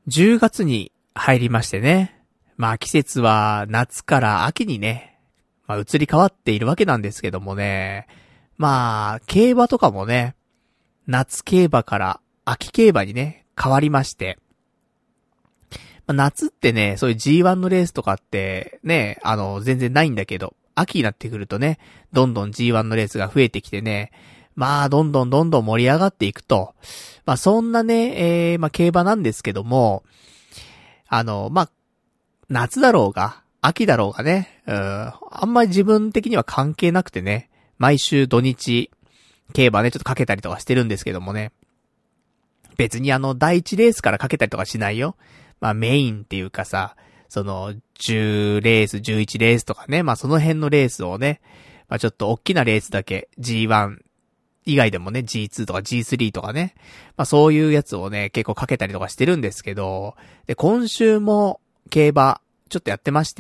10月に入りましてね。まあ季節は夏から秋にね、まあ移り変わっているわけなんですけどもね。まあ、競馬とかもね、夏競馬から秋競馬にね、変わりまして。まあ、夏ってね、そういう G1 のレースとかってね、全然ないんだけど、秋になってくるとね、どんどん G1 のレースが増えてきてね、まあ、どんどん盛り上がっていくと。まあ、そんなね、まあ、競馬なんですけども、まあ、夏だろうが、秋だろうがね、あんまり自分的には関係なくてね、毎週土日、競馬ね、ちょっとかけたりとかしてるんですけどもね。別に第一レースからかけたりとかしないよ。まあメインっていうかさ、その、10レース、11レースとかね、まあその辺のレースをね、まあちょっと大きなレースだけ、G1 以外でもね、G2 とか G3 とかね、まあそういうやつをね、結構かけたりとかしてるんですけど、で、今週も競馬、ちょっとやってまして。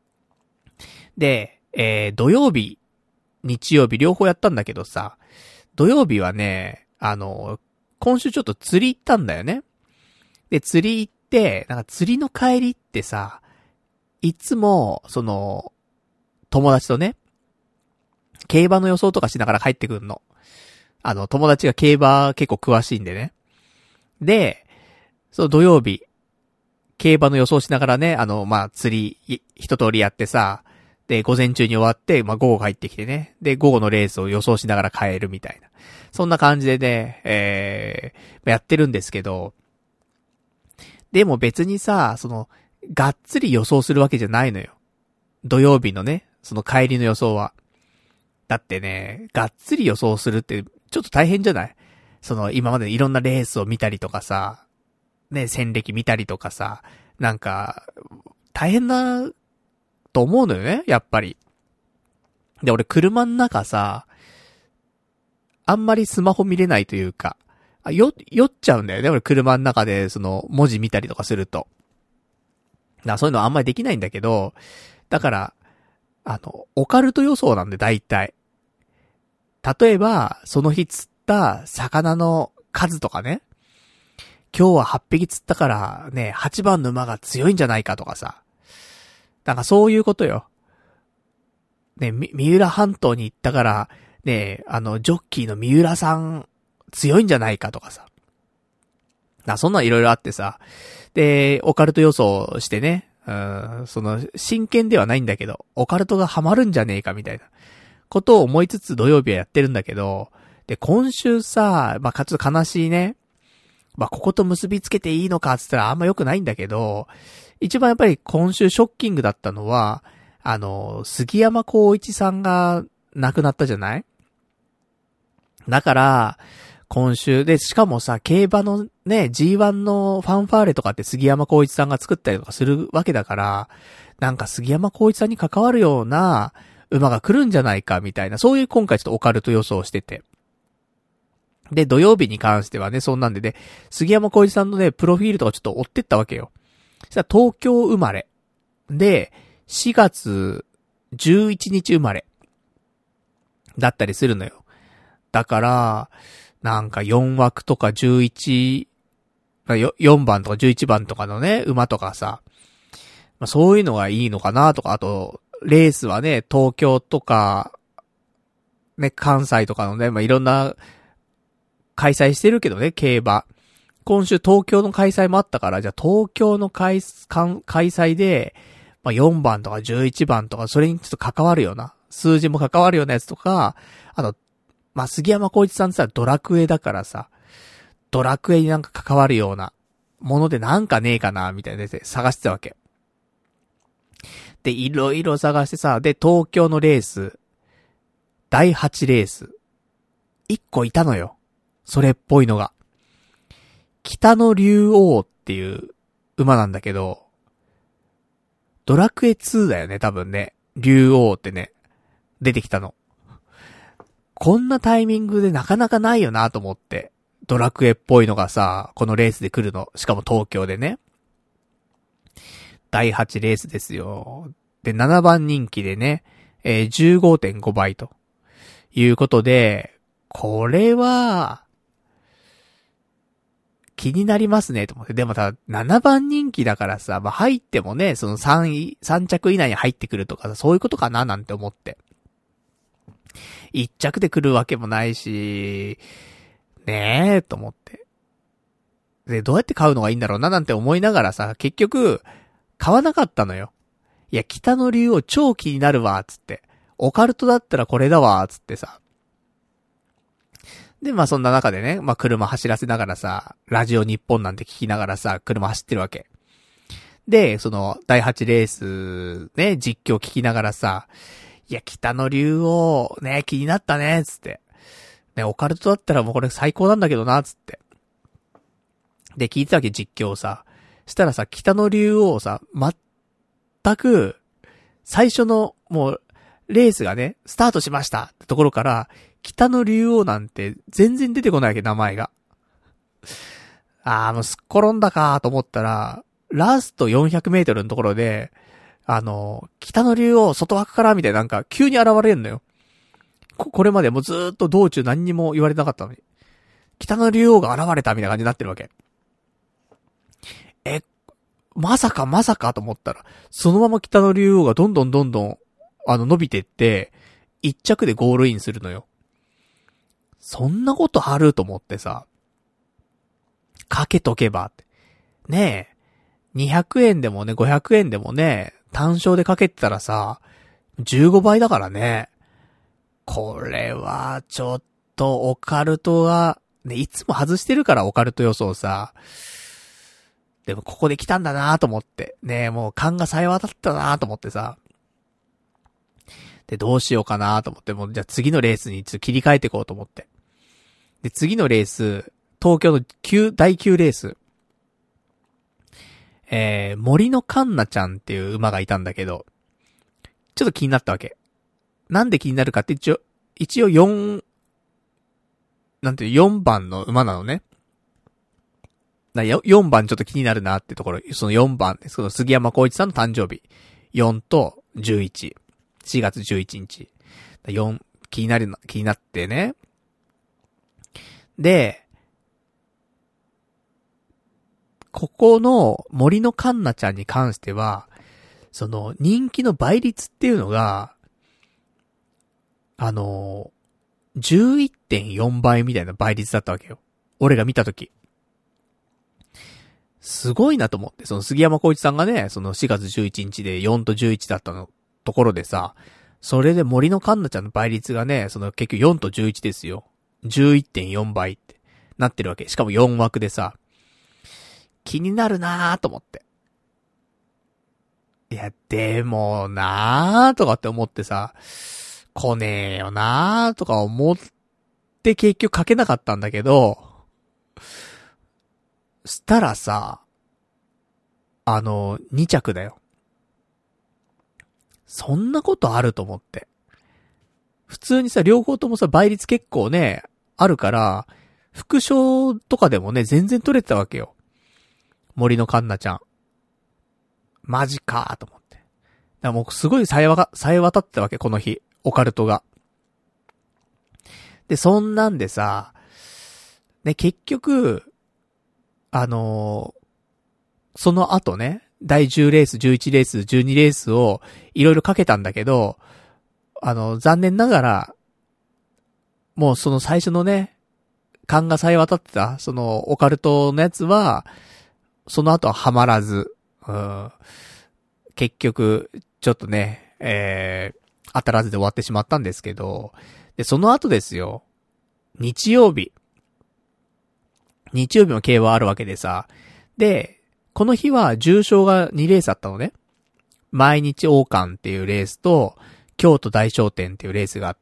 で、土曜日、日曜日両方やったんだけどさ、土曜日はね、今週ちょっと釣り行ったんだよね。で、釣り行って、なんか釣りの帰りってさ、いつも、友達とね、競馬の予想とかしながら帰ってくんの。友達が競馬結構詳しいんでね。で、土曜日、競馬の予想しながらね、まあ、釣り、一通りやってさ、で、午前中に終わって、まあ、午後帰ってきてね。で、午後のレースを予想しながら帰るみたいな。そんな感じでね、やってるんですけど、でも別にさ、がっつり予想するわけじゃないのよ。土曜日のね、その帰りの予想は。だってね、がっつり予想するって、ちょっと大変じゃない？今までいろんなレースを見たりとかさ、ね、戦歴見たりとかさ、なんか、大変な、と思うのよね、やっぱり。で、俺車の中さ、あんまりスマホ見れないというか、酔っちゃうんだよね、俺車の中で文字見たりとかすると。そういうのあんまりできないんだけど、だから、オカルト予想なんで大体。例えば、その日釣った魚の数とかね、今日は8匹釣ったからね、8番の馬が強いんじゃないかとかさ。なんかそういうことよ。ね、三浦半島に行ったから、ね、ジョッキーの三浦さん強いんじゃないかとかさ。そんなのいろいろあってさ。で、オカルト予想してね、真剣ではないんだけど、オカルトがハマるんじゃねえかみたいなことを思いつつ土曜日はやってるんだけど、で、今週さ、まあ、ちょっと悲しいね。まあ、ここと結びつけていいのかって言ったらあんま良くないんだけど、一番やっぱり今週ショッキングだったのは、杉山浩一さんが亡くなったじゃない？だから、今週で、しかもさ、競馬のね、G1 のファンファーレとかって杉山浩一さんが作ったりとかするわけだから、なんか杉山浩一さんに関わるような馬が来るんじゃないかみたいな、そういう今回ちょっとオカルト予想をしてて。で、土曜日に関してはね、そんなんでね、杉山浩一さんのね、プロフィールとかちょっと追ってったわけよ。そしたら東京生まれ。で、4月11日生まれ。だったりするのよ。だから、なんか4枠とか11、4番とか11番とかのね、馬とかさ、まあそういうのがいいのかなとか、あと、レースはね、東京とか、ね、関西とかのね、まあいろんな、開催してるけどね、競馬。今週東京の開催もあったから、じゃあ東京の開催で、まあ4番とか11番とか、それにちょっと関わるような、数字も関わるようなやつとか、まあ、杉山浩一さんってさ、ドラクエだからさ、ドラクエになんか関わるようなものでなんかねえかな、みたいなで探してたわけ。で、いろいろ探してさ、で、東京のレース、第8レース、1個いたのよ。それっぽいのが。北の竜王っていう馬なんだけど、ドラクエ2だよね、多分ね。竜王ってね、出てきたの。こんなタイミングでなかなかないよなと思って。ドラクエっぽいのがさ、このレースで来るの。しかも東京でね。第8レースですよ。で、7番人気でね、15.5 倍ということで、これは、 気になりますね、と思って。でも7番人気だからさ、まあ、入ってもね、その3着以内に入ってくるとかさ、そういうことかななんて思って。1着で来るわけもないし、ねえ、と思って。で、どうやって買うのがいいんだろうななんて思いながらさ、結局、買わなかったのよ。いや、北の竜王超気になるわ、つって。オカルトだったらこれだわ、つってさ。で、まあそんな中でね、まあ車走らせながらさ、ラジオ日本なんて聞きながらさ、車走ってるわけ。で、その、第8レース、ね、実況聞きながらさ、いや、北の竜王、ね、気になったね、つって。ね、オカルトだったらもうこれ最高なんだけどな、つって。で、聞いてたわけ、実況をさ。したらさ、北の竜王さ、全く、最初の、もう、レースがね、スタートしましたってところから、北の竜王なんて全然出てこないわけ、名前が。もうすっ転んだかと思ったら、ラスト400メートルのところで、北の竜王外枠からみたいななんか急に現れんのよ。これまでもうずーっと道中何にも言われなかったのに。北の竜王が現れたみたいな感じになってるわけ。まさかと思ったら、そのまま北の竜王がどんどん伸びてって、一着でゴールインするのよ。そんなことあると思ってさ、かけとけばって。ねえ、200円でもね、500円でもね、単勝でかけてたらさ、15倍だからね。これは、ちょっと、オカルトが、ね、いつも外してるからオカルト予想さ。でもここで来たんだなと思って。ね、もう勘が冴え渡ったなと思ってさ。で、どうしようかなと思って、もうじゃあ次のレースに切り替えていこうと思って。で、次のレース、東京の第9レース。森のカンナちゃんっていう馬がいたんだけど、ちょっと気になったわけ。なんで気になるかって一応4番の馬なのね。4番ちょっと気になるなってところ、その4番です。その杉山浩一さんの誕生日。4と11。4月11日。4、気になってね。で、ここの森のカンナちゃんに関しては、その人気の倍率っていうのが、11.4 倍みたいな倍率だったわけよ。俺が見たとき。すごいなと思って、その杉山浩一さんがね、その4月11日で4と11だったのところでさ、それで森のカンナちゃんの倍率がね、その結局4と11ですよ。11.4 倍ってなってるわけ。しかも4枠でさ、気になるなーと思って。いや、でもなーとかって思ってさ、来ねえよなーとか思って結局かけなかったんだけど、したらさ、2着だよ。そんなことあると思って。普通にさ、両方ともさ、倍率結構ね、あるから、副賞とかでもね、全然取れてたわけよ。森のカンナちゃん。マジかーと思って。だからもうすごい冴え渡ってたわけ、この日。オカルトが。で、そんなんでさ、ね、結局、その後ね、第10レース、11レース、12レースをいろいろかけたんだけど、残念ながら、もうその最初のね、勘が冴え渡ってた、そのオカルトのやつは、その後はハマらず、結局、ちょっとね、当たらずで終わってしまったんですけど、で、その後ですよ、日曜日も競馬あるわけでさ、で、この日は重賞が2レースあったのね。毎日王冠っていうレースと、京都大商店っていうレースがあって。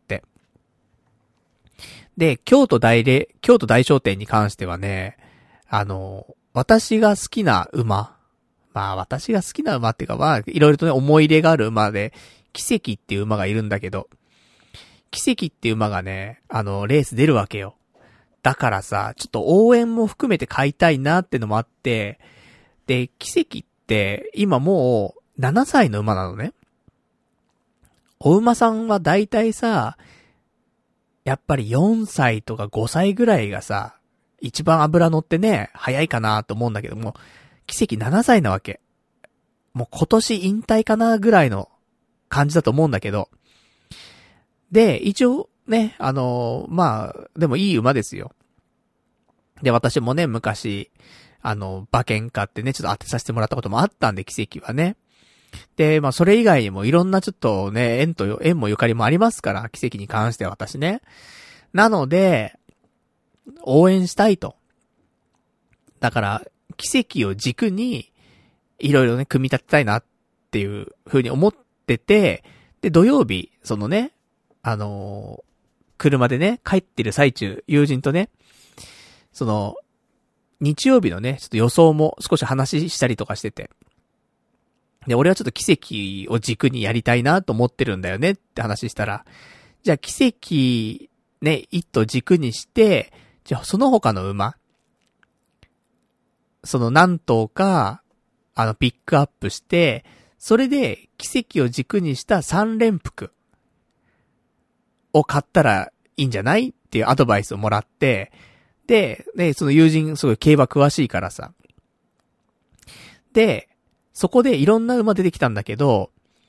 で、京都大商店に関してはね、私が好きな馬。まあ私が好きな馬っていうかまあ、いろいろとね、思い入れがある馬で、奇跡っていう馬がいるんだけど、奇跡っていう馬がね、レース出るわけよ。だからさ、ちょっと応援も含めて買いたいなってのもあって、で、奇跡って今もう7歳の馬なのね。お馬さんはだいたいさ、やっぱり4歳とか5歳ぐらいがさ、 一番脂乗ってね、早いかなと思うんだけども、奇跡7歳なわけ。もう今年引退かなぐらいの感じだと思うんだけど。で、一応ね、まあ、でもいい馬ですよ。で、私もね、昔、馬券買ってね、ちょっと当てさせてもらったこともあったんで、奇跡はね。で、まあ、それ以外にもいろんなちょっとね、縁もゆかりもありますから、奇跡に関しては私ね。なので、応援したいと。だから、奇跡を軸に、いろいろね、組み立てたいなっていう風に思ってて、で、土曜日、そのね、車でね、帰ってる最中、友人とね、その、日曜日のね、ちょっと予想も少し話したりとかしてて。で、俺はちょっと奇跡を軸にやりたいなと思ってるんだよねって話したら、じゃあ奇跡、ね、一頭軸にして、じゃあその他の馬、その何頭か、ピックアップして、それで奇跡を軸にした3連服を買ったらいいんじゃないっていうアドバイスをもらって、で、その友人すごい競馬詳しいからさ。で、そこでいろんな馬出てきたんだけど、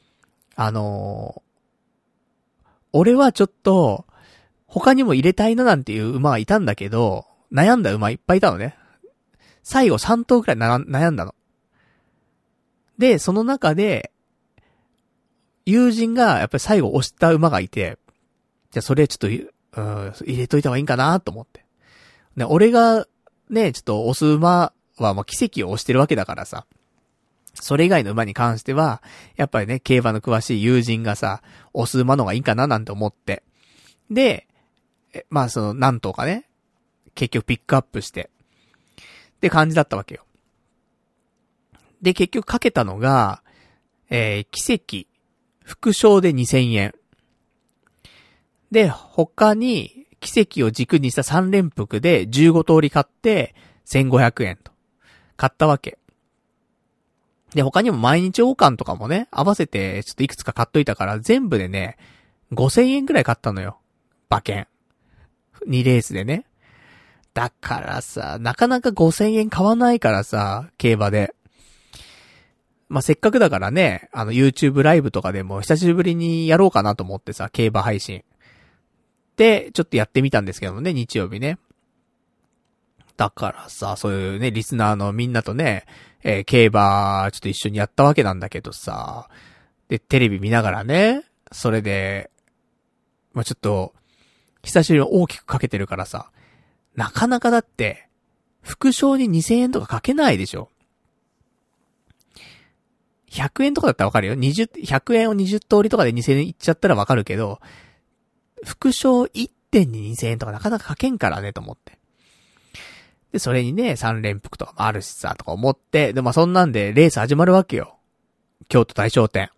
俺はちょっと、他にも入れたいななんていう馬がいたんだけど、悩んだ馬いっぱいいたのね。最後3頭くらい悩んだの。で、その中で、友人がやっぱり最後押した馬がいて、じゃあそれちょっと、入れといた方がいいんかなと思って。ね、俺がね、ちょっと押す馬はまあ奇跡を押してるわけだからさ。それ以外の馬に関しては、やっぱりね、競馬の詳しい友人がさ、押す馬の方がいいかななんて思って。で、まあその何頭かね、結局ピックアップして、って感じだったわけよ。で、結局かけたのが、奇跡、副賞で2000円。で、他に、奇跡を軸にした3連服で15通り買って1500円と。買ったわけ。で、他にも毎日王冠とかもね、合わせてちょっといくつか買っといたから全部でね、5000円くらい買ったのよ。馬券。2レースでね。だからさ、なかなか5000円買わないからさ、競馬で。まあ、せっかくだからね、YouTube ライブとかでも久しぶりにやろうかなと思ってさ、競馬配信。で、ちょっとやってみたんですけどもね、日曜日ね。だからさ、そういうね、リスナーのみんなとね、競馬、ちょっと一緒にやったわけなんだけどさ、で、テレビ見ながらね、それで、まあ、ちょっと、久しぶりに大きくかけてるからさ、なかなかだって、副賞に2000円とかかけないでしょ。100円とかだったらわかるよ。100円を20通りとかで2000円いっちゃったらわかるけど、副賞1点に2000円とかなかなかかけんからねと思って。で、それにね、3連服とかもあるしさ、とか思って、で、まあそんなんでレース始まるわけよ。京都大商店。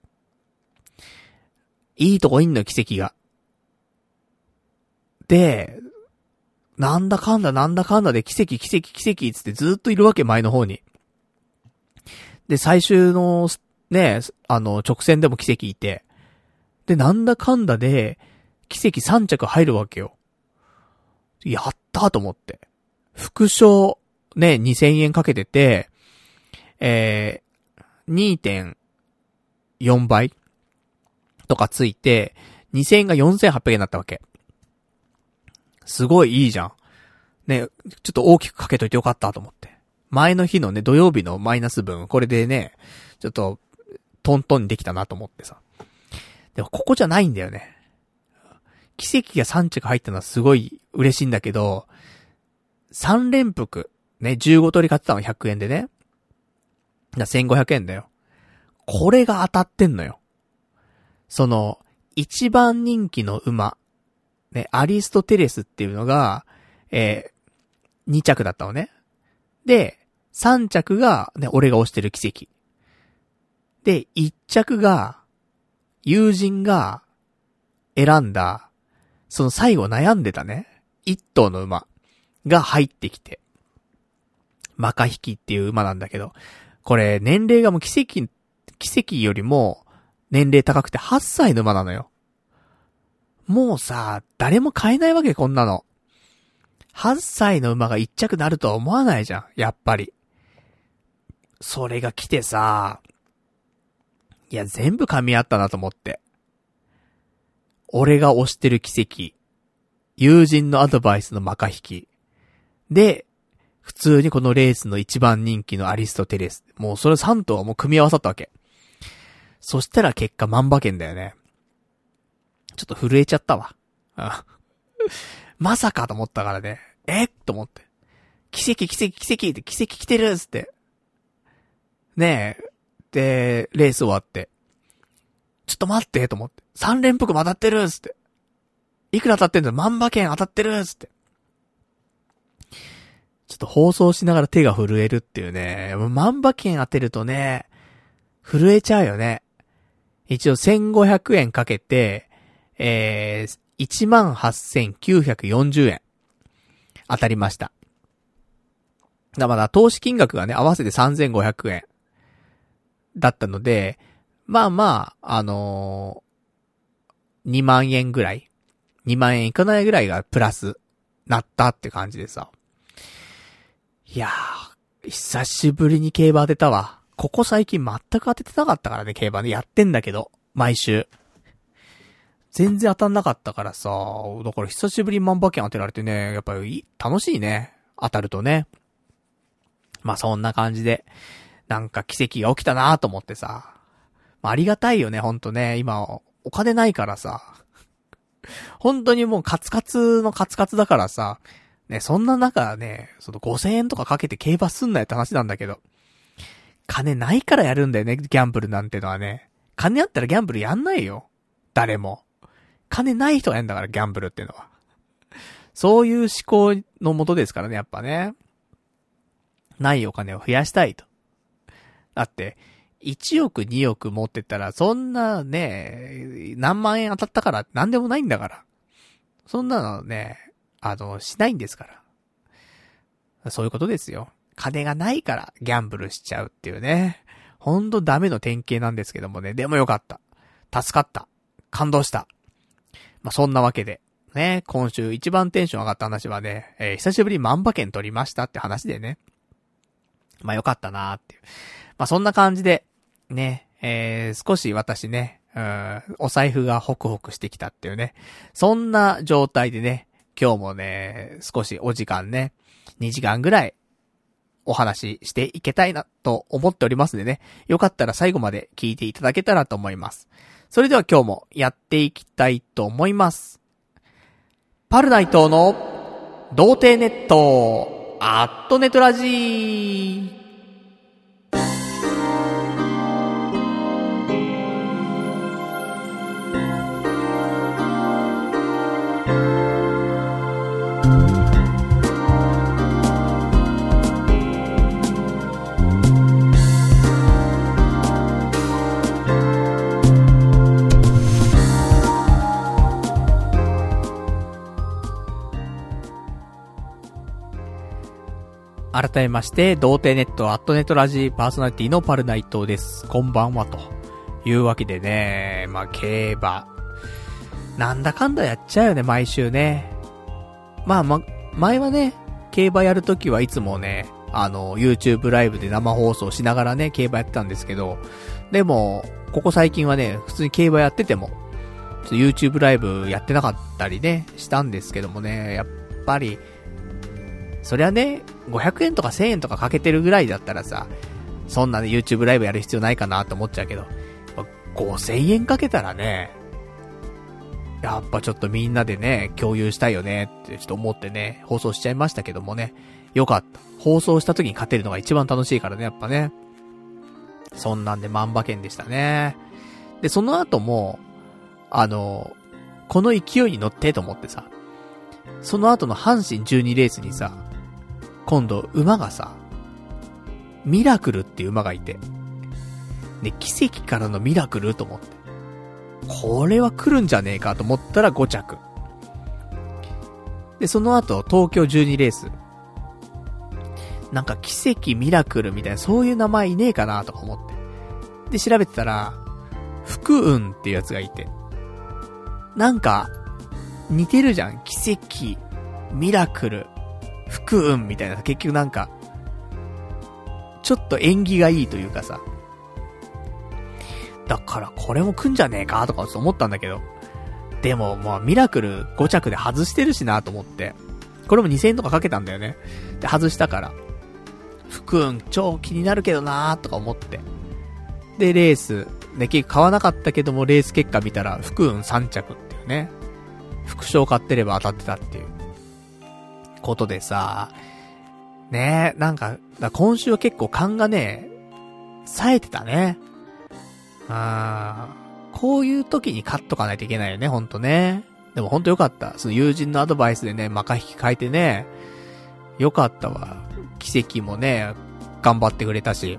いいとこいんのよ、奇跡が。で、なんだかんだで奇跡つってずっといるわけ、前の方に。で、最終の、ね、直線でも奇跡いて、で、なんだかんだで、奇跡3着入るわけよ。やったーと思って。副賞、ね、2000円かけてて、2.4 倍とかついて、2000円が4800円になったわけ。すごいいいじゃん。ね、ちょっと大きくかけといてよかったと思って。前の日のね、土曜日のマイナス分、これでね、ちょっと、トントンにできたなと思ってさ。でもここじゃないんだよね。奇跡が3着入ったのはすごい嬉しいんだけど、3連服、ね、15通り買ってたの100円でね。1500円だよ。これが当たってんのよ。その、一番人気の馬、ね、アリストテレスっていうのが、2着だったのね。で、3着が、ね、俺が推してる奇跡。で、1着が、友人が選んだ、その最後悩んでたね、1頭の馬が入ってきて、マカヒキっていう馬なんだけど、これ年齢がもう奇跡よりも年齢高くて8歳の馬なのよ。もうさ、誰も買えないわけこんなの。 8歳の馬が1着なるとは思わないじゃん、やっぱり。それが来てさ、いや全部噛み合ったなと思って。俺が推してる奇跡、友人のアドバイスのマカ引き。で、普通にこのレースの一番人気のアリストテレス。もうそれ3頭はもう組み合わさったわけ。そしたら結果万馬券だよね。ちょっと震えちゃったわ。まさかと思ったからね。と思って。奇跡って奇跡来てるっつって。ねえ。で、レース終わって。ちょっと待ってと思って。3連複も当たってるっつって。いくら当たってんだ万馬券当たってるっつって。ちょっと放送しながら手が震えるっていうね。万馬券当てるとね、震えちゃうよね。一応1500円かけて、18,940 円当たりました。だから投資金額がね、合わせて3500円だったので、まあまあ、2万円ぐらい、2万円いかないぐらいがプラスなったって感じでさ。いやー、久しぶりに競馬当てたわ。ここ最近全く当ててなかったからね、競馬ね。やってんだけど、毎週。全然当たんなかったからさ、だから久しぶりに万馬券当てられてね、やっぱり楽しいね。当たるとね。まあそんな感じで、なんか奇跡が起きたなと思ってさ。まあ、ありがたいよね、ほんとね。今、お金ないからさ。本当にもうカツカツのカツカツだからさ。ね、そんな中ね、その5000円とかかけて競馬すんなよって話なんだけど。金ないからやるんだよね、ギャンブルなんてのはね。金あったらギャンブルやんないよ。誰も。金ない人がやんだから、ギャンブルっていうのは。そういう思考のもとですからね、やっぱね。ないお金を増やしたいと。だって、1億2億持ってたら、そんなね、何万円当たったから何でもないんだから。そんなのね、しないんですから。そういうことですよ。金がないからギャンブルしちゃうっていうね。ほんとダメの典型なんですけどもね。でもよかった。助かった。感動した。まあ、そんなわけで。ね、今週一番テンション上がった話はね、久しぶりに万馬券取りましたって話でね。まあ、よかったなーっていう。まあ、そんな感じで、ね、少し私ね、お財布がホクホクしてきたっていうね。そんな状態でね、今日もね、少しお時間ね、2時間ぐらいお話ししていけたいなと思っておりますんでね。よかったら最後まで聞いていただけたらと思います。それでは今日もやっていきたいと思います。パルナイトの童貞ネットアットネトラジー。改めまして、童貞ネットアットネットラジーパーソナリティのパルナイトです。こんばんはというわけでね、まあ競馬なんだかんだやっちゃうよね、毎週ね。前はね、競馬やるときはいつもね、YouTube ライブで生放送しながらね、競馬やってたんですけど、でもここ最近はね、普通に競馬やっててもYouTube ライブやってなかったりねしたんですけどもね、やっぱりそりゃね、500円とか1000円とかかけてるぐらいだったらさ、そんなね YouTube ライブやる必要ないかなと思っちゃうけど、5000円かけたらね、やっぱちょっとみんなでね、共有したいよねってちょっと思ってね、放送しちゃいましたけどもね、よかった。放送した時に勝てるのが一番楽しいからね、やっぱね。そんなんで万馬券でしたね。で、その後も、この勢いに乗ってと思ってさ、その後の阪神12レースにさ、今度馬がさ、ミラクルっていう馬がいて、で、奇跡からのミラクルと思って、これは来るんじゃねえかと思ったら5着。で、その後東京12レース、なんか奇跡ミラクルみたいなそういう名前いねえかなとか思って、で調べてたら福運っていうやつがいて、なんか似てるじゃん。奇跡ミラクル福運みたいな、結局なんか、ちょっと縁起がいいというかさ。だからこれも来んじゃねえかとか思ったんだけど。でもまあミラクル5着で外してるしなと思って。これも2000円とかかけたんだよね。で、外したから。福運超気になるけどなーとか思って。で、レース、ね、結局買わなかったけども、レース結果見たら、福運3着っていうね。副賞買ってれば当たってたっていう。ことでさ、ね、なんか、今週は結構勘がね、冴えてたね。こういう時に買っとかないといけないよね、ほんとね。でもほんとよかった。その友人のアドバイスでね、マカ引き変えてね、よかったわ。奇跡もね、頑張ってくれたし。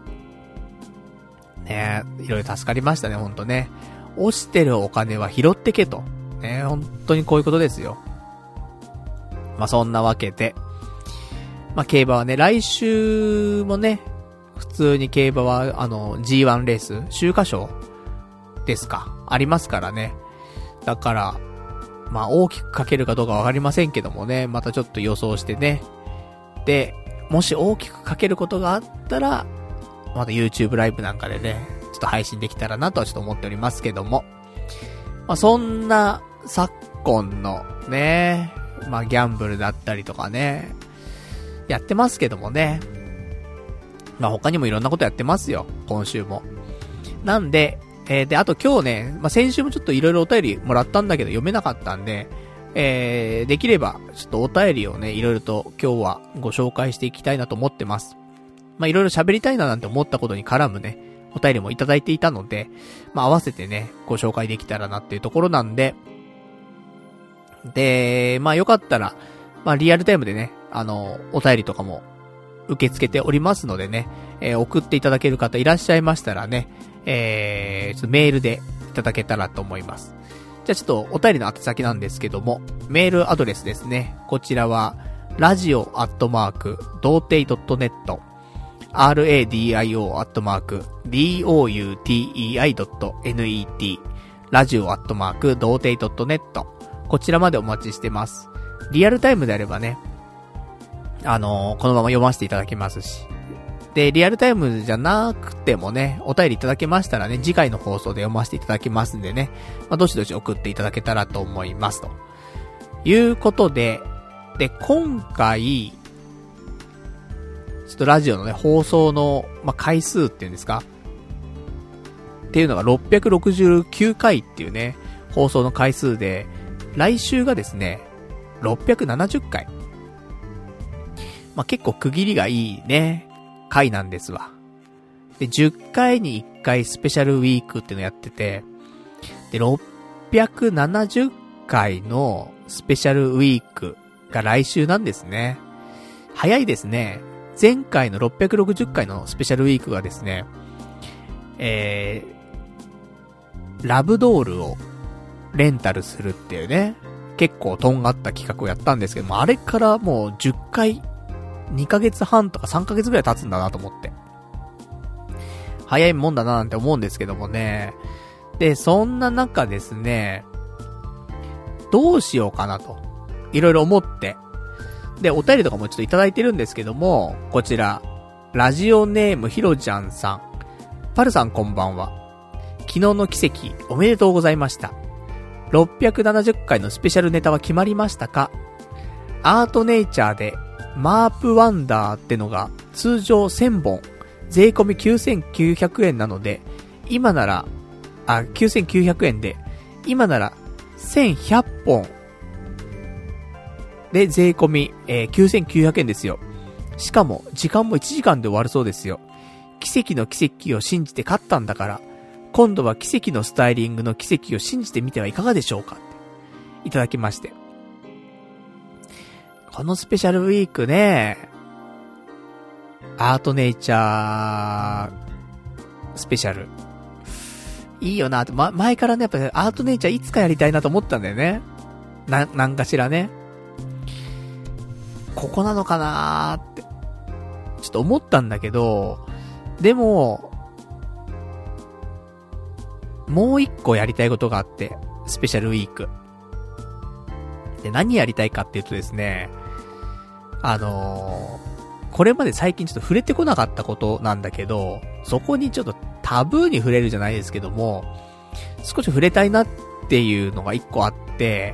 ね、いろいろ助かりましたね、ほんとね。落ちてるお金は拾ってけと。ね、ほんとにこういうことですよ。まあ、そんなわけで。まあ、競馬はね、来週もね、普通に競馬は、G1 レース、秋華賞ですか。ありますからね。だから、まあ、大きくかけるかどうかわかりませんけどもね、またちょっと予想してね。で、もし大きくかけることがあったら、また YouTube ライブなんかでね、ちょっと配信できたらなとはちょっと思っておりますけども。まあ、そんな、昨今のね、まあ、ギャンブルだったりとかね、やってますけどもね。まあ、他にもいろんなことやってますよ、今週も。なんで、で、あと今日ね、まあ、先週もちょっといろいろお便りもらったんだけど読めなかったんで、できれば、ちょっとお便りをね、いろいろと今日はご紹介していきたいなと思ってます。まあ、いろいろ喋りたいななんて思ったことに絡むね、お便りもいただいていたので、まあ、合わせてね、ご紹介できたらなっていうところなんで、で、まあ、よかったら、まあ、リアルタイムでね、お便りとかも受け付けておりますのでね、送っていただける方いらっしゃいましたらね、ちょっとメールでいただけたらと思います。じゃあちょっとお便りの宛先なんですけども、メールアドレスですね。こちらは、radio@doutei.net radio@doutei.net radio@doutei.net こちらまでお待ちしてます。リアルタイムであればね、このまま読ませていただけますし。で、リアルタイムじゃなくてもね、お便りいただけましたらね、次回の放送で読ませていただきますんでね、まあ、どしどし送っていただけたらと思いますと。いうことで、で、今回、ちょっとラジオのね、放送の、まあ、回数っていうんですかっていうのが669回っていうね、放送の回数で、来週がですね、670回。まあ、結構区切りがいいね、回なんですわ。で、10回に1回スペシャルウィークっていうのやってて、で、670回のスペシャルウィークが来週なんですね。早いですね。前回の660回のスペシャルウィークがですね、ラブドールをレンタルするっていうね、結構とんがった企画をやったんですけども、あれからもう10回、2ヶ月半とか3ヶ月ぐらい経つんだなと思って。早いもんだななんて思うんですけどもね。で、そんな中ですね、どうしようかなと、いろいろ思って。で、お便りとかもちょっといただいてるんですけども、こちら、ラジオネームひろちゃんさん。パルさんこんばんは。昨日の奇跡、おめでとうございました。670回のスペシャルネタは決まりましたか？アートネイチャーで、マープワンダーってのが通常1000本、税込み9900円なので、今なら、9900円で、今なら1100本で税込み、9900円ですよ。しかも時間も1時間で終わるそうですよ。奇跡の奇跡を信じて勝ったんだから、今度は奇跡のスタイリングの奇跡を信じてみてはいかがでしょうかっていただきまして。このスペシャルウィークね、アートネイチャースペシャルいいよなって、前からねやっぱりアートネイチャーいつかやりたいなと思ったんだよね。なんかしらね、ここなのかなーってちょっと思ったんだけど、でももう一個やりたいことがあって、スペシャルウィークで何やりたいかっていうとですね、 これまで最近ちょっと触れてこなかったことなんだけど、そこにちょっとタブーに触れるじゃないですけども、少し触れたいなっていうのが一個あって、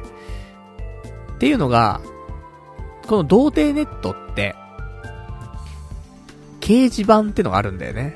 っていうのが、この童貞ネットって、掲示板ってのがあるんだよね。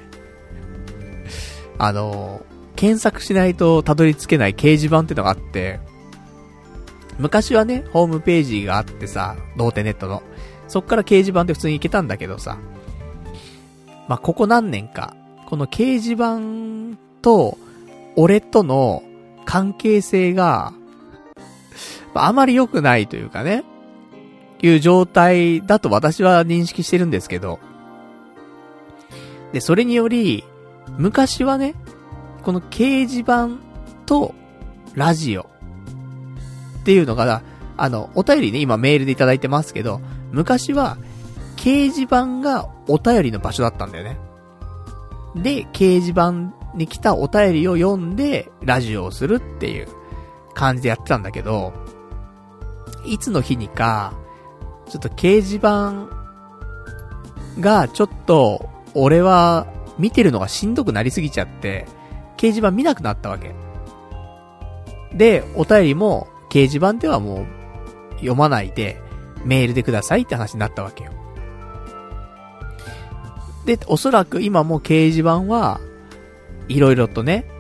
検索しないとたどり着けない掲示板ってのがあって、昔はね、ホームページがあってさ、童貞ネットの。そっから掲示板で普通に行けたんだけどさ。まあ、ここ何年か、この掲示板と、俺との関係性が、あまり良くないというかね、いう状態だと私は認識してるんですけど。で、それにより、昔はね、この掲示板とラジオっていうのが、お便りね、今メールでいただいてますけど、昔は掲示板がお便りの場所だったんだよね。で、掲示板に来たお便りを読んで、ラジオをするっていう感じでやってたんだけど、いつの日にか、ちょっと掲示板がちょっと、俺は見てるのがしんどくなりすぎちゃって、掲示板見なくなったわけ。で、お便りも掲示板ではもう読まないで、メールでくださいって話になったわけよ。で、おそらく今も掲示板は、いろいろとね、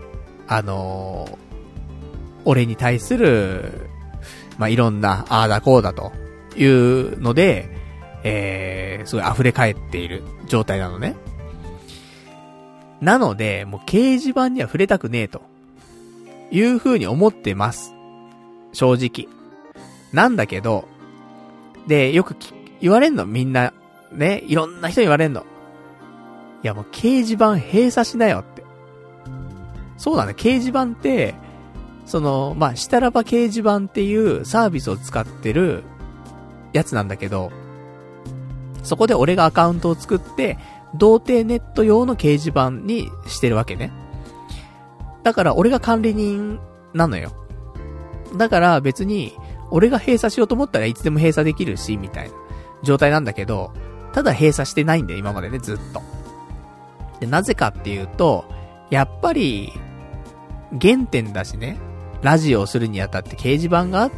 俺に対する、まあ、いろんな、ああだこうだというので、すごい溢れ返っている状態なのね。なので、もう掲示板には触れたくねえと、いう風に思ってます。正直。なんだけど、で、よく言われんの、みんな、ね、いろんな人に言われんの。いやもう掲示板閉鎖しなよって。そうだね、掲示板って、まあ、したらば掲示板っていうサービスを使ってるやつなんだけど、そこで俺がアカウントを作って、童貞ネット用の掲示板にしてるわけね。だから俺が管理人なのよ。だから別に、俺が閉鎖しようと思ったらいつでも閉鎖できるし、みたいな状態なんだけど、ただ閉鎖してないんだよ、今までね、ずっと。で、なぜかっていうと、やっぱり、原点だしね、ラジオをするにあたって掲示板があって、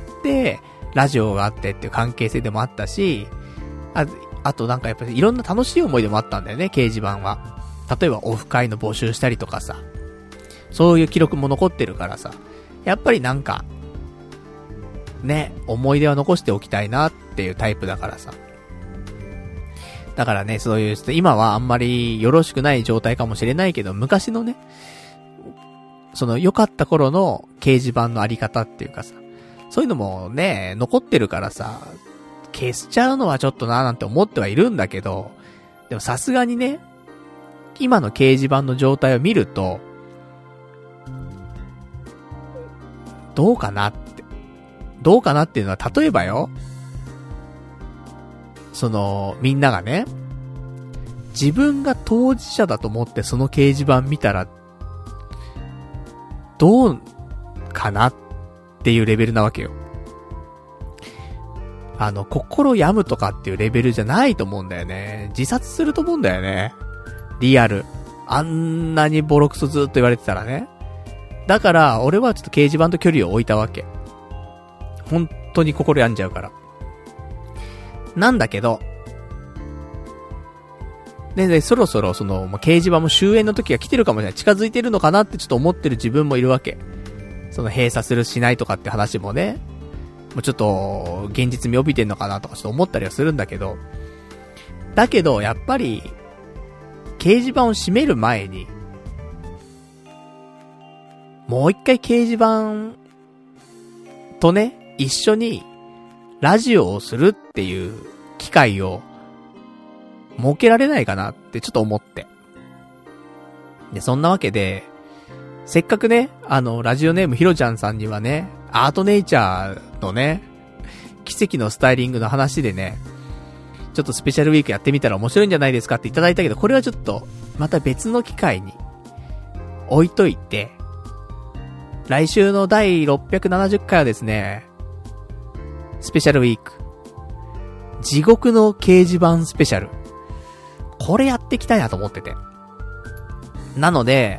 ラジオがあってっていう関係性でもあったし、あとなんかやっぱりいろんな楽しい思い出もあったんだよね、掲示板は。例えばオフ会の募集したりとかさ、そういう記録も残ってるからさ、やっぱりなんか、ね、思い出は残しておきたいなっていうタイプだからさ。だからね、そういう、今はあんまりよろしくない状態かもしれないけど、昔のね、良かった頃の掲示板のあり方っていうかさ、そういうのもね、残ってるからさ、消しちゃうのはちょっとなーなんて思ってはいるんだけど、でもさすがにね、今の掲示板の状態を見ると、どうかなっていうのは、例えばよ、みんながね、自分が当事者だと思ってその掲示板見たら、どうかなっていうレベルなわけよ。心病むとかっていうレベルじゃないと思うんだよね。自殺すると思うんだよね。リアル。あんなにボロクソずっと言われてたらね。だから、俺はちょっと掲示板と距離を置いたわけ。本当に心病んじゃうから。なんだけど、で、そろそろ掲示板も終焉の時が来てるかもしれない。近づいてるのかなってちょっと思ってる自分もいるわけ。閉鎖するしないとかって話もね、もうちょっと、現実味帯びてんのかなとかちょっと思ったりはするんだけど、だけど、やっぱり、掲示板を閉める前に、もう一回掲示板とね、一緒にラジオをするっていう機会を設けられないかなってちょっと思って。で、そんなわけで、せっかくね、ラジオネームひろちゃんさんにはね、アートネイチャーのね、奇跡のスタイリングの話でね、ちょっとスペシャルウィークやってみたら面白いんじゃないですかっていただいたけど、これはちょっと、また別の機会に置いといて、来週の第670回はですね、スペシャルウィーク。 地獄の掲示板スペシャル。これやっていきたいなと思ってて。なので、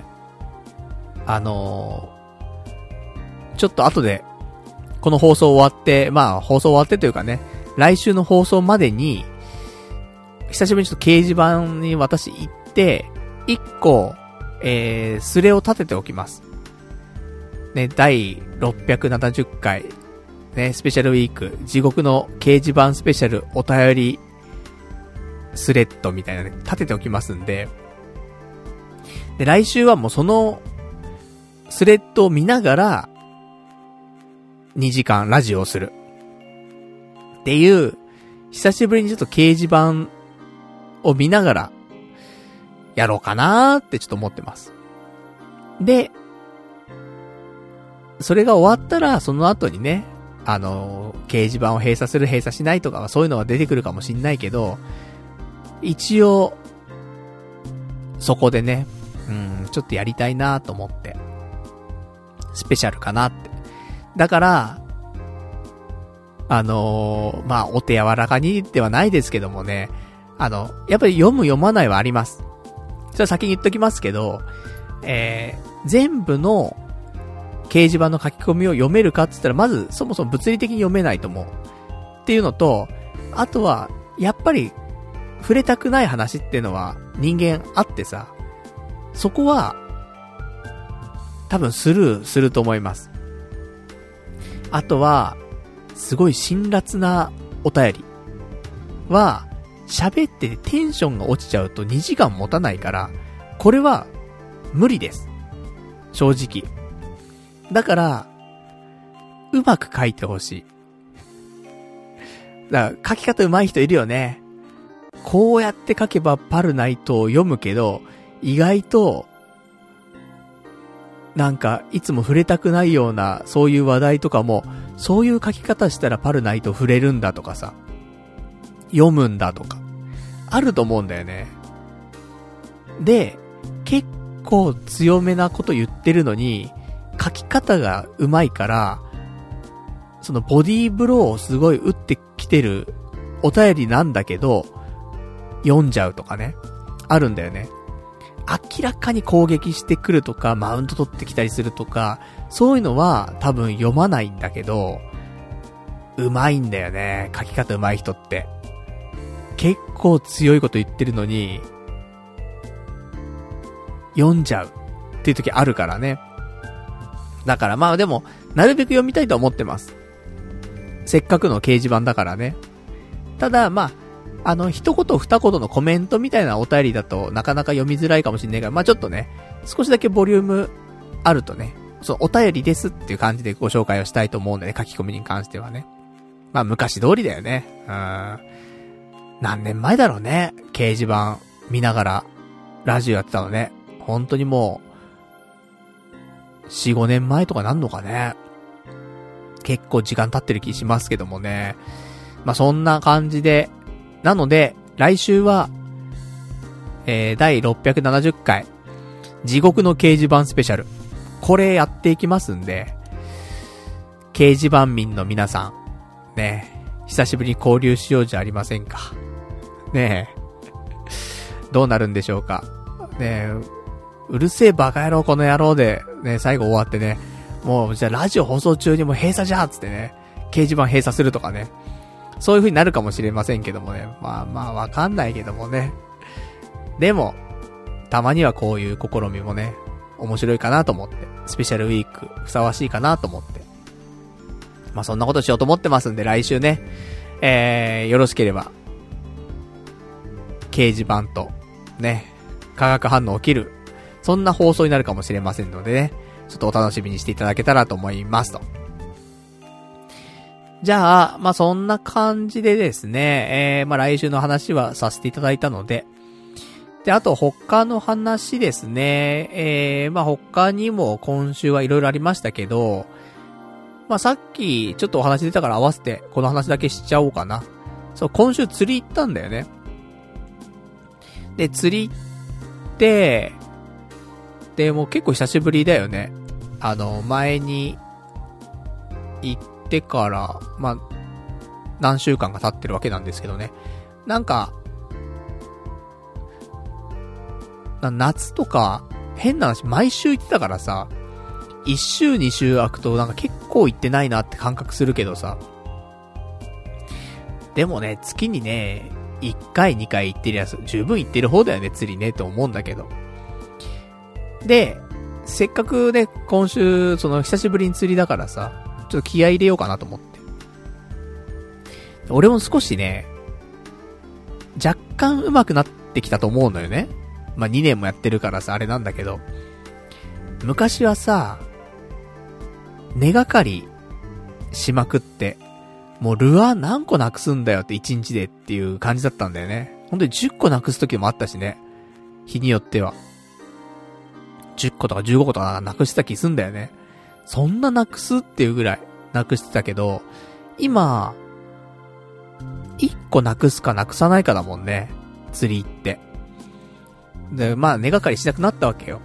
ちょっと後で、この放送終わって、まあ放送終わってというかね、来週の放送までに、久しぶりにちょっと掲示板に私行って、1個、スレを立てておきます。ね、第670回、ね、スペシャルウィーク、地獄の掲示板スペシャルお便りスレッドみたいなね、立てておきますんで、で、来週はもうそのスレッドを見ながら、2時間ラジオをする。っていう、久しぶりにちょっと掲示板を見ながら、やろうかなーってちょっと思ってます。で、それが終わったら、その後にね、掲示板を閉鎖する閉鎖しないとかはそういうのは出てくるかもしんないけど、一応、そこでね、ちょっとやりたいなと思って、スペシャルかなって。だから、まあ、お手柔らかにではないですけどもね、やっぱり読む読まないはあります。それは先に言っときますけど、全部の掲示板の書き込みを読めるかって言ったら、まずそもそも物理的に読めないと思う。っていうのと、あとは、やっぱり、触れたくない話っていうのは人間あってさ、そこは、多分スルーすると思います。あとは、すごい辛辣なお便りは、喋っててテンションが落ちちゃうと2時間持たないから、これは無理です。正直。だから、うまく書いてほしい。だから書き方上手い人いるよね。こうやって書けばパルナイトを読むけど、意外と、なんか、いつも触れたくないような、そういう話題とかも、そういう書き方したらパルナイト触れるんだとかさ、読むんだとか、あると思うんだよね。で、結構強めなこと言ってるのに、書き方が上手いから、そのボディーブローをすごい打ってきてるお便りなんだけど、読んじゃうとかね、あるんだよね。明らかに攻撃してくるとか、マウント取ってきたりするとか、そういうのは多分読まないんだけど、上手いんだよね、書き方上手い人って。結構強いこと言ってるのに、読んじゃうっていう時あるからね。だからまあでも、なるべく読みたいと思ってます。せっかくの掲示板だからね。ただまあ、一言二言のコメントみたいなお便りだとなかなか読みづらいかもしれないから、まあちょっとね、少しだけボリュームあるとね、そうお便りですっていう感じでご紹介をしたいと思うんでね、書き込みに関してはね。まあ昔通りだよね。何年前だろうね、掲示板見ながらラジオやってたのね。本当にもう、4、5年前とかなんのかね。結構時間経ってる気しますけどもね。まあそんな感じで、なので、来週は、第670回、地獄の掲示板スペシャル。これやっていきますんで、掲示板民の皆さん、ね、久しぶりに交流しようじゃありませんか。ねえ、どうなるんでしょうか。ねえ、うるせえバカ野郎この野郎で、ね、最後終わってね、もうじゃあラジオ放送中にも閉鎖じゃーつってね、掲示板閉鎖するとかね。そういう風になるかもしれませんけどもね。まあまあわかんないけどもね。でも、たまにはこういう試みもね、面白いかなと思って、スペシャルウィークふさわしいかなと思って。まあそんなことしようと思ってますんで、来週ね、よろしければ、掲示板と、ね、化学反応起きる、そんな放送になるかもしれませんのでね、ちょっとお楽しみにしていただけたらと思いますと。じゃあ、まあ、そんな感じでですね、まあ、来週の話はさせていただいたので、で、あと他の話ですね、まあ、他にも今週はいろいろありましたけど、まあ、さっきちょっとお話出たから合わせてこの話だけしちゃおうかな。そう、今週釣り行ったんだよね。で、釣り行って、で、もう結構久しぶりだよね。前に行ってから、まあ、 何週間か経ってるわけなんですけどね。なんか、夏とか、変な話、毎週行ってたからさ、1週2週空くとなんか結構行ってないなって感覚するけどさ。でもね、月にね、1回2回行ってるやつ、十分行ってる方だよね、釣りね、と思うんだけど。で、せっかくね、今週、久しぶりに釣りだからさ、ちょっと気合い入れようかなと思って。俺も少しね、若干上手くなってきたと思うのよね。まあ、2年もやってるからさ、あれなんだけど。昔はさ、根がかりしまくって、もうルアー何個なくすんだよって1日でっていう感じだったんだよね。ほんとに10個なくす時もあったしね。日によっては。10個とか15個とかなくした気すんだよね。そんななくすっていうぐらいなくしてたけど、今、1個なくすかなくさないかだもんね。釣り行って。で、まあ根がかりしなくなったわけよ。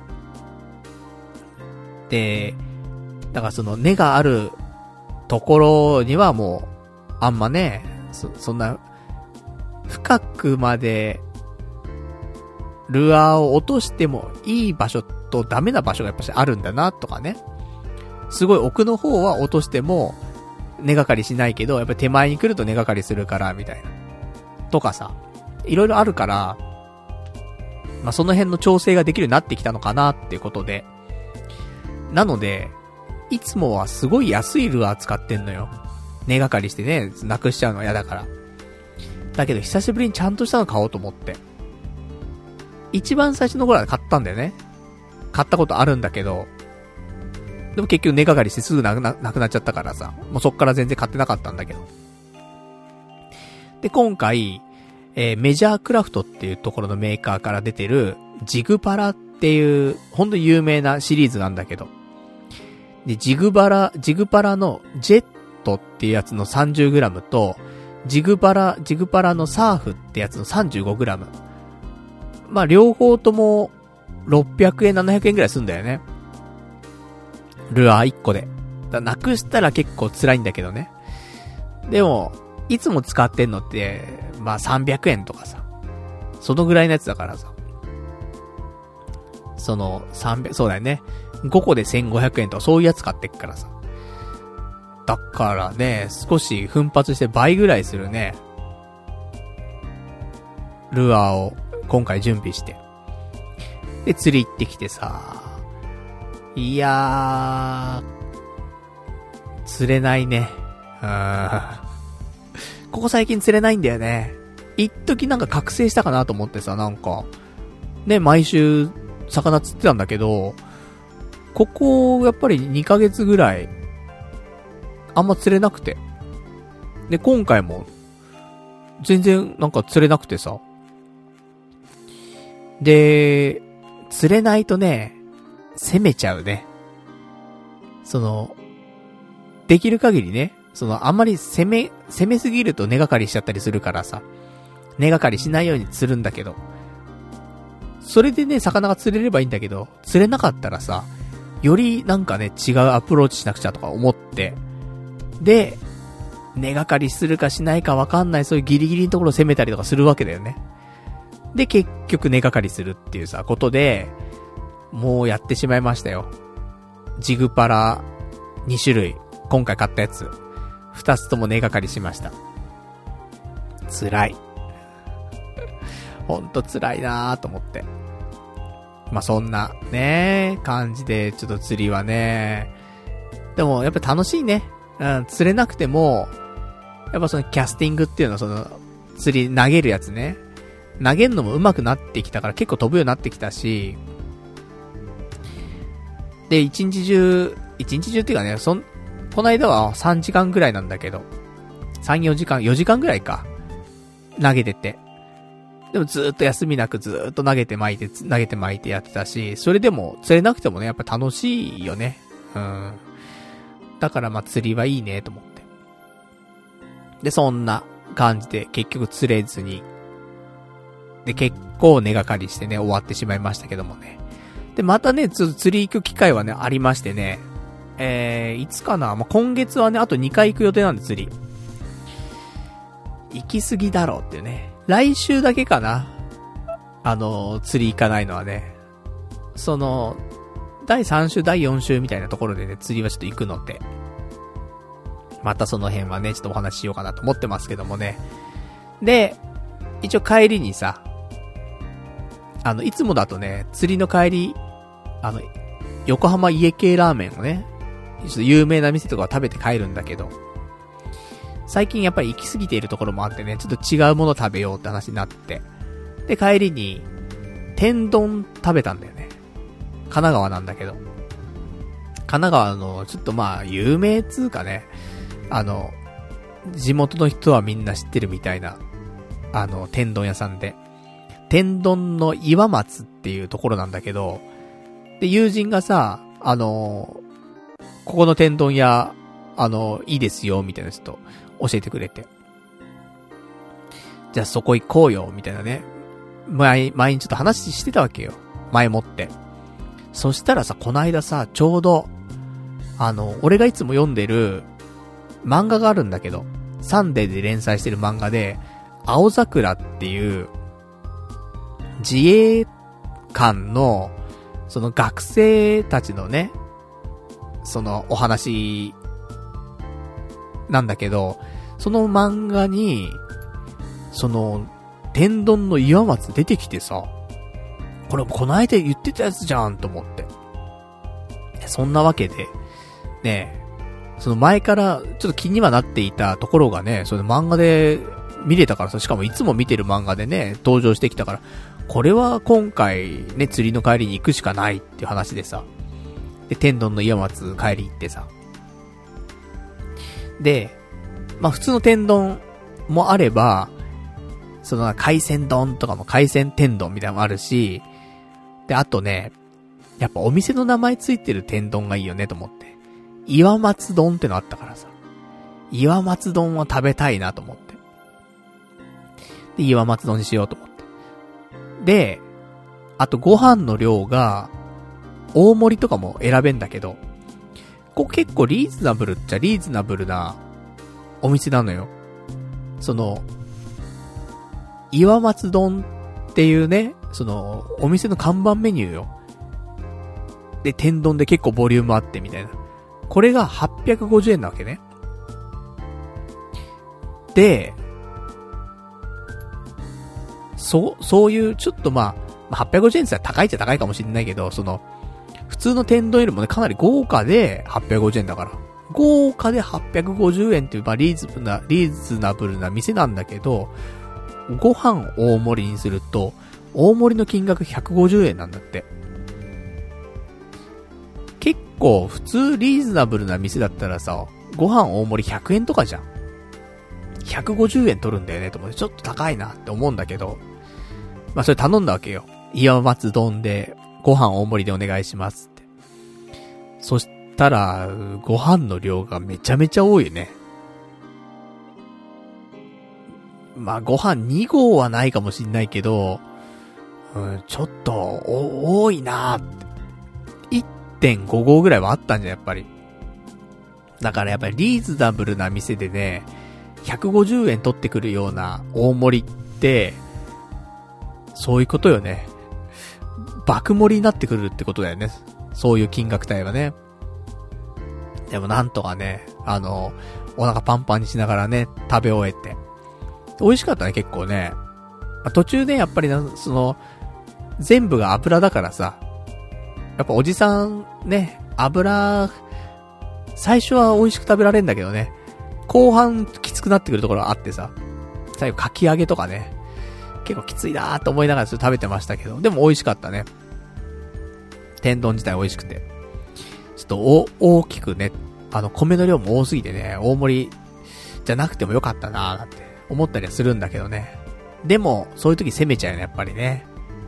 で、だから根があるところにはもう、あんまね、そんな、深くまで、ルアーを落としてもいい場所とダメな場所がやっぱしあるんだなとかね。すごい奥の方は落としても、根がかりしないけど、やっぱり手前に来ると根がかりするから、みたいな。とかさ、いろいろあるから、まあ、その辺の調整ができるようになってきたのかなっていうことで。なので、いつもはすごい安いルアー使ってんのよ。根がかりしてね、なくしちゃうのは嫌だから。だけど久しぶりにちゃんとしたの買おうと思って。一番最初の頃は買ったんだよね。買ったことあるんだけど、でも結局根がかりしてすぐなくなっちゃったからさ、もうそっから全然買ってなかったんだけど。で、今回、メジャークラフトっていうところのメーカーから出てる、ジグパラっていう、ほんと有名なシリーズなんだけど。で、ジグパラのジェットっていうやつの 30g と、ジグパラのサーフってやつの 35g。まあ、両方とも、600円、700円くらいするんだよね。ルアー1個で。なくしたら結構辛いんだけどね。でも、いつも使ってんのって、まあ300円とかさ。そのぐらいのやつだからさ。そうだよね。5個で1500円とかそういうやつ買ってっからさ。だからね、少し奮発して倍ぐらいするね。ルアーを今回準備して。で、釣り行ってきてさ。いやー、釣れないね。ここ最近釣れないんだよね。一時なんか覚醒したかなと思ってさ、なんか、ね、毎週魚釣ってたんだけど、ここ、やっぱり2ヶ月ぐらい、あんま釣れなくて。で、今回も、全然なんか釣れなくてさ。で、釣れないとね、攻めちゃうね。できる限りね、あんまり攻めすぎると根がかりしちゃったりするからさ、根がかりしないように釣るんだけど、それでね、魚が釣れればいいんだけど、釣れなかったらさ、よりなんかね、違うアプローチしなくちゃとか思って、で、根がかりするかしないかわかんない、そういうギリギリのところを攻めたりとかするわけだよね。で、結局根がかりするっていうさ、ことで、もうやってしまいましたよ。ジグパラ2種類、今回買ったやつ、2つとも根がかりしました。辛い。ほんと辛いなーと思って。まあ、そんな、ね感じで、ちょっと釣りはね。でも、やっぱ楽しいね。うん、釣れなくても、やっぱキャスティングっていうの釣り投げるやつね。投げるのも上手くなってきたから結構飛ぶようになってきたし、で、一日中っていうかね、この間は3時間ぐらいなんだけど、3、4時間ぐらいか。投げてて。でもずーっと休みなくずーっと投げて巻いてやってたし、それでも釣れなくてもね、やっぱ楽しいよね。うん。だからまあ釣りはいいねと思って。で、そんな感じで結局釣れずに、で、結構根がかりしてね、終わってしまいましたけどもね。で、またね、釣り行く機会はね、ありましてね。いつかな、まあ、今月はね、あと2回行く予定なんで、釣り。 行き過ぎだろうっていうね。来週だけかな。釣り行かないのはね。第3週、第4週みたいなところでね、釣りはちょっと行くので。またその辺はね、ちょっとお話ししようかなと思ってますけどもね。で、一応帰りにさ、いつもだとね、釣りの帰り、横浜家系ラーメンをね、ちょっと有名な店とかを食べて帰るんだけど、最近やっぱり行き過ぎているところもあってね、ちょっと違うもの食べようって話になって、で、帰りに、天丼食べたんだよね。神奈川なんだけど。神奈川の、ちょっとまあ、有名つうかね、地元の人はみんな知ってるみたいな、天丼屋さんで、天丼の岩松っていうところなんだけど、で、友人がさ、ここの天丼屋、いいですよ、みたいなちょっと教えてくれて。じゃあそこ行こうよ、みたいなね。前にちょっと話してたわけよ。前もって。そしたらさ、こないださ、ちょうど、俺がいつも読んでる漫画があるんだけど、サンデーで連載してる漫画で、青桜っていう、自衛官の、その学生たちのね、そのお話、なんだけど、その漫画に、天丼の岩松出てきてさ、これこの間言ってたやつじゃんと思って。そんなわけで、ね、その前からちょっと気にはなっていたところがね、その漫画で見れたからさ、しかもいつも見てる漫画でね、登場してきたから、これは今回ね、釣りの帰りに行くしかないっていう話でさ、で、天丼の岩松帰り行ってさ。で、まあ普通の天丼もあれば、海鮮丼とかも海鮮天丼みたいなのもあるし、で、あとね、やっぱお店の名前ついてる天丼がいいよねと思って。岩松丼ってのあったからさ。岩松丼は食べたいなと思って。で、岩松丼にしようと思って。で、あとご飯の量が、大盛りとかも選べんだけど、ここ結構リーズナブルっちゃリーズナブルなお店なのよ。岩松丼っていうね、お店の看板メニューよ。で、天丼で結構ボリュームあってみたいな。これが850円なわけね。で、そういう、ちょっとまあ、850円って言ったら高いっちゃ高いかもしれないけど、普通の天丼よりもね、かなり豪華で850円だから。豪華で850円っていう、まあ、リーズナブルな店なんだけど、ご飯大盛りにすると、大盛りの金額150円なんだって。結構普通リーズナブルな店だったらさ、ご飯大盛り100円とかじゃん。150円取るんだよねと思って、ちょっと高いなって思うんだけど、まあそれ頼んだわけよ。岩松丼で、ご飯大盛りでお願いしますって。そしたら、ご飯の量がめちゃめちゃ多いよね。まあご飯2合はないかもしんないけど、ちょっと、多いなーって。1.5 合ぐらいはあったんじゃん、やっぱり。だからやっぱりリーズナブルな店でね、150円取ってくるような大盛りって、そういうことよね。爆盛りになってくるってことだよね。そういう金額帯はね。でもなんとかね、お腹パンパンにしながらね、食べ終えて。美味しかったね、結構ね。途中ね、やっぱり全部が油だからさ、やっぱおじさんね、最初は美味しく食べられるんだけどね、後半きつくなってくるところがあってさ、最後かき揚げとかね、結構きついなーと思いながらちょっと食べてましたけど、でも美味しかったね。天丼自体美味しくて。ちょっと大きくね、米の量も多すぎてね、大盛りじゃなくてもよかったなーなんて思ったりはするんだけどね。でも、そういう時攻めちゃうよね、やっぱりね。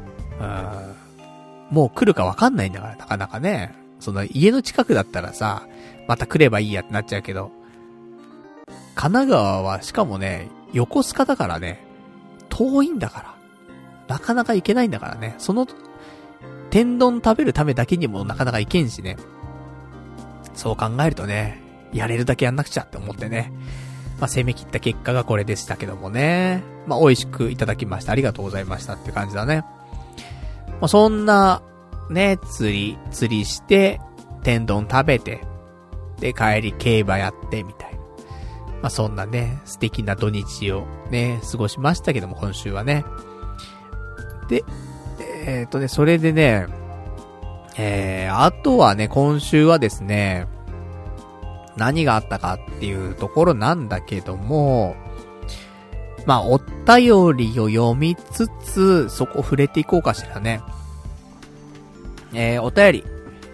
もう来るかわかんないんだから、なかなかね。家の近くだったらさ、また来ればいいやってなっちゃうけど、神奈川はしかもね、横須賀だからね、遠いんだから。なかなか行けないんだからね。天丼食べるためだけにもなかなか行けんしね。そう考えるとね、やれるだけやんなくちゃって思ってね。 まあ、攻め切った結果がこれでしたけどもね。まあ、美味しくいただきました。ありがとうございましたって感じだね。まあ、そんな、ね、釣りして、天丼食べて、で、帰り競馬やって、みたいな。まあ、そんなね、素敵な土日をね、過ごしましたけども、今週はね。で、それでね、あとはね、今週はですね、何があったかっていうところなんだけども、まあ、お便りを読みつつ、そこ触れていこうかしらね。お便り。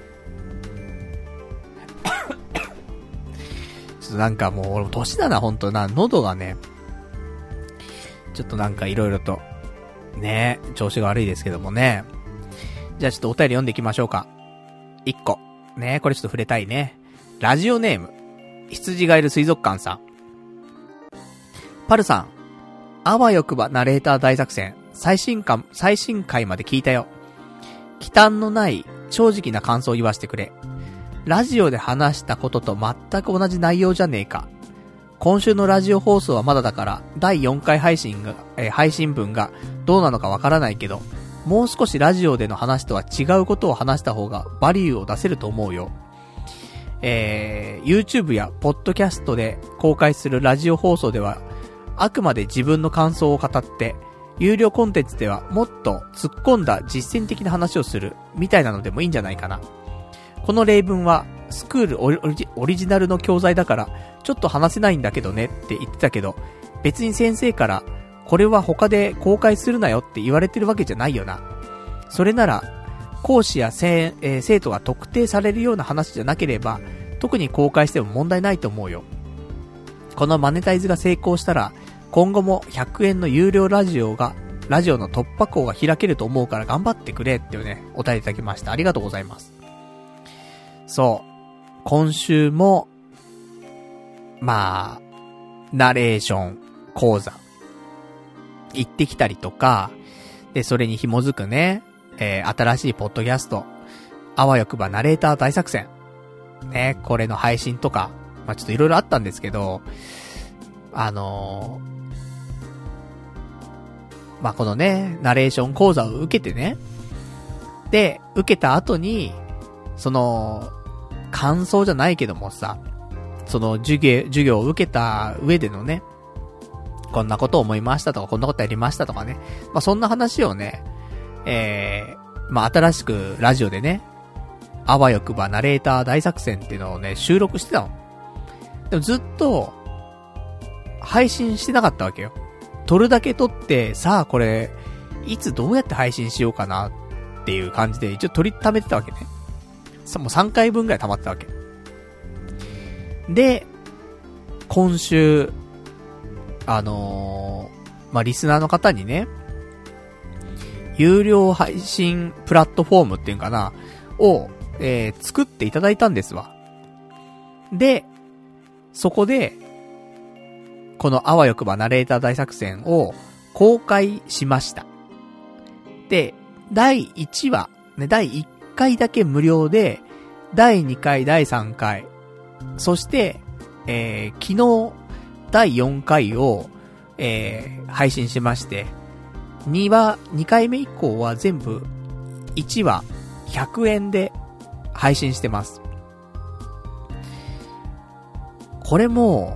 ちょっとなんかもう、俺も年だな、ほんとな、喉がね、ちょっとなんか色々と、ね、調子が悪いですけどもね。じゃあちょっとお便り読んでいきましょうか。1個。ね、これちょっと触れたいね。ラジオネーム、羊がいる水族館さん。パルさん、あわよくばナレーター大作戦、最新回まで聞いたよ。忌憚のない正直な感想を言わせてくれ。ラジオで話したことと全く同じ内容じゃねえか。今週のラジオ放送はまだだから、第4回配信分がどうなのかわからないけど、もう少しラジオでの話とは違うことを話した方がバリューを出せると思うよ。YouTube やポッドキャストで公開するラジオ放送では、あくまで自分の感想を語って、有料コンテンツではもっと突っ込んだ実践的な話をする、みたいなのでもいいんじゃないかな。この例文は、スクールオリジナルの教材だから、ちょっと話せないんだけどねって言ってたけど、別に先生から、これは他で公開するなよって言われてるわけじゃないよな。それなら、講師や生徒が特定されるような話じゃなければ、特に公開しても問題ないと思うよ。このマネタイズが成功したら、今後も100円の有料ラジオの突破口が開けると思うから頑張ってくれっていうね、お便りいただきました。ありがとうございます。そう。今週も、まあ、ナレーション講座、行ってきたりとか、で、それに紐づくね、新しいポッドキャスト、あわよくばナレーター大作戦。ね、これの配信とか、まあちょっといろいろあったんですけど、まあこのね、ナレーション講座を受けてね、で、受けた後に、その、感想じゃないけどもさ、その授業を受けた上でのね、こんなことを思いましたとか、こんなことやりましたとかね、まあそんな話をね、まあ新しくラジオでね、あわよくばナレーター大作戦っていうのをね、収録してたの。でもずっと、配信してなかったわけよ。撮るだけ撮って、さあこれ、いつどうやって配信しようかなっていう感じで、一応撮りためてたわけね。もう3回分ぐらい溜まってたわけ。で、今週、まあ、リスナーの方にね、有料配信プラットフォームっていうかな、を、作っていただいたんですわ。で、そこで、このあわよくばナレーター大作戦を公開しました。で、第1話、ね、第1回だけ無料で、第2回、第3回、そして、昨日、第4回を、配信しまして、2回目以降は全部、1話100円で配信してます。これも、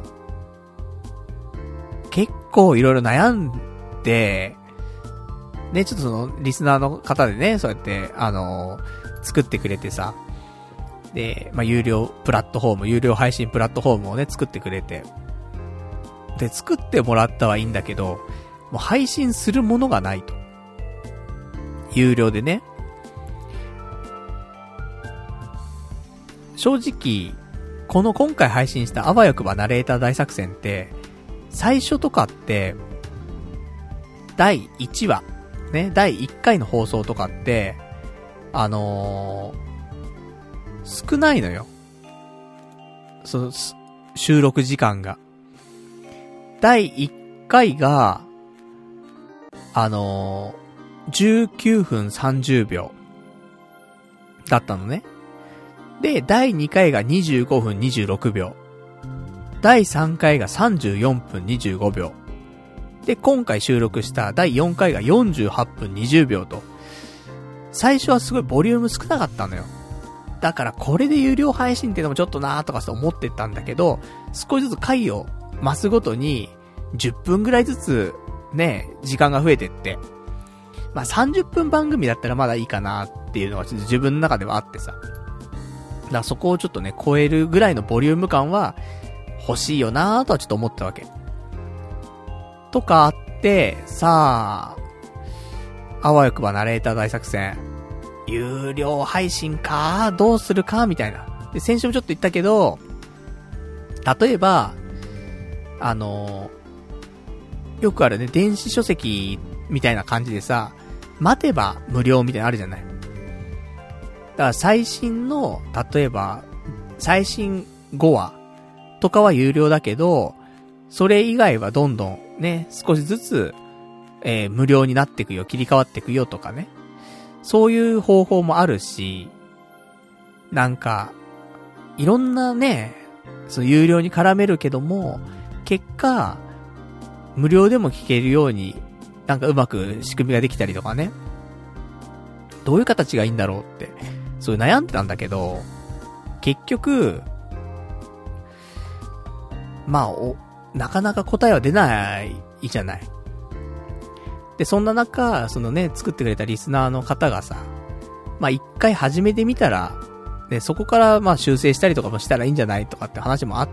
結構いろいろ悩んで、ね、ちょっとその、リスナーの方でね、そうやって、作ってくれてさ、で、まあ、有料配信プラットフォームをね、作ってくれて、で、作ってもらったはいいんだけど、もう配信するものがないと。有料でね。正直、今回配信したあわよくばナレーター大作戦って、最初とかって、第1話、ね、第1回の放送とかって、少ないのよ。その、収録時間が。第1回が、19分30秒だったのね。で、第2回が25分26秒。 第3回が34分25秒。で、今回収録した第4回が48分20秒と、最初はすごいボリューム少なかったのよ。だからこれで有料配信ってのもちょっとなーとか思ってたんだけど、少しずつ回を増すごとに10分ぐらいずつね、時間が増えてって、まあ30分番組だったらまだいいかなっていうのがちょっと自分の中ではあってさ。だからそこをちょっとね、超えるぐらいのボリューム感は欲しいよなーとはちょっと思ったわけ。とかあって、さあ、あわよくばナレーター大作戦。有料配信かどうするかみたいな。で、先週もちょっと言ったけど、例えば、よくあるね、電子書籍みたいな感じでさ、待てば無料みたいなのあるじゃない。だから最新の、例えば、最新5話とかは有料だけど、それ以外はどんどんね、少しずつ、無料になっていくよ、切り替わっていくよとかね。そういう方法もあるし、なんか、いろんなね、その有料に絡めるけども、結果、無料でも聞けるように、なんかうまく仕組みができたりとかね。どういう形がいいんだろうって、そういう悩んでたんだけど、結局、まあ、なかなか答えは出ないじゃない。で、そんな中、そのね、作ってくれたリスナーの方がさ、まあ一回始めてみたら、で、そこからまあ修正したりとかもしたらいいんじゃないとかって話もあって、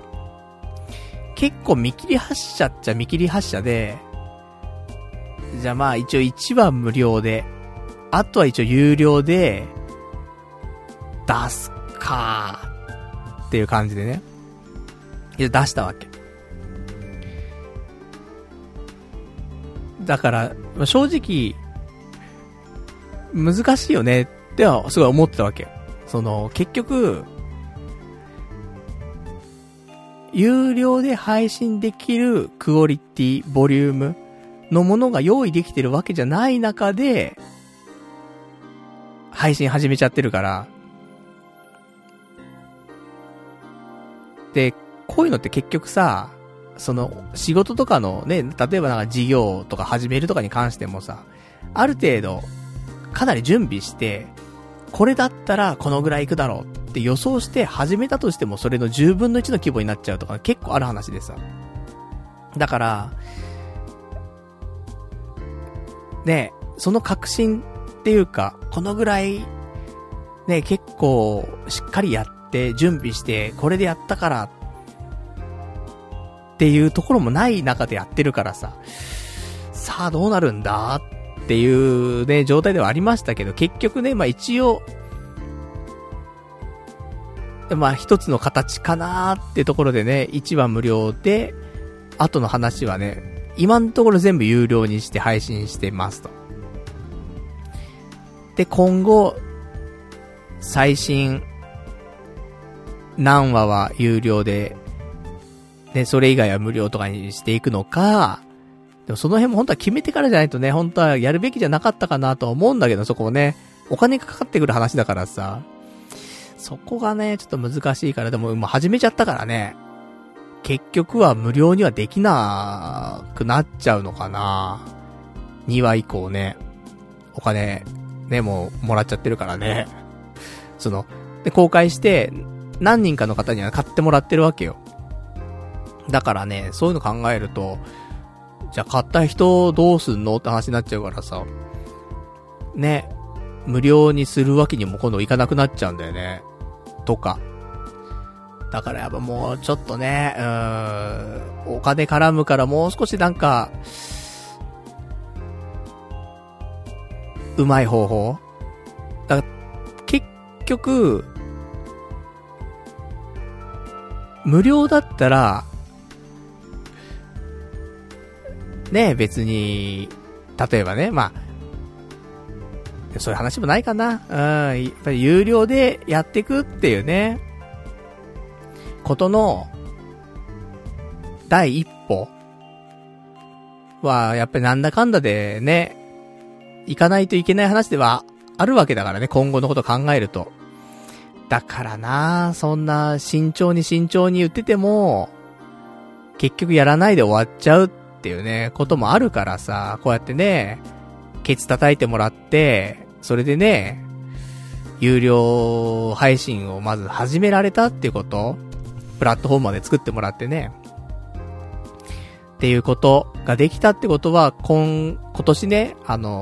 結構見切り発車っちゃ見切り発車で、じゃあまあ一応1話無料で、あとは一応有料で、出すかーっていう感じでね。出したわけ。だから、正直、難しいよねってはすごい思ってたわけ。その、結局、有料で配信できるクオリティ、ボリュームのものが用意できてるわけじゃない中で、配信始めちゃってるから。で、こういうのって結局さ、その、仕事とかのね、例えばなんか事業とか始めるとかに関してもさ、ある程度、かなり準備して、これだったらこのぐらいいくだろうって予想して始めたとしてもそれの10分の1の規模になっちゃうとか結構ある話でさ。だから、ね、その確信っていうか、このぐらい、ね、結構しっかりやって準備して、これでやったから、っていうところもない中でやってるからさ、さあどうなるんだっていうね、状態ではありましたけど、結局ね、まあ一応、まあ一つの形かなーってところでね、1話無料で、後の話はね、今のところ全部有料にして配信してますと。で、今後、最新、何話は有料で、ね、それ以外は無料とかにしていくのか、でもその辺も本当は決めてからじゃないとね、本当はやるべきじゃなかったかなとは思うんだけど、そこもね、お金がかかってくる話だからさ、そこがね、ちょっと難しいから、でももう始めちゃったからね、結局は無料にはできなくなっちゃうのかな。2話以降ね、お金、ね、もうもらっちゃってるからね。その、で、公開して、何人かの方には買ってもらってるわけよ。だからね、そういうの考えると、じゃあ買った人どうすんのって話になっちゃうからさ、ね、無料にするわけにも今度いかなくなっちゃうんだよね。とか。だからやっぱもうちょっとね、お金絡むからもう少しなんか、うまい方法？だから結局、無料だったら、ね、別に、例えばね、まあ、そういう話もないかな。やっぱり有料でやっていくっていうね、ことの、第一歩は、やっぱりなんだかんだでね、行かないといけない話ではあるわけだからね、今後のことを考えると。だからな、そんな慎重に言ってても、 結局やらないで終わっちゃうっていうね、こともあるからさ、こうやってね、ケツ叩いてもらって、それでね、有料配信をまず始められたっていうこと、プラットフォームまで作ってもらってね、っていうことができたってことは、今年ね、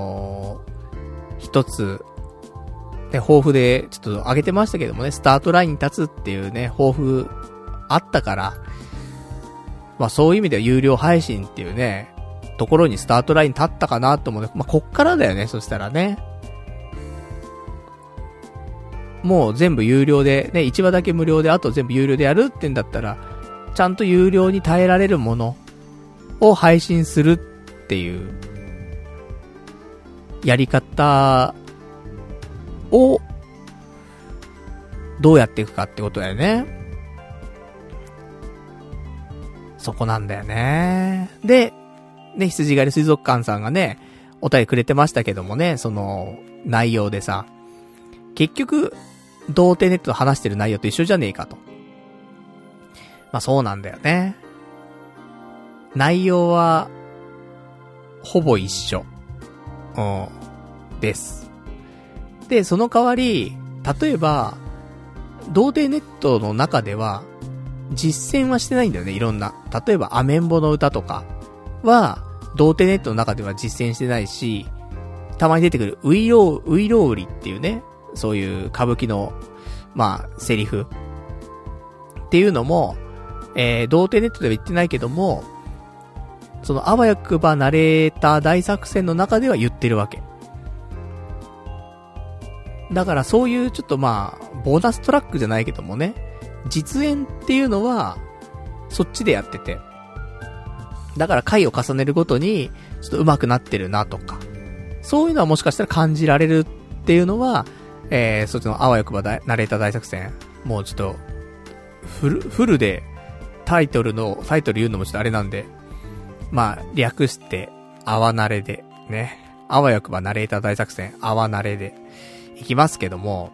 一つ、ね、抱負でちょっと上げてましたけどもね、スタートラインに立つっていうね、抱負あったから、まあそういう意味では有料配信っていうね、ところにスタートライン立ったかなと思うね。まあこっからだよね、そしたらね。もう全部有料で、ね、1話だけ無料で、あと全部有料でやるってんだったら、ちゃんと有料に耐えられるものを配信するっていう、やり方を、どうやっていくかってことだよね。そこなんだよね。で、ね、羊狩り水族館さんがね、お便りくれてましたけどもね、その、内容でさ、結局、童貞ネットと話してる内容と一緒じゃねえかと。まあそうなんだよね。内容は、ほぼ一緒。です。で、その代わり、例えば、童貞ネットの中では、実践はしてないんだよね、いろんな。例えば、アメンボの歌とかは、童貞ネットの中では実践してないし、たまに出てくるウイロウリっていうね、そういう歌舞伎の、まあ、セリフっていうのも、童貞ネットでは言ってないけども、そのあわよくばナレーター大作戦の中では言ってるわけ。だからそういうちょっとまあ、ボーナストラックじゃないけどもね、実演っていうのは、そっちでやってて。だから回を重ねるごとに、ちょっと上手くなってるなとか、そういうのはもしかしたら感じられるっていうのは、そっちのあわよくばナレーター大作戦、もうちょっと、フルでタイトル言うのもちょっとあれなんで、まあ、略して、あわなれで、ね。あわよくばナレーター大作戦、あわなれで、いきますけども、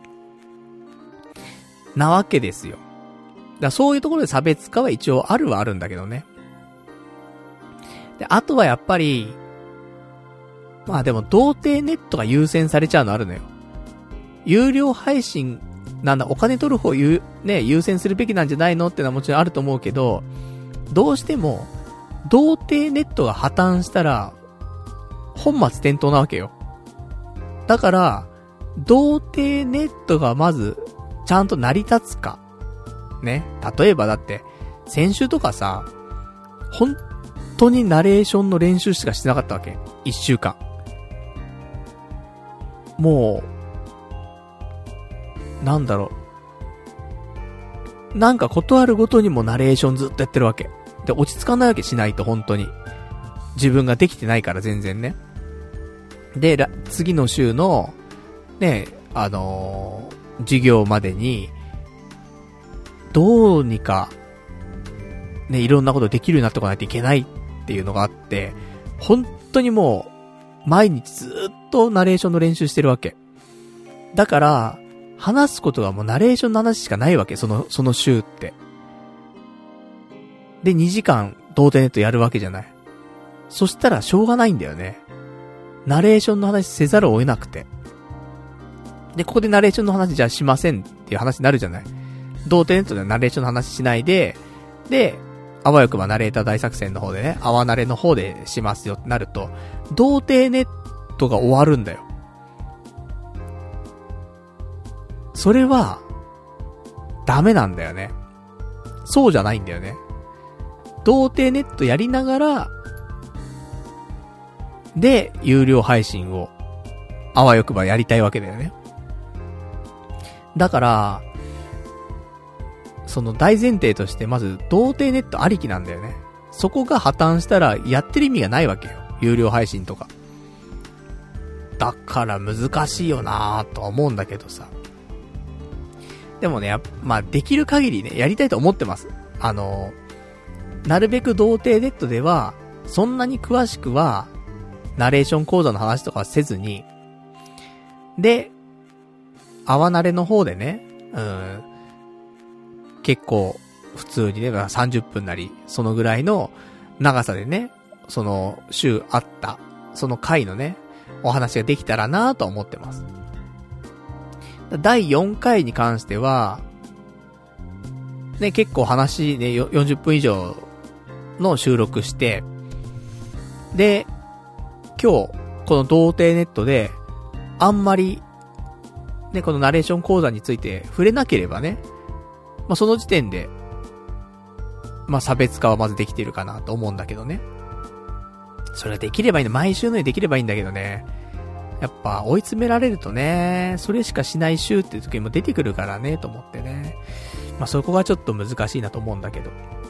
なわけですよ。だそういうところで差別化は一応あるはあるんだけどね。で、あとはやっぱり、まあでも、童貞ネットが優先されちゃうのあるのよ。有料配信、なんだ、お金取る方優先するべきなんじゃないのってのはもちろんあると思うけど、どうしても、童貞ネットが破綻したら、本末転倒なわけよ。だから、童貞ネットがまず、ちゃんと成り立つか。ね。例えばだって、先週とかさ、本当にナレーションの練習しかしてなかったわけ。1週間。もう、なんだろう。なんかことあるごとにもナレーションずっとやってるわけ。で、落ち着かないわけしないと、本当に。自分ができてないから全然ね。で、次の週の、ね、授業までに、どうにか、ね、いろんなことできるようになってこないといけないっていうのがあって、本当にもう、毎日ずっとナレーションの練習してるわけ。だから、話すことがもうナレーションの話しかないわけ、その週って。で、2時間、童貞ネットやるわけじゃない。そしたら、しょうがないんだよね。ナレーションの話せざるを得なくて。で、ここでナレーションの話じゃあしませんっていう話になるじゃない。童貞ネットではナレーションの話しないで、で、あわよくばナレーター大作戦の方でね、あわなれの方でしますよってなると、童貞ネットが終わるんだよ。それは、ダメなんだよね。そうじゃないんだよね。童貞ネットやりながら、で、有料配信を、あわよくばやりたいわけだよね。だから、その大前提としてまず童貞ネットありきなんだよね。そこが破綻したらやってる意味がないわけよ。有料配信とか。だから難しいよなぁとは思うんだけどさ。でもね、まあできる限りね、やりたいと思ってます。なるべく童貞ネットでは、そんなに詳しくは、ナレーション講座の話とかはせずに、で、あわなれの方でね、結構、 普通にね、30分なり、そのぐらいの長さでね、その週あった、その回のね、お話ができたらなと思ってます。第4回に関しては、ね、結構話ね、40分以上の収録して、で、今日、この童貞ネットで、あんまり、ね、このナレーション講座について触れなければね、まあ、その時点で、まあ、差別化はまずできているかなと思うんだけどね。それはできればいいんだ。毎週のようにできればいいんだけどね。やっぱ追い詰められるとね、それしかしない週っていう時にも出てくるからね、と思ってね。まあ、そこがちょっと難しいなと思うんだけど。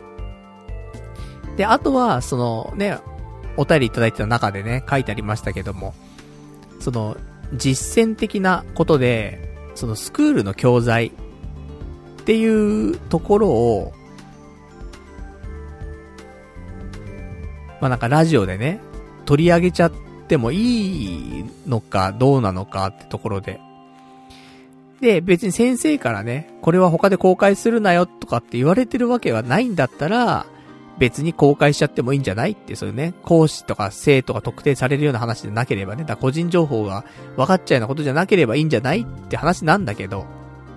で、あとは、そのね、お便りいただいてた中でね、書いてありましたけども、その、実践的なことで、そのスクールの教材っていうところを、まあ、なんかラジオでね、取り上げちゃってもいいのかどうなのかってところで。で、別に先生からね、これは他で公開するなよとかって言われてるわけはないんだったら、別に公開しちゃってもいいんじゃないって、そういうね、講師とか生徒が特定されるような話でなければね、だから個人情報が分かっちゃうようなことじゃなければいいんじゃないって話なんだけど、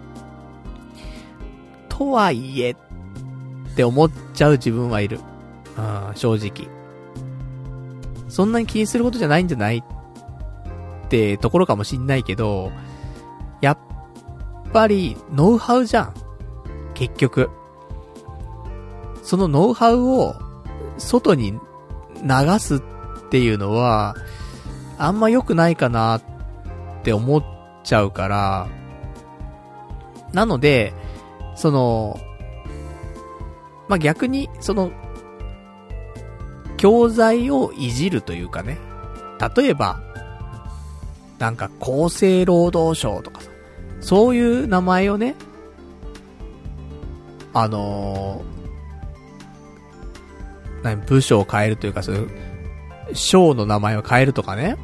とはいえって思っちゃう自分はいる。正直。そんなに気にすることじゃないんじゃないってところかもしんないけど、やっぱりノウハウじゃん。結局。そのノウハウを外に流すっていうのはあんま良くないかなって思っちゃうから、なのでそのまあ、逆にその教材をいじるというかね、例えばなんか厚生労働省とかさ、そういう名前をね、部署を変えるというか、そういう省の名前を変えるとかね、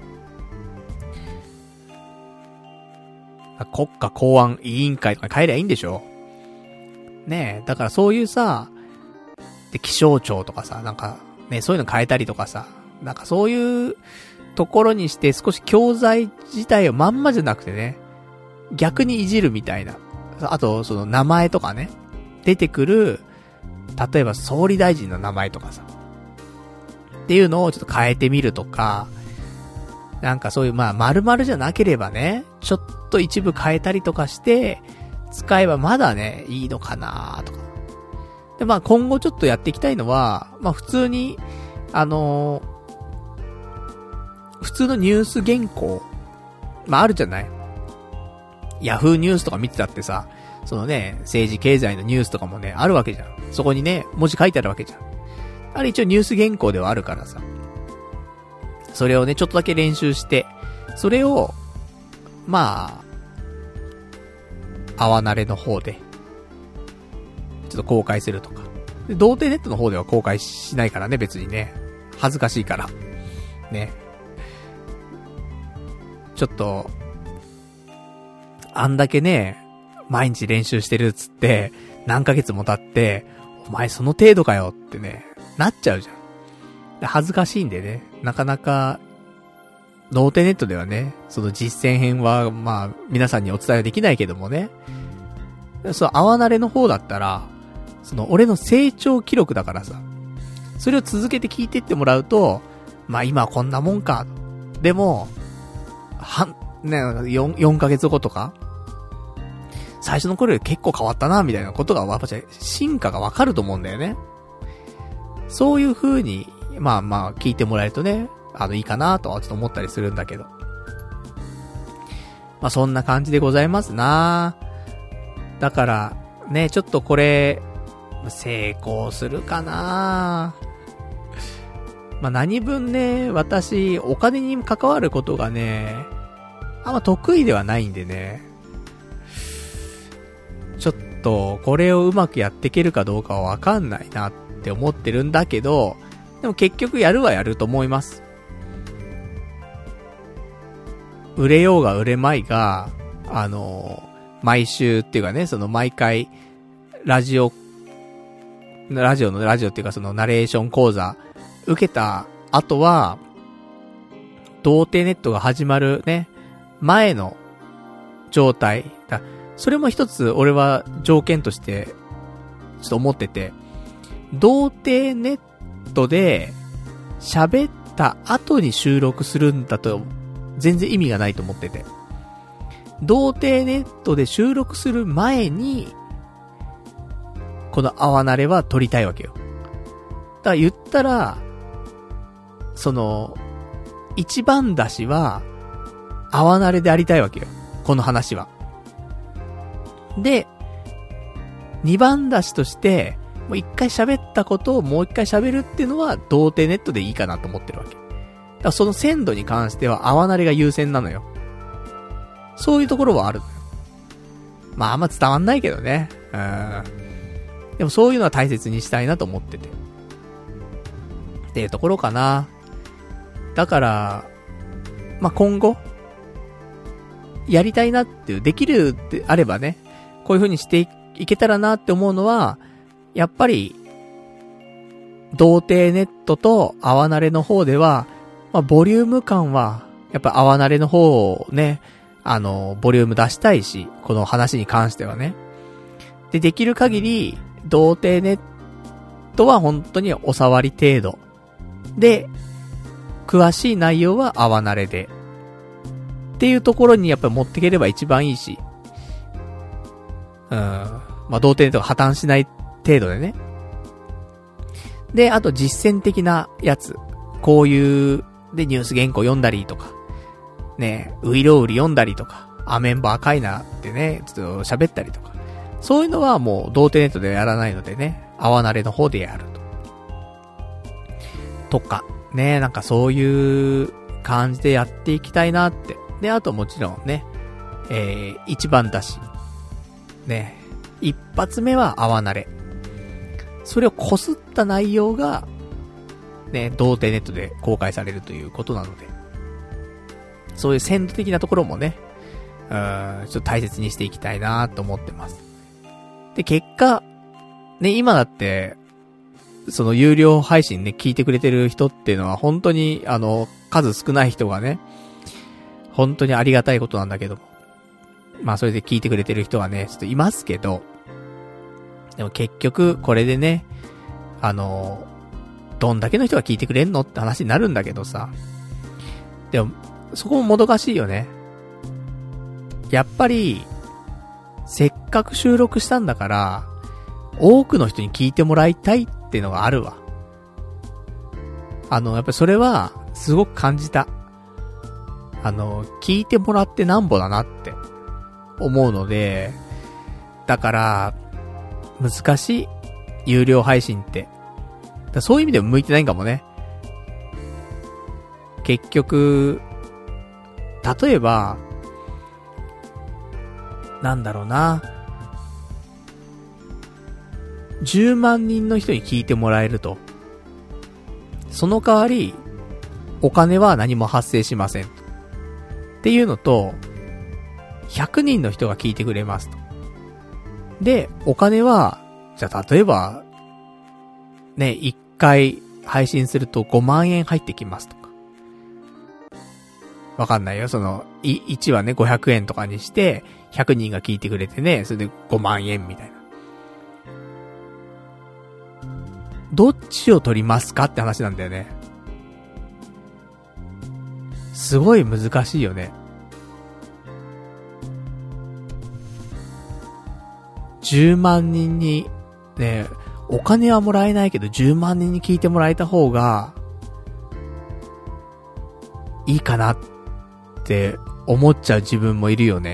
国家公安委員会とか変えりゃいいんでしょねえ。だからそういうさ、で気象庁とかさ、なんかね、そういうの変えたりとかさ、なんかそういうところにして少し教材自体をまんまじゃなくてね、逆にいじるみたいな。あとその名前とかね、出てくる、例えば総理大臣の名前とかさ、っていうのをちょっと変えてみるとか、なんかそういうまあ丸々じゃなければね、ちょっと一部変えたりとかして使えばまだねいいのかなとか。でまあ今後ちょっとやっていきたいのは、まあ普通に普通のニュース原稿、まああるじゃない。ヤフーニュースとか見てたってさ、そのね、政治経済のニュースとかもね、あるわけじゃん。そこにね、文字書いてあるわけじゃん。あれ一応ニュース原稿ではあるからさ。それをね、ちょっとだけ練習して、それを、まあ、あわなれの方で、ちょっと公開するとか。で、童貞ネットの方では公開しないからね、別にね。恥ずかしいから。ね。ちょっと、あんだけね、毎日練習してるっつって、何ヶ月も経って、お前その程度かよってね、なっちゃうじゃん。で恥ずかしいんでね、なかなか、ノーテネットではね、その実践編は、まあ、皆さんにお伝えできないけどもね、その、あわなれの方だったら、その、俺の成長記録だからさ、それを続けて聞いてってもらうと、まあ今はこんなもんか。でも、4ヶ月後とか最初の頃より結構変わったな、みたいなことが、やっぱり進化がわかると思うんだよね。そういう風に、まあまあ、聞いてもらえるとね、いいかなとはちょっと思ったりするんだけど。まあそんな感じでございますな。だから、ね、ちょっとこれ、成功するかな。まあ何分ね、私、お金に関わることがね、あんま得意ではないんでね。ちょっと、これをうまくやっていけるかどうかはわかんないなって思ってるんだけど、でも結局やるはやると思います。売れようが売れまいが、毎週っていうかね、その毎回、ラジオラジオっていうかそのナレーション講座受けた後は、童貞ネットが始まるね、前の状態だ。それも一つ俺は条件としてちょっと思ってて、童貞ネットで喋った後に収録するんだと全然意味がないと思ってて、童貞ネットで収録する前にこの泡慣れは撮りたいわけよ。だから言ったらその一番出しは泡慣れでありたいわけよ、この話は。で二番出しとしてもう一回喋ったことをもう一回喋るっていうのは童貞ネットでいいかなと思ってるわけ。だからその鮮度に関しては泡慣れが優先なのよ。そういうところはあるのよ。まああんま伝わんないけどね。でもそういうのは大切にしたいなと思ってて。っていうところかな。だから、まあ今後、やりたいなっていう、できるってあればね、こういう風にしていけたらなって思うのは、やっぱり、童貞ネットと泡慣れの方では、まあボリューム感は、やっぱ泡慣れの方をね、ボリューム出したいし、この話に関してはね。で、できる限り、童貞ネットは本当にお触り程度。で、詳しい内容は泡慣れで。っていうところにやっぱり持っていければ一番いいし。まあ、童貞ネットが破綻しない程度でね。で、あと実践的なやつ。こういう、で、ニュース原稿読んだりとか。ね、ウイロウリ読んだりとか。アメンバーカイナってね、ちょっと喋ったりとか。そういうのはもう童貞ネットでやらないのでね、泡慣れの方でやると。とか、ね、なんかそういう感じでやっていきたいなって。で、あともちろんね、一番だし。ね、一発目は泡慣れ。それをこすった内容が、ね、童貞ネットで公開されるということなので。そういう鮮度的なところもね、ちょっと大切にしていきたいなと思ってます。で、結果、ね、今だって、その有料配信ね、聞いてくれてる人っていうのは本当に、数少ない人がね、本当にありがたいことなんだけども。まあ、それで聞いてくれてる人はね、ちょっといますけど、でも結局、これでね、どんだけの人が聞いてくれんのって話になるんだけどさ。でも、そこももどかしいよね。やっぱり、せっかく収録したんだから、多くの人に聞いてもらいたいっていうのがあるわ。やっぱりそれは、すごく感じた。聞いてもらってなんぼだなって、思うので、だから、難しい。有料配信って。そういう意味でも向いてないんかもね。結局、例えば、なんだろうな。10万人の人に聞いてもらえると。その代わり、お金は何も発生しません。っていうのと、100人の人が聞いてくれますと。で、お金は、じゃあ例えば、ね、1回配信すると5万円入ってきますとか。わかんないよ。1はね、500円とかにして、100人が聞いてくれてね、それで5万円みたいな。どっちを取りますかって話なんだよね。すごい難しいよね。10万人に、ね、お金はもらえないけど10万人に聞いてもらえた方が、いいかなって思っちゃう自分もいるよね。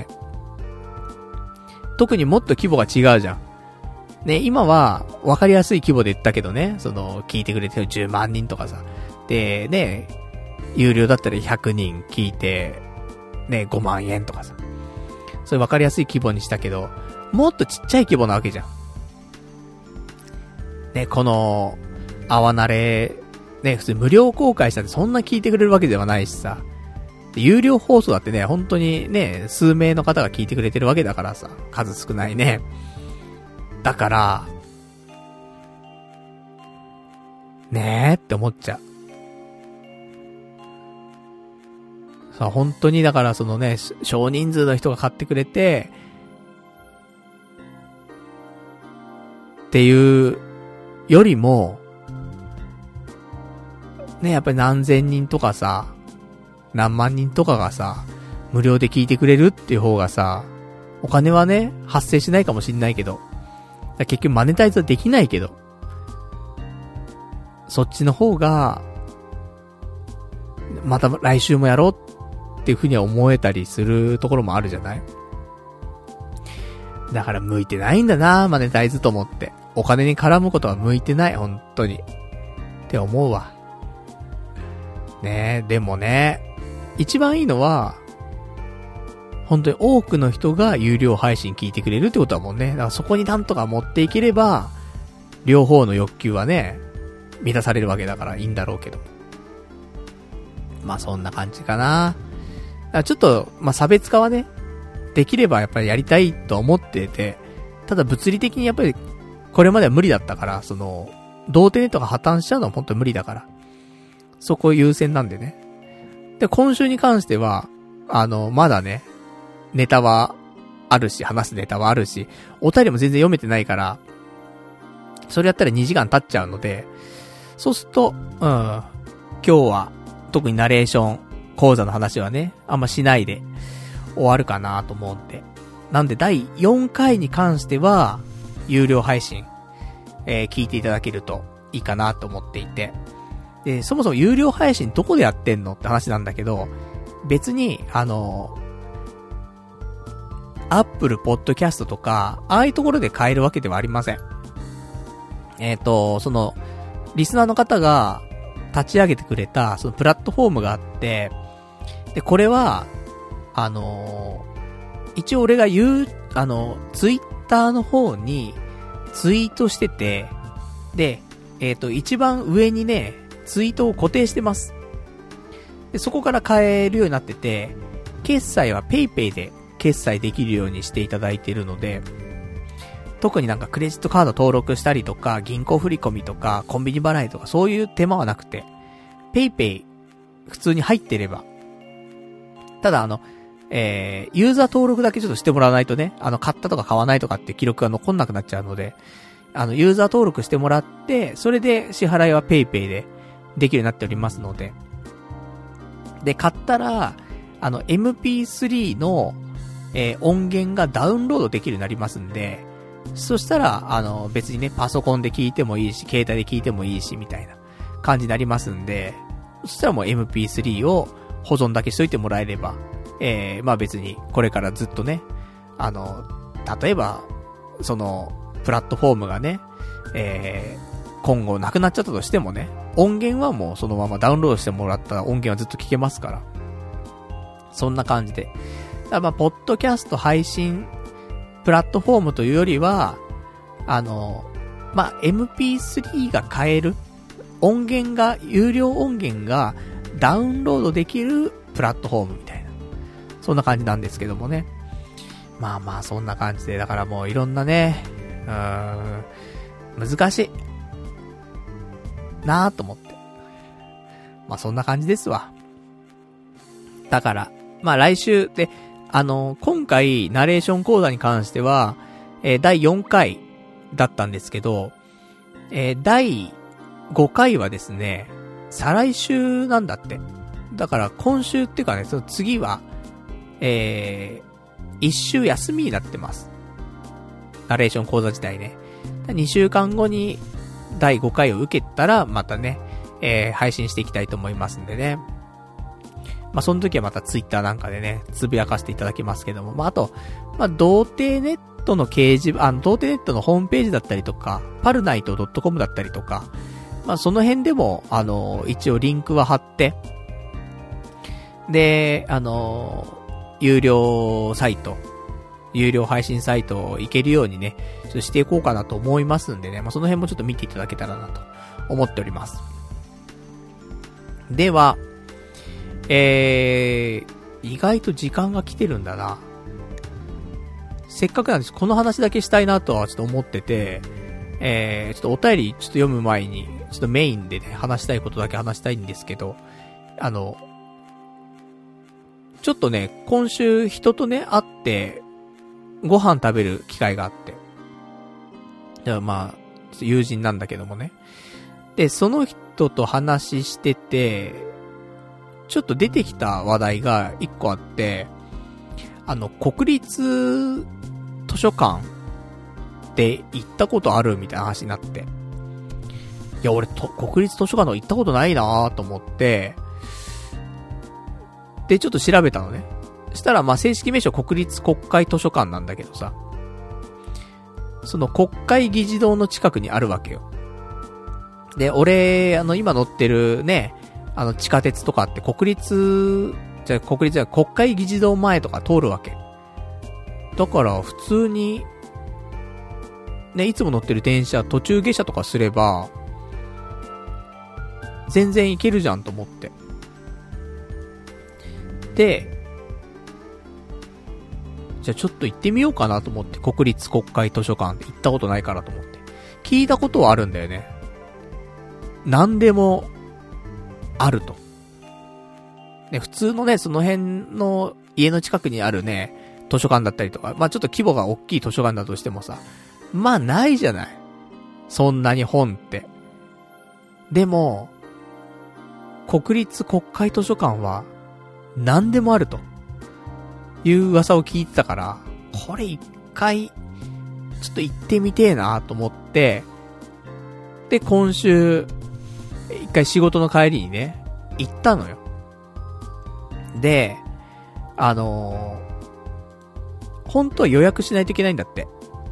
特にもっと規模が違うじゃん。ね、今は分かりやすい規模で言ったけどね、聞いてくれてる10万人とかさ。で、ね、有料だったら100人聞いて、ね、5万円とかさ。それ分かりやすい規模にしたけど、もっとちっちゃい規模なわけじゃん。ね、この、泡慣れ、ね、普通無料公開したってそんな聞いてくれるわけではないしさ。で有料放送だってね、本当にね、数名の方が聞いてくれてるわけだからさ、数少ないね。だから、 ねえって思っちゃう。さあ、本当にだからそのね、少人数の人が買ってくれて、っていうよりも、ね、やっぱり何千人とかさ、何万人とかがさ、無料で聞いてくれるっていう方がさ、お金はね、発生しないかもしんないけど、結局マネタイズはできないけど、そっちの方が、また来週もやろうっていう風には思えたりするところもあるじゃない？だから向いてないんだな、マネタイズと思って。お金に絡むことは向いてない、本当に。って思うわ。ねえ、でもね、一番いいのは、本当に多くの人が有料配信聞いてくれるってことはもんね。だからそこになんとか持っていければ、両方の欲求はね、満たされるわけだからいいんだろうけど。まあそんな感じかな。だからちょっと、まあ差別化はね、できればやっぱりやりたいと思ってて、ただ物理的にやっぱりこれまでは無理だったから、その、童貞ネットが破綻しちゃうのは本当に無理だから。そこ優先なんでね。で、今週に関しては、まだね、ネタはあるし、話すネタはあるし、お便りも全然読めてないから、それやったら2時間経っちゃうので、そうすると、今日は、特にナレーション講座の話はね、あんましないで終わるかなと思うんで。なんで第4回に関しては、有料配信、聞いていただけるといいかなと思っていて。で、そもそも有料配信どこでやってんのって話なんだけど、別に、Apple Podcast とか、ああいうところで買えるわけではありません。その、リスナーの方が立ち上げてくれた、そのプラットフォームがあって、で、これは、一応俺がツイッターの方にツイートしてて、で、一番上にね、ツイートを固定してます。で、そこから買えるようになってて、決済は PayPay で決済できるようにしていただいているので、特になんかクレジットカード登録したりとか、銀行振込とか、コンビニ払いとか、そういう手間はなくて、PayPay 普通に入ってれば、ただユーザー登録だけちょっとしてもらわないとね、買ったとか買わないとかって記録が残んなくなっちゃうので、ユーザー登録してもらって、それで支払いは PayPay でできるようになっておりますので、で、買ったら、MP3 の、音源がダウンロードできるようになりますんで、そしたら、別にね、パソコンで聞いてもいいし、携帯で聞いてもいいし、みたいな感じになりますんで、そしたらもう MP3 を保存だけしといてもらえれば、まあ別に、これからずっとね、例えば、その、プラットフォームがね、今後なくなっちゃったとしてもね、音源はもうそのままダウンロードしてもらった音源はずっと聞けますから。そんな感じで。だからまあ、ポッドキャスト配信プラットフォームというよりは、まあ、MP3 が買える音源が、有料音源がダウンロードできるプラットフォームみたいな。そんな感じなんですけどもね。まあまあ、そんな感じで、だからもういろんなね、難しい。なぁと思って。まあそんな感じですわ。だから、まあ来週で、今回、ナレーション講座に関しては、第4回だったんですけど、第5回はですね、再来週なんだって。だから今週っていうかね、その次は、1週休みになってます。ナレーション講座自体ね。2週間後に第5回を受けたら、またね、配信していきたいと思いますんでね。まあ、その時はまたツイッターなんかでね、つぶやかせていただきますけども。まあ、あと、まあ、童貞ネットの掲示板、童貞ネットのホームページだったりとか、パルナイト .com だったりとか、まあ、その辺でも、一応リンクは貼って、で、有料サイト、有料配信サイトを行けるようにね、ちょっとしていこうかなと思いますんでね、まあ、その辺もちょっと見ていただけたらなと思っております。では、意外と時間が来てるんだな。せっかくなんです。この話だけしたいなとはちょっと思ってて、ちょっとお便りちょっと読む前に、 ちょっとメインでね、話したいことだけ話したいんですけど、ちょっとね、今週人とね、会って、ご飯食べる機会があって。だからまあ、友人なんだけどもね。で、その人と話してて、ちょっと出てきた話題が一個あって、国立図書館って行ったことあるみたいな話になって。いや、俺国立図書館の行ったことないなぁと思って、で、ちょっと調べたのね。したら、まあ、正式名称国立国会図書館なんだけどさ、その国会議事堂の近くにあるわけよ。で、俺、今乗ってるね、地下鉄とかって国会議事堂前とか通るわけ。だから、普通に、ね、いつも乗ってる電車、途中下車とかすれば、全然行けるじゃんと思って。で、じゃあちょっと行ってみようかなと思って、国立国会図書館って行ったことないからと思って。聞いたことはあるんだよね。何でも、あると。ね、普通のね、その辺の家の近くにあるね、図書館だったりとか、まあちょっと規模が大きい図書館だとしてもさ、まあないじゃない。そんなに本って。でも、国立国会図書館は、何でもあると。いう噂を聞いてたから、これ一回、ちょっと行ってみてえなと思って、で、今週、一回仕事の帰りにね、行ったのよ。で、本当は予約しないといけないんだって。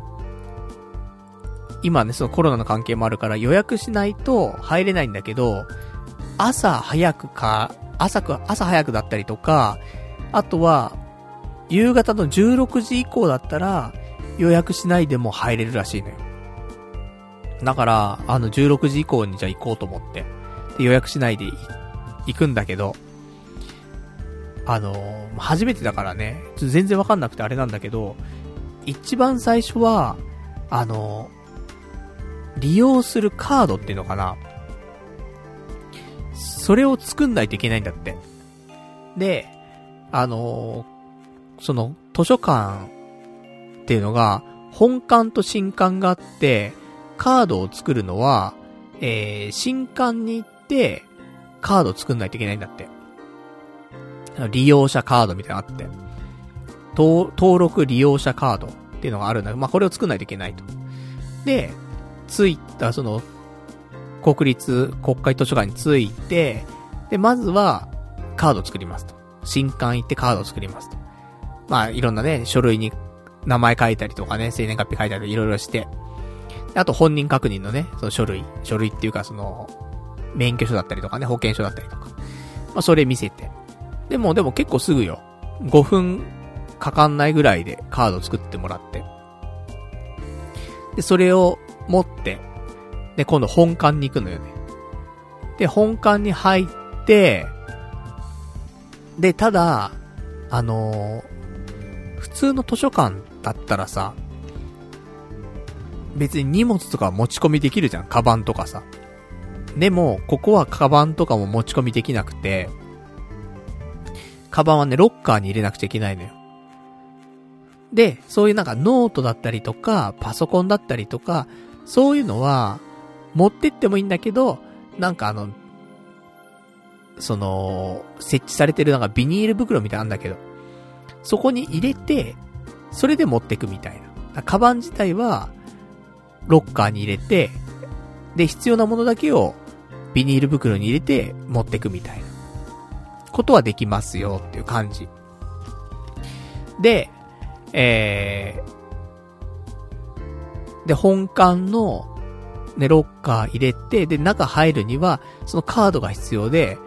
今ね、そのコロナの関係もあるから予約しないと入れないんだけど、朝早くだったりとか、あとは、夕方の16時以降だったら、予約しないでも入れるらしいのよ。だから、16時以降にじゃあ行こうと思って。で、予約しないで行くんだけど、初めてだからね、ちょっと全然わかんなくてあれなんだけど、一番最初は、利用するカードっていうのかな。それを作んないといけないんだって。で、その図書館っていうのが本館と新館があって、カードを作るのは、新館に行ってカードを作んないといけないんだって。利用者カードみたいなのあって、登録利用者カードっていうのがあるんだけど、まあ、これを作んないといけないと。で、着いたその国立国会図書館に着いて、で、まずはカードを作りますと。新館行ってカードを作りますと。まあ、いろんなね、書類に名前書いたりとかね、生年月日書いたりいろいろして、あと本人確認のね、その書類っていうかその、免許証だったりとかね、保険証だったりとか。まあ、それ見せて。でも結構すぐよ。5分かかんないぐらいでカード作ってもらって。で、それを持って、で、今度本館に行くのよね。で、本館に入って、で、ただ、普通の図書館だったらさ、別に荷物とか持ち込みできるじゃん。カバンとかさ。でも、ここはカバンとかも持ち込みできなくて、カバンはね、ロッカーに入れなくちゃいけないのよ。で、そういうなんかノートだったりとか、パソコンだったりとか、そういうのは、持ってってもいいんだけど、なんか設置されてるなんかビニール袋みたいなんだけど、そこに入れて、それで持ってくみたいな。カバン自体は、ロッカーに入れて、で、必要なものだけをビニール袋に入れて持ってくみたいなことはできますよっていう感じ。で、で、本館の、ね、ロッカー入れて、で、中入るには、そのカードが必要で、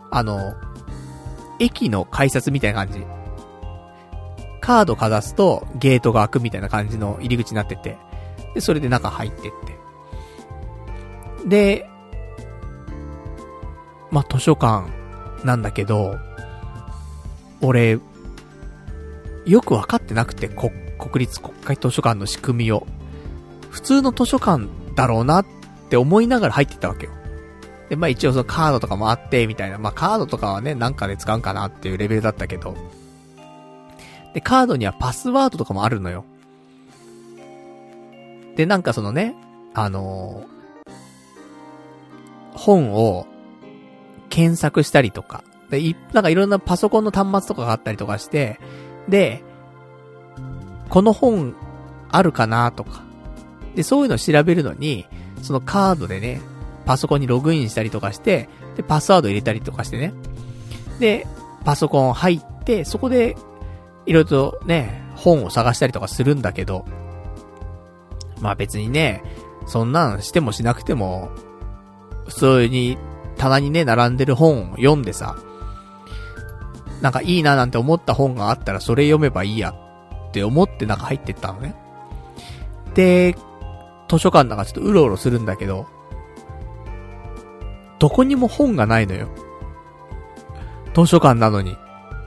駅の改札みたいな感じ。カードかざすと、ゲートが開くみたいな感じの入り口になってて、で、それで中入ってって。で、まあ、図書館なんだけど、俺、よくわかってなくて、国立国会図書館の仕組みを。普通の図書館だろうなっって思いながら入ってったわけよ。で、まあ一応そのカードとかもあって、みたいな。まあカードとかはね、なんかで使うんかなっていうレベルだったけど。で、カードにはパスワードとかもあるのよ。で、なんかそのね、本を検索したりとか。で、なんかいろんなパソコンの端末とかがあったりとかして、で、この本あるかなとか。で、そういうのを調べるのに、そのカードでね、パソコンにログインしたりとかして、で、パスワード入れたりとかしてね。で、パソコン入って、そこで、いろいろとね、本を探したりとかするんだけど、まあ別にね、そんなんしてもしなくても、普通に棚にね、並んでる本を読んでさ、なんかいいななんて思った本があったらそれ読めばいいやって思って中入ってったのね。で、図書館なんかちょっとうろうろするんだけど、どこにも本がないのよ。図書館なのに。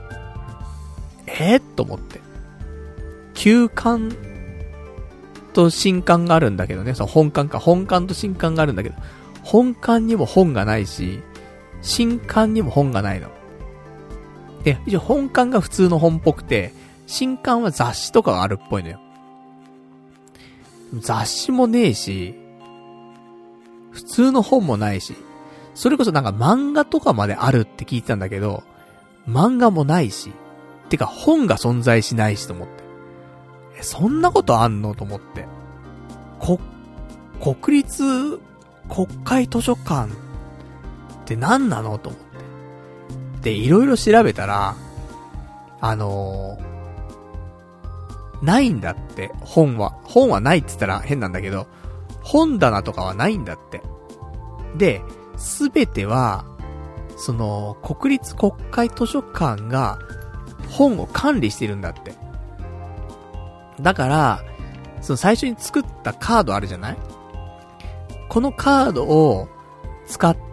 と思って。旧館と新館があるんだけどね、その本館と新館があるんだけど、本館にも本がないし、新館にも本がないの。で、一応本館が普通の本っぽくて、新刊は雑誌とかがあるっぽいのよ。雑誌もねえし、普通の本もないし、それこそなんか漫画とかまであるって聞いてたんだけど、漫画もないし、てか本が存在しないしと思って。そんなことあんのと思って。国立国会図書館って何なのと思って。で、いろいろ調べたら、ないんだって、本は。本はないって言ったら変なんだけど、本棚とかはないんだって。で、すべては、その、国立国会図書館が本を管理してるんだって。だから、その最初に作ったカードあるじゃない？このカードを使って、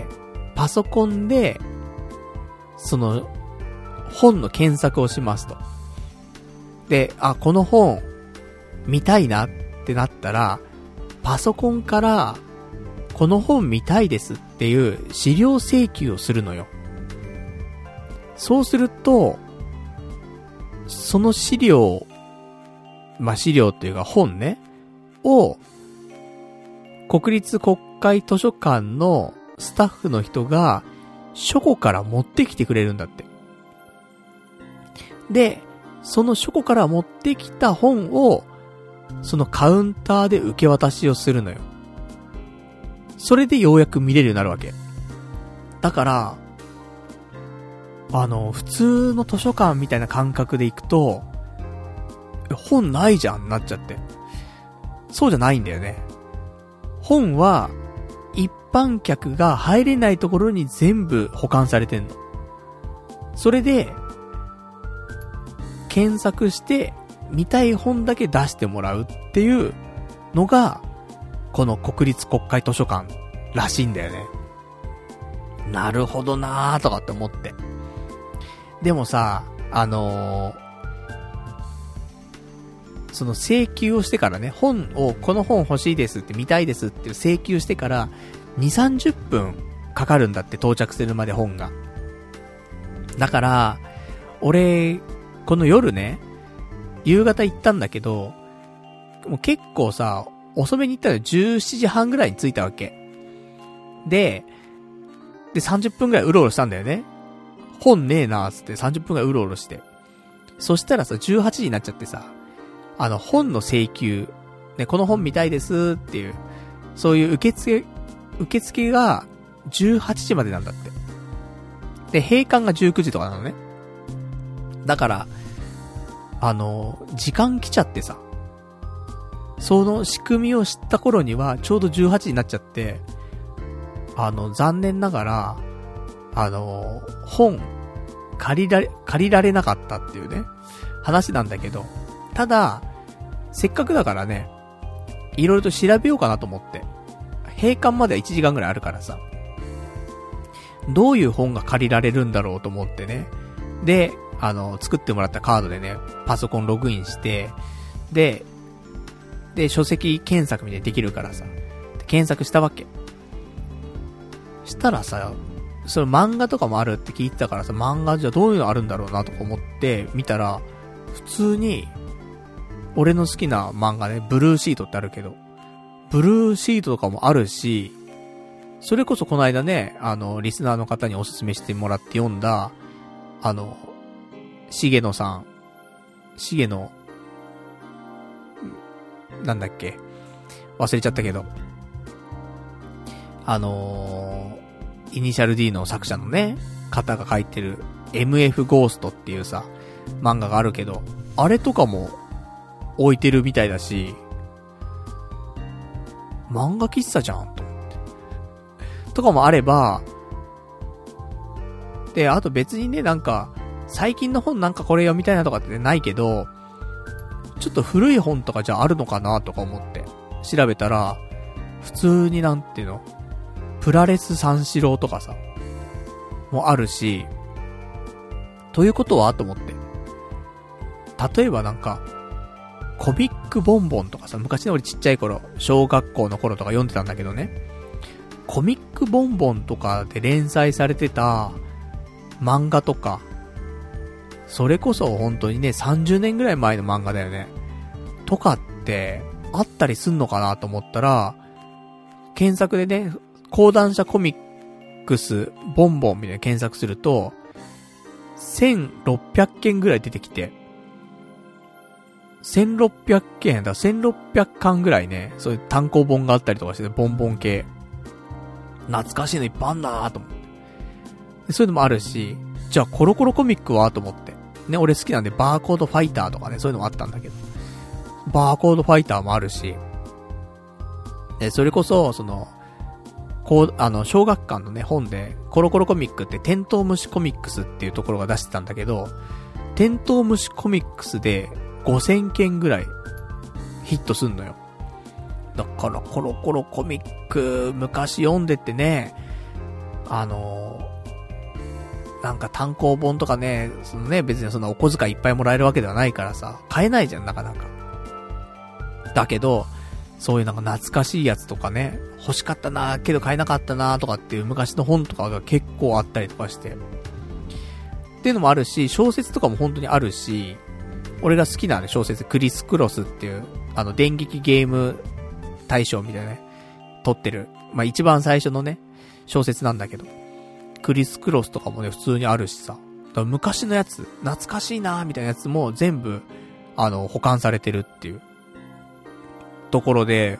パソコンで、その、本の検索をしますと。で、この本、見たいなってなったら、パソコンから、この本見たいですっていう資料請求をするのよ。そうすると、その資料、資料っていうか本ね、を、国立国会図書館のスタッフの人が、書庫から持ってきてくれるんだって。で、その書庫から持ってきた本を、そのカウンターで受け渡しをするのよ。それでようやく見れるようになるわけ。だから、普通の図書館みたいな感覚で行くと、本ないじゃんなっちゃって。そうじゃないんだよね。本は、一般客が入れないところに全部保管されてんの。それで、検索して、見たい本だけ出してもらうっていうのが、この国立国会図書館らしいんだよね。なるほどなーとかって思って。でもさ、その請求をしてからね、本を、この本欲しいですって見たいですっていう請求してから、2、30分かかるんだって到着するまで本が。だから、俺、この夜ね、夕方行ったんだけど、もう結構さ、遅めに行ったら17時半ぐらいに着いたわけ。で、30分ぐらいうろうろしたんだよね。本ねえなーつって30分ぐらいうろうろして。そしたらさ、18時になっちゃってさ、本の請求、ね、この本見たいですっていう、そういう受付が18時までなんだって。で、閉館が19時とかなのね。だから、時間来ちゃってさ、その仕組みを知った頃にはちょうど18時になっちゃって、残念ながら、本、借りられなかったっていうね、話なんだけど、ただ、せっかくだからね、いろいろと調べようかなと思って、閉館までは1時間ぐらいあるからさ、どういう本が借りられるんだろうと思ってね、で、作ってもらったカードでね、パソコンログインして、で、書籍検索みたいにできるからさ、 検索したわけ。したらさ、その漫画とかもあるって聞いてたからさ、漫画じゃどういうのあるんだろうなとか思って見たら、普通に、俺の好きな漫画ね、ブルーシートってあるけど、ブルーシートとかもあるし、それこそこの間ね、リスナーの方におすすめしてもらって読んだ、重野さん、重野、なんだっけ、忘れちゃったけど、イニシャル D の作者のね、方が書いてる MF ゴーストっていうさ、漫画があるけど、あれとかも置いてるみたいだし、漫画喫茶じゃんと思って。とかもあれば、で、あと別にね、なんか、最近の本なんかこれ読みたいなとかってないけど、ちょっと古い本とかじゃあるのかなとか思って調べたら、普通になんていうの、プラレス三四郎とかさ、もあるし、ということはと思って。例えばなんか、コミックボンボンとかさ、昔の俺ちっちゃい頃、小学校の頃とか読んでたんだけどね、コミックボンボンとかで連載されてた漫画とか、それこそ本当にね、30年ぐらい前の漫画だよね。とかって、あったりすんのかなと思ったら、検索でね、講談社コミックスボンボンみたいな検索すると、1600件ぐらい出てきて、1600件だ、1600巻ぐらいね、そういう単行本があったりとかして、ボンボン系。懐かしいのいっぱいあんなーと思って。そういうのもあるし、じゃあコロコロコミックはと思って。ね、俺好きなんでバーコードファイターとかね、そういうのもあったんだけど。バーコードファイターもあるし。で、それこそ、小学館のね、本で、コロコロコミックってテントウムシコミックスっていうところが出してたんだけど、テントウムシコミックスで5000件ぐらいヒットすんのよ。だからコロコロコミック昔読んでってね、なんか単行本とかね、そのね、別にそんなお小遣いいっぱいもらえるわけではないからさ、買えないじゃん、なかなか。だけど、そういうなんか懐かしいやつとかね、欲しかったなけど買えなかったなとかっていう昔の本とかが結構あったりとかして。っていうのもあるし、小説とかも本当にあるし、俺が好きなね、小説、クリス・クロスっていう、電撃ゲーム大賞みたいなね、撮ってる、まあ、一番最初のね、小説なんだけど、クリス・クロスとかもね、普通にあるしさ、だから昔のやつ、懐かしいなみたいなやつも全部、保管されてるっていう、ところで、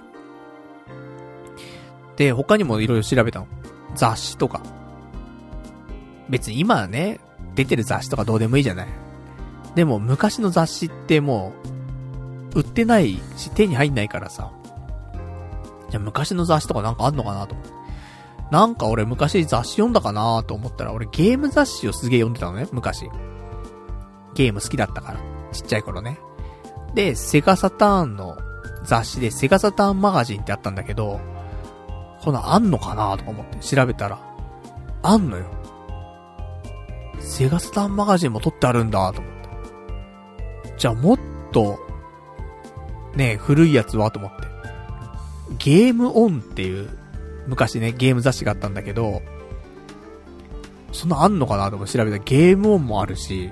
で、他にもいろいろ調べたの。雑誌とか。別に今ね、出てる雑誌とかどうでもいいじゃない。でも昔の雑誌ってもう、売ってないし手に入んないからさ。じゃあ昔の雑誌とかなんかあんのかなと思って。なんか俺昔雑誌読んだかなと思ったら、俺ゲーム雑誌をすげえ読んでたのね、昔。ゲーム好きだったから。ちっちゃい頃ね。で、セガサターンの雑誌でセガサターンマガジンってあったんだけど、このあんのかなとか思って調べたら、あんのよ。セガサターンマガジンも撮ってあるんだと思って。じゃあもっと、ね、古いやつはと思って。ゲームオンっていう、昔ね、ゲーム雑誌があったんだけど、そんなあんのかなと思って調べたらゲームオンもあるし、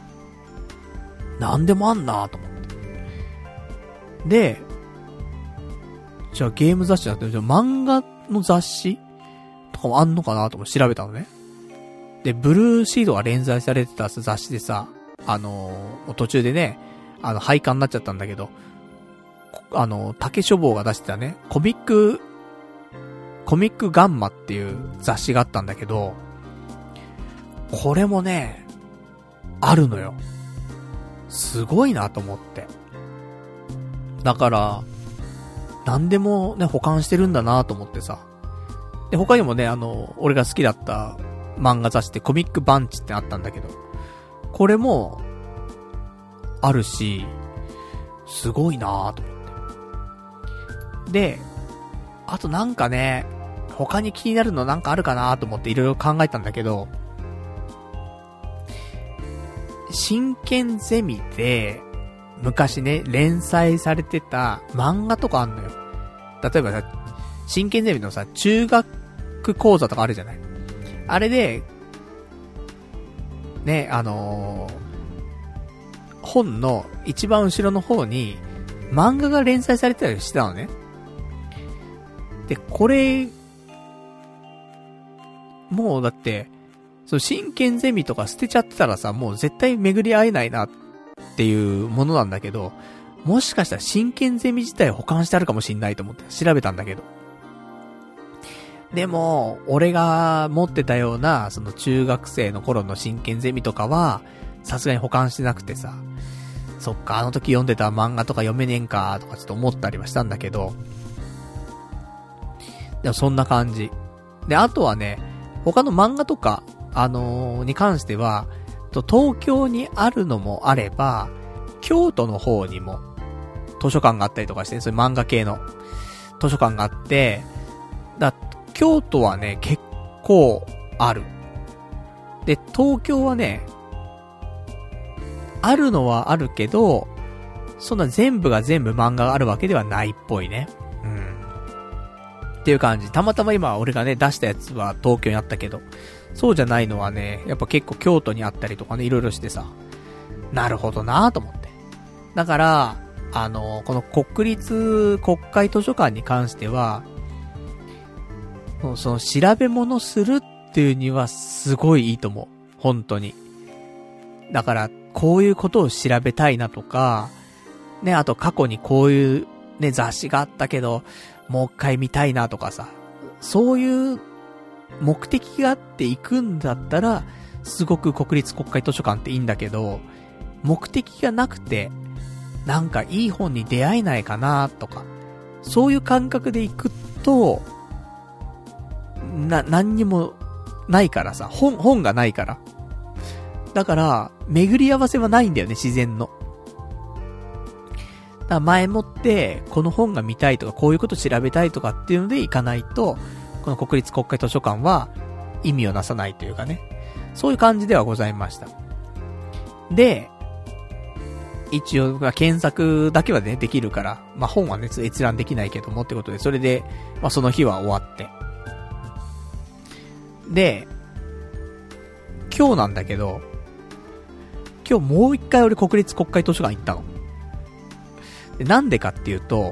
なんでもあんなと思って。で、じゃあゲーム雑誌じゃなくて、じゃあ漫画の雑誌とかもあんのかなと思って調べたのね。で、ブルーシードが連載されてた雑誌でさ、途中でね、廃刊になっちゃったんだけど、竹書房が出してたね、コミックガンマっていう雑誌があったんだけど、これもね、あるのよ。すごいなと思って。だから、何でもね、保管してるんだなと思ってさ。で、他にもね、俺が好きだった漫画雑誌ってコミックバンチってあったんだけど、これも、あるし、すごいなぁと思って。で、あとなんかね、他に気になるのなんかあるかなと思っていろいろ考えたんだけど、真剣ゼミで、昔ね、連載されてた漫画とかあんのよ。例えばさ、 真剣ゼミのさ、中学講座とかあるじゃない。あれで、ね、本の一番後ろの方に漫画が連載されてたりしてたのね。で、これ、もうだって、その真剣ゼミとか捨てちゃってたらさ、もう絶対巡り会えないなっていうものなんだけど、もしかしたら真剣ゼミ自体保管してあるかもしんないと思って調べたんだけど。でも、俺が持ってたような、その中学生の頃の真剣ゼミとかは、さすがに保管してなくてさ、そっか、あの時読んでた漫画とか読めねえんか、とかちょっと思ったりはしたんだけど、でもそんな感じ。で、あとはね、他の漫画とか、に関しては、東京にあるのもあれば、京都の方にも、図書館があったりとかして、そういう漫画系の図書館があって、京都はね、結構ある。で、東京はね、あるのはあるけど、そんな全部が全部漫画があるわけではないっぽいね。うん。っていう感じ。たまたま今俺がね、出したやつは東京にあったけど、そうじゃないのはね、やっぱ結構京都にあったりとかね、いろいろしてさ、なるほどなぁと思って。だから、この国立国会図書館に関しては、その調べ物するっていうにはすごいいいと思う。本当に。だから、こういうことを調べたいなとか、ね、あと過去にこういうね、雑誌があったけど、もう一回見たいなとかさ、そういう目的があって行くんだったら、すごく国立国会図書館っていいんだけど、目的がなくて、なんかいい本に出会えないかなとか、そういう感覚で行くと、何にもないからさ、本がないから。だから、巡り合わせはないんだよね、自然の。だから前もって、この本が見たいとか、こういうこと調べたいとかっていうので行かないと、この国立国会図書館は意味をなさないというかね。そういう感じではございました。で、一応、検索だけはね、できるから、まあ、本はね、閲覧できないけどもってことで、それで、まあ、その日は終わって。で、今日なんだけど、今日もう一回俺国立国会図書館行ったの。で、なんでかっていうと、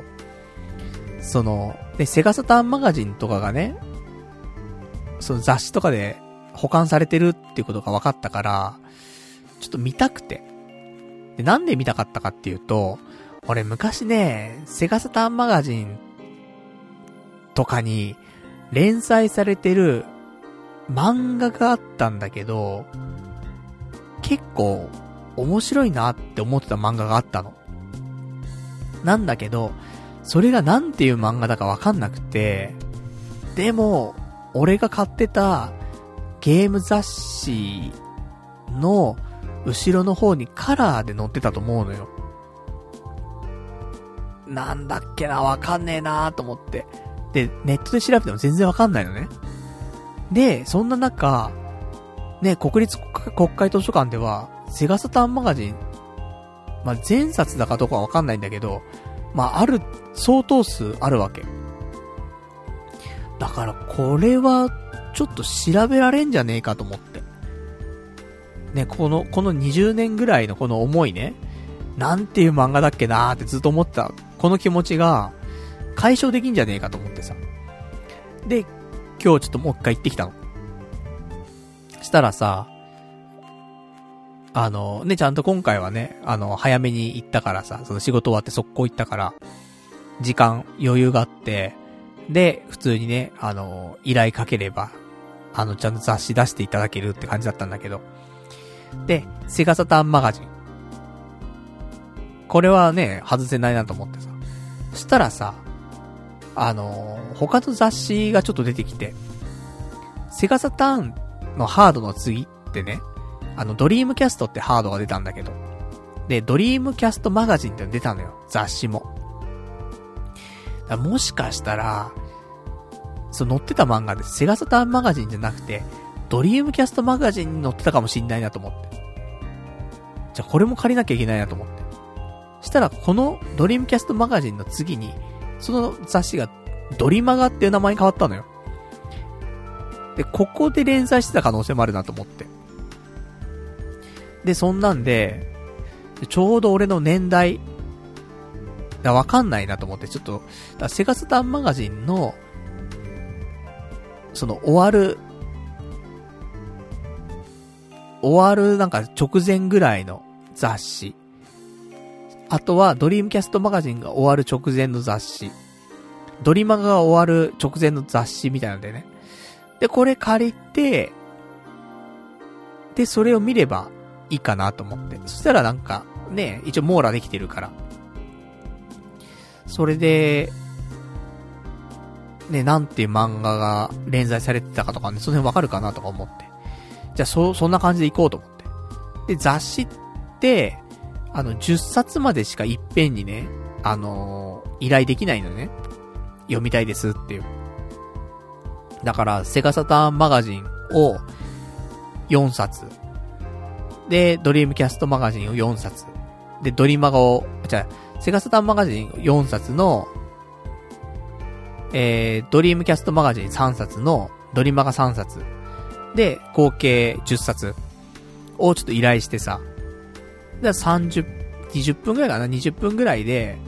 セガサターンマガジンとかがね、その雑誌とかで保管されてるっていうことが分かったから、ちょっと見たくて。で、なんで見たかったかっていうと、俺昔ね、セガサターンマガジンとかに連載されてる漫画があったんだけど、結構面白いなって思ってた漫画があったの。なんだけど、それがなんていう漫画だかわかんなくて、でも、俺が買ってたゲーム雑誌の後ろの方にカラーで載ってたと思うのよ。なんだっけな、わかんねえなーと思って。で、ネットで調べても全然わかんないのね。で、そんな中、ね、国立国会図書館では、セガサターンマガジン、まあ、全冊だかどうかはわかんないんだけど、まあ、相当数あるわけ。だから、これは、ちょっと調べられんじゃねえかと思って。ね、この20年ぐらいのこの思いね、なんていう漫画だっけなーってずっと思ってた、この気持ちが、解消できんじゃねえかと思ってさ。で、今日ちょっともう一回行ってきたの。したらさ、ね、ちゃんと今回はね、早めに行ったからさ、その仕事終わって速攻行ったから、時間、余裕があって、で、普通にね、依頼かければ、ちゃんと雑誌出していただけるって感じだったんだけど。で、セガサターンマガジン。これはね、外せないなと思ってさ。そしたらさ、他の雑誌がちょっと出てきて、セガサターンのハードの次ってね、ドリームキャストってハードが出たんだけど。で、ドリームキャストマガジンって出たのよ。雑誌も。もしかしたら、載ってた漫画でセガサターンマガジンじゃなくて、ドリームキャストマガジンに載ってたかもしんないなと思って。じゃあこれも借りなきゃいけないなと思って。したらこのドリームキャストマガジンの次に、その雑誌がドリマガっていう名前に変わったのよ。で、ここで連載してた可能性もあるなと思って。で、そんなんで、ちょうど俺の年代、わかんないなと思って、ちょっと、セガサターンマガジンの、その終わるなんか直前ぐらいの雑誌。あとはドリームキャストマガジンが終わる直前の雑誌。ドリマガが終わる直前の雑誌みたいなんでね。で、これ借りて、で、それを見ればいいかなと思って。そしたらなんか、ね、一応網羅できてるから。それで、ね、なんていう漫画が連載されてたかとかね、その辺わかるかなとか思って。じゃあそんな感じで行こうと思って。で、雑誌って、10冊までしかいっぺんにね、依頼できないのね。読みたいですっていう。だから、セガサターンマガジンを4冊。で、ドリームキャストマガジンを4冊。で、ドリマガを、セガサターンマガジン4冊の、ドリームキャストマガジン3冊の、ドリマガ3冊。で、合計10冊をちょっと依頼してさ。で、20分ぐらいかな ?20 分ぐらいで、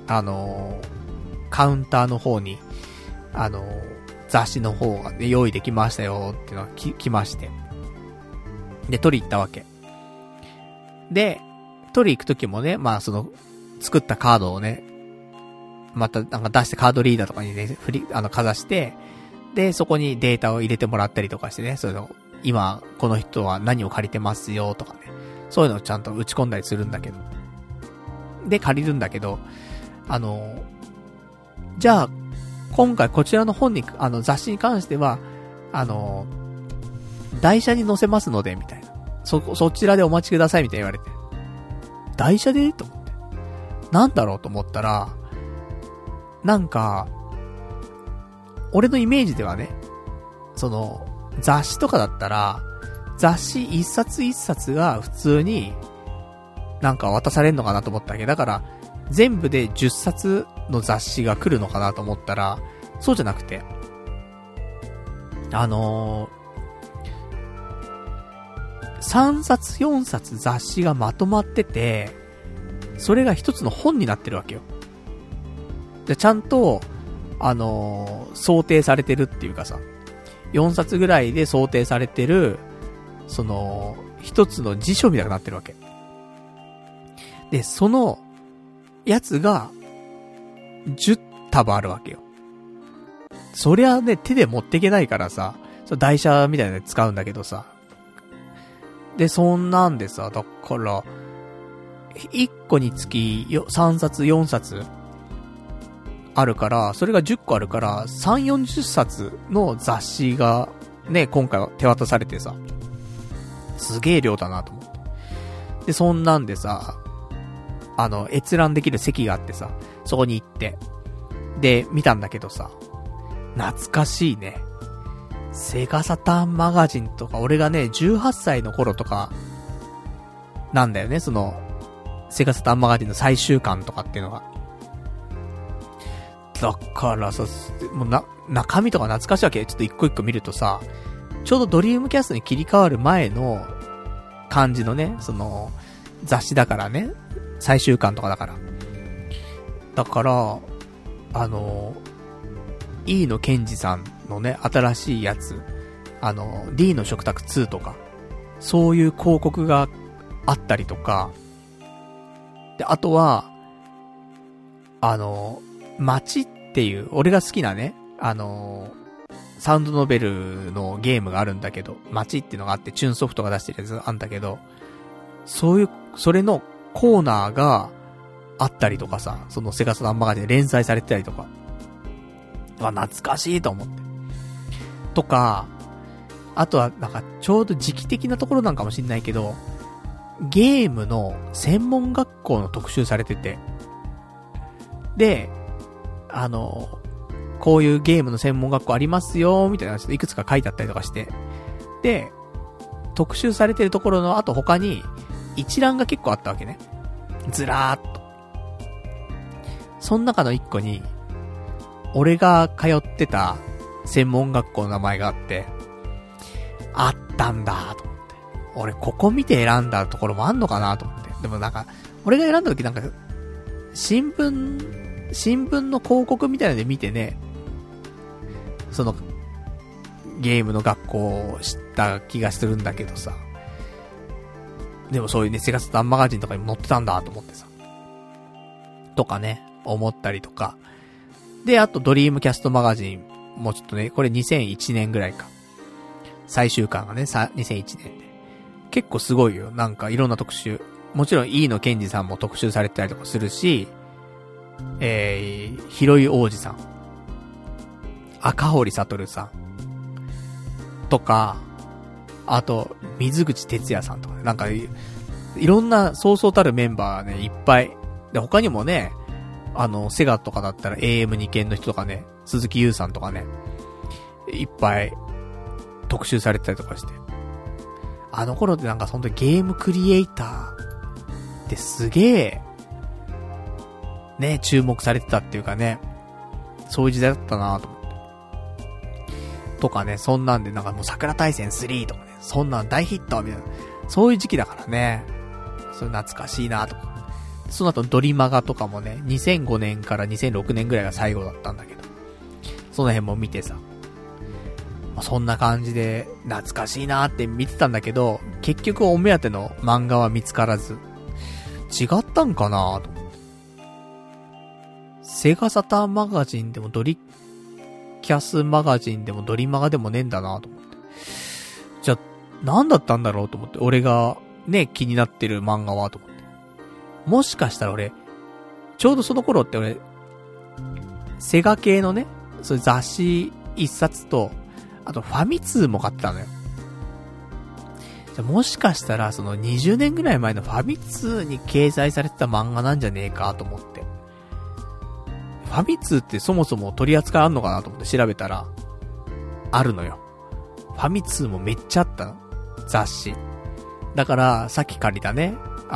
カウンターの方に、雑誌の方が、ね、用意できましたよっていうのが来まして。で、取り行ったわけ。で、取り行くときもね、まあ作ったカードをね、またなんか出してカードリーダーとかにね、かざして、で、そこにデータを入れてもらったりとかしてね、そういうの、今、この人は何を借りてますよとかね、そういうのをちゃんと打ち込んだりするんだけど。で、借りるんだけど、じゃあ、今回こちらの本に、雑誌に関しては、台車に載せますので、みたいな。そちらでお待ちください、みたいに言われて。台車でと思って。なんだろうと思ったら、なんか、俺のイメージではね、雑誌とかだったら、雑誌一冊一冊が普通に、なんか渡されるのかなと思ったわけ。だから、全部で10冊の雑誌が来るのかなと思ったら、そうじゃなくて、3冊4冊雑誌がまとまってて、それが一つの本になってるわけよ。で、ちゃんと、想定されてるっていうかさ、4冊ぐらいで想定されてる、一つの辞書みたいになってるわけ。で、その、やつが、10束あるわけよ。そりゃね、手で持っていけないからさ、台車みたいなの使うんだけどさ。で、そんなんでさ、だから、1個につき3冊、4冊あるから、それが10個あるから、3、40冊の雑誌がね、今回は手渡されてさ、すげえ量だなと思って。で、そんなんでさ、閲覧できる席があってさ、そこに行って、で、見たんだけどさ、懐かしいね。セガサターンマガジンとか、俺がね、18歳の頃とか、なんだよね、セガサターンマガジンの最終巻とかっていうのが。だからさ、もう中身とか懐かしいわけ。ちょっと一個一個見るとさ、ちょうどドリームキャストに切り替わる前の感じのね、雑誌だからね、最終巻とかだから。だから、E のケンジさんのね、新しいやつ、D の食卓2とか、そういう広告があったりとか、で、あとは、街っていう、俺が好きなね、サウンドノベルのゲームがあるんだけど、街っていうのがあって、チューンソフトが出してるやつがあるんだけど、それのコーナーがあったりとかさ、セガサターンマガジンで連載されてたりとか、懐かしいと思って。とか、あとはなんかちょうど時期的なところなんかもしんないけど、ゲームの専門学校の特集されてて、で、こういうゲームの専門学校ありますよ、みたいなのいくつか書いてあったりとかして、で、特集されてるところのあと他に一覧が結構あったわけね。ずらーっと。その中の一個に、 俺が通ってた専門学校の名前があって、あったんだと思って。俺ここ見て選んだところもあんのかなと思って。でもなんか、俺が選んだ時なんか、新聞の広告みたいなので見てね、その、ゲームの学校を知った気がするんだけどさ。でもそういうね、セガサターンマガジンとかにも載ってたんだと思ってさ。とかね、思ったりとか。で、あとドリームキャストマガジンもちょっとね、これ2001年ぐらいか。最終巻がね、2001年で。結構すごいよ。なんかいろんな特集。もちろん飯野健二さんも特集されてたりとかするし、広井王子さん。赤堀悟さん。とか、あと、水口哲也さんとかね。なんかいろんなそうそうたるメンバーね、いっぱい。で、他にもね、セガとかだったら AM2 系の人とかね、鈴木優さんとかね、いっぱい特集されてたりとかして。あの頃ってなんかそんとゲームクリエイターってすげえ、ね、注目されてたっていうかね、そういう時代だったなぁと思って。とかね、そんなんでなんかもう桜大戦3とかね、そんなん大ヒットみたいな、そういう時期だからね、それ懐かしいなとか。その後ドリマガとかもね、2005年から2006年ぐらいが最後だったんだけど、その辺も見てさ、そんな感じで懐かしいなーって見てたんだけど、結局お目当ての漫画は見つからず、違ったんかなーと思って。セガサターンマガジンでもドリキャスマガジンでもドリマガでもねえんだなーと思って。じゃあ、何だったんだろうと思って、俺がね、気になってる漫画はと思って。もしかしたら俺、ちょうどその頃って俺、セガ系のね、そういう雑誌一冊と、あとファミ通も買ってたのよ。じゃもしかしたらその20年ぐらい前のファミ通に掲載されてた漫画なんじゃねえかと思って。ファミ通ってそもそも取り扱いあんのかなと思って調べたら、あるのよ。ファミ通もめっちゃあったの。雑誌。だからさっき借りたね、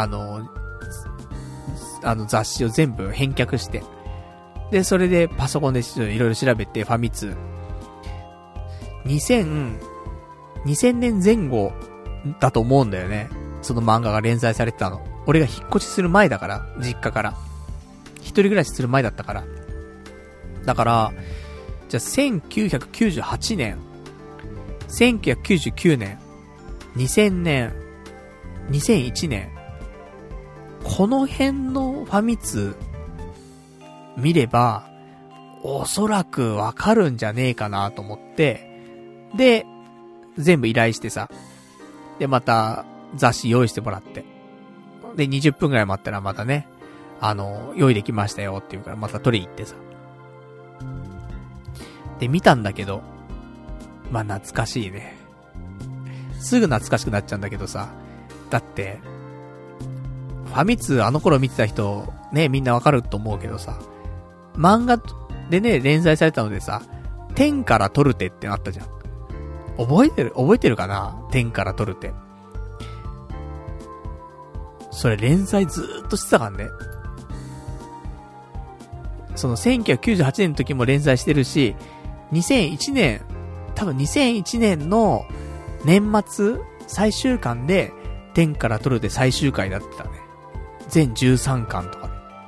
雑誌を全部返却して。で、それでパソコンでいろいろ調べてファミ通。2000年前後だと思うんだよね。その漫画が連載されてたの。俺が引っ越しする前だから、実家から。一人暮らしする前だったから。だから、じゃあ1998年、1999年、2000年、2001年、この辺のファミ通見れば、おそらくわかるんじゃねえかなと思って、で、全部依頼してさ。で、また、雑誌用意してもらって。で、20分くらい待ったらまたね、用意できましたよって言うから、また取り行ってさ。で、見たんだけど、まあ、懐かしいね。すぐ懐かしくなっちゃうんだけどさ。だって、ファミ通あの頃見てた人、ね、みんなわかると思うけどさ。漫画でね、連載されたのでさ、天から取る手ってなったじゃん。覚えてるかな？天から取る手。それ連載ずーっとしてたからね。その1998年の時も連載してるし、2001年の年末最終巻で天から取る手最終回だったね。全13巻とか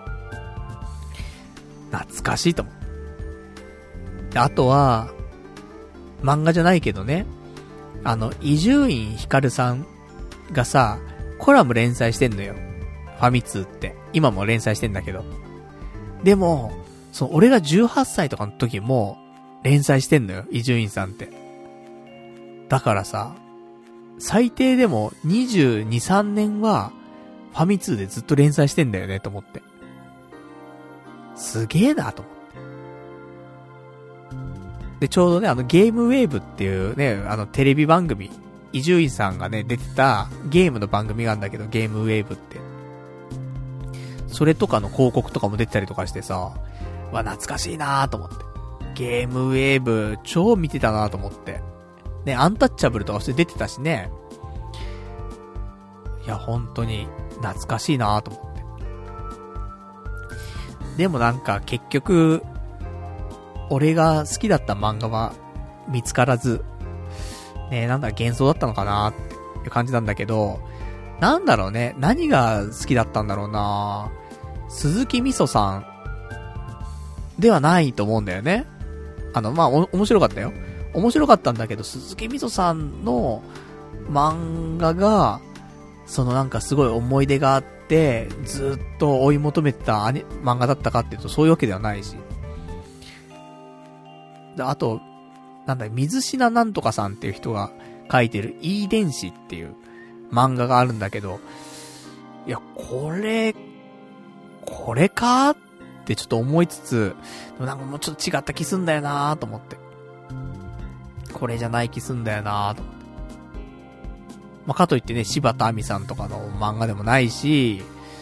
で。懐かしいと思う。で、あとは、漫画じゃないけどね、伊集院光さんがさ、コラム連載してんのよ。ファミ通って。今も連載してんだけど。でも、俺が18歳とかの時も、連載してんのよ、伊集院さんって。だからさ、最低でも22、3年は、ファミ通でずっと連載してんだよね、と思って。すげえな、と思って。で、ちょうどね、ゲームウェーブっていうね、テレビ番組、伊集院さんがね、出てたゲームの番組があるんだけど、ゲームウェーブって。それとかの広告とかも出てたりとかしてさ、懐かしいなーと思って。ゲームウェーブ、超見てたなーと思って。ね、アンタッチャブルとかそれ出てたしね。いや、本当に、懐かしいなーと思って。でもなんか、結局、 俺が好きだった漫画は見つからず、ね、なんだ幻想だったのかなっていう感じなんだけど、なんだろうね、何が好きだったんだろうな。鈴木みそさんではないと思うんだよね。まあ、面白かったよ。面白かったんだけど、鈴木みそさんの漫画が、なんかすごい思い出があって、ずっと追い求めてた漫画だったかっていうと、そういうわけではないし。あと、なんだ、水品なんとかさんっていう人が書いてる遺伝子っていう漫画があるんだけど、いや、これかってちょっと思いつつ、でもなんかもうちょっと違った気すんだよなーと思って。これじゃない気すんだよなーと思って。まあ、かといってね、柴田亜美さんとかの漫画でもないし、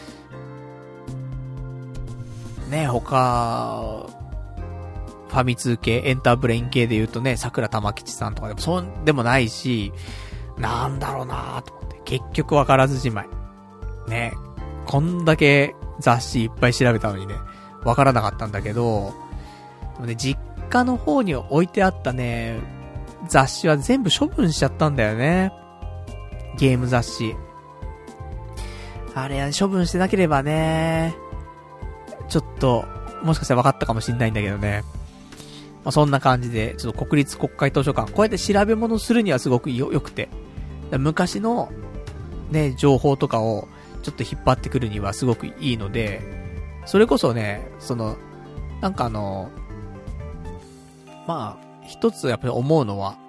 ね、他、ファミ通系、エンターブレイン系で言うとね、桜玉吉さんとかでもそうでもないし、なんだろうなーと思って。結局わからずじまい。ね、こんだけ雑誌いっぱい調べたのにね、わからなかったんだけど、でもね、実家の方に置いてあったね、雑誌は全部処分しちゃったんだよね。ゲーム雑誌。あれ、処分してなければね、ちょっと、もしかしたら分かったかもしんないんだけどね。まあ、そんな感じで、ちょっと国立国会図書館、こうやって調べ物するにはすごく良くて、昔の、ね、情報とかを、ちょっと引っ張ってくるにはすごくいいので、それこそね、なんかまあ、一つやっぱり思うのは、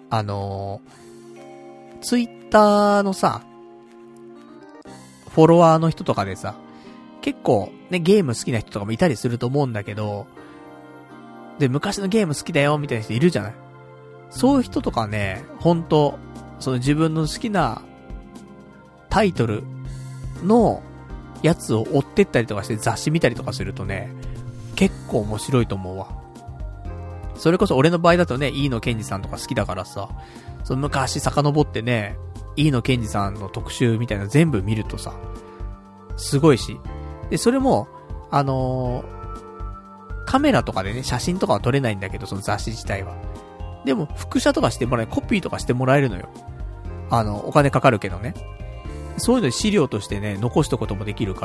ツイッターのさ、フォロワーの人とかでさ、結構ね、ゲーム好きな人とかもいたりすると思うんだけど、で、昔のゲーム好きだよみたいな人いるじゃない。そういう人とかね、ほんと、自分の好きなタイトルのやつを追ってったりとかして雑誌見たりとかするとね、結構面白いと思うわ。それこそ俺の場合だとね、飯野健二さんとか好きだからさ、昔遡ってね、飯野健二さんの特集みたいな全部見るとさ、すごいし。で、それも、カメラとかでね、写真とかは撮れないんだけど、その雑誌自体は。でも、複写とかしてもらえ、コピーとかしてもらえるのよ。お金かかるけどね。そういうの資料としてね、残しとくこともできるから、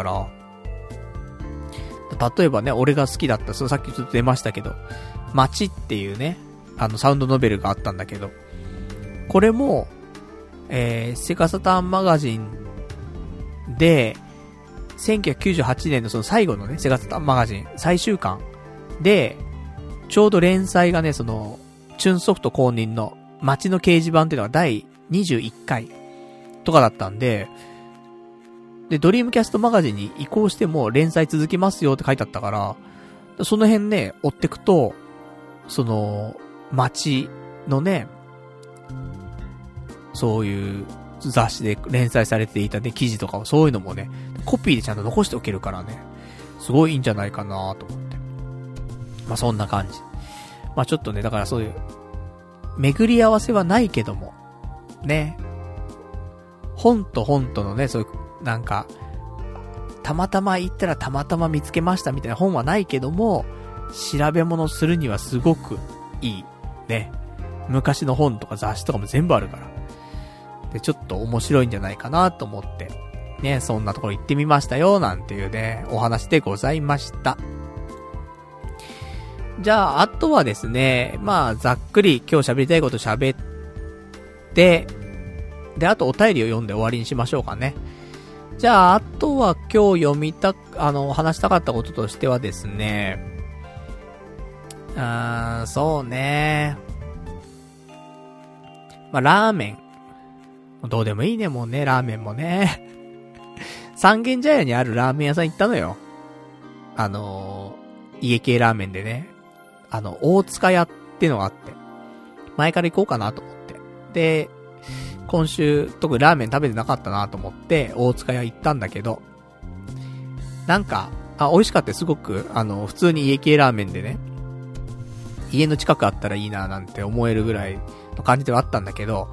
例えばね、俺が好きだった、さっきちょっと出ましたけど、街っていうね、サウンドノベルがあったんだけど、これも、セガサターンマガジンで、1998年のその最後のね、セガサターンマガジン最終巻で、ちょうど連載がね、チュンソフト公認の街の掲示板っていうのが第21回とかだったんで、で、ドリームキャストマガジンに移行しても連載続きますよって書いてあったから、その辺ね、追ってくと、街のね、そういう雑誌で連載されていたね、記事とかそういうのもね、コピーでちゃんと残しておけるからね、すごいいいんじゃないかなと思って。まあ、そんな感じ。まあ、ちょっとね、だからそういう、巡り合わせはないけども、ね、本と本とのね、そういう、なんか、たまたま行ったらたまたま見つけましたみたいな本はないけども、調べ物するにはすごくいい。ね。昔の本とか雑誌とかも全部あるから。で、ちょっと面白いんじゃないかなと思って、ね、そんなところ行ってみましたよ、なんていうね、お話でございました。じゃあ、あとはですね、まあ、ざっくり今日喋りたいこと喋って、で、あとお便りを読んで終わりにしましょうかね。じゃあ、あとは今日話したかったこととしてはですね、そうね。まあ、ラーメン。どうでもいいね、もうね、ラーメンもね。三軒茶屋にあるラーメン屋さん行ったのよ。家系ラーメンでね。大塚屋ってのがあって。前から行こうかなと思って。で、今週、特にラーメン食べてなかったなと思って、大塚屋行ったんだけど、なんか、美味しかったすごく、普通に家系ラーメンでね、家の近くあったらいいななんて思えるぐらいの感じではあったんだけど、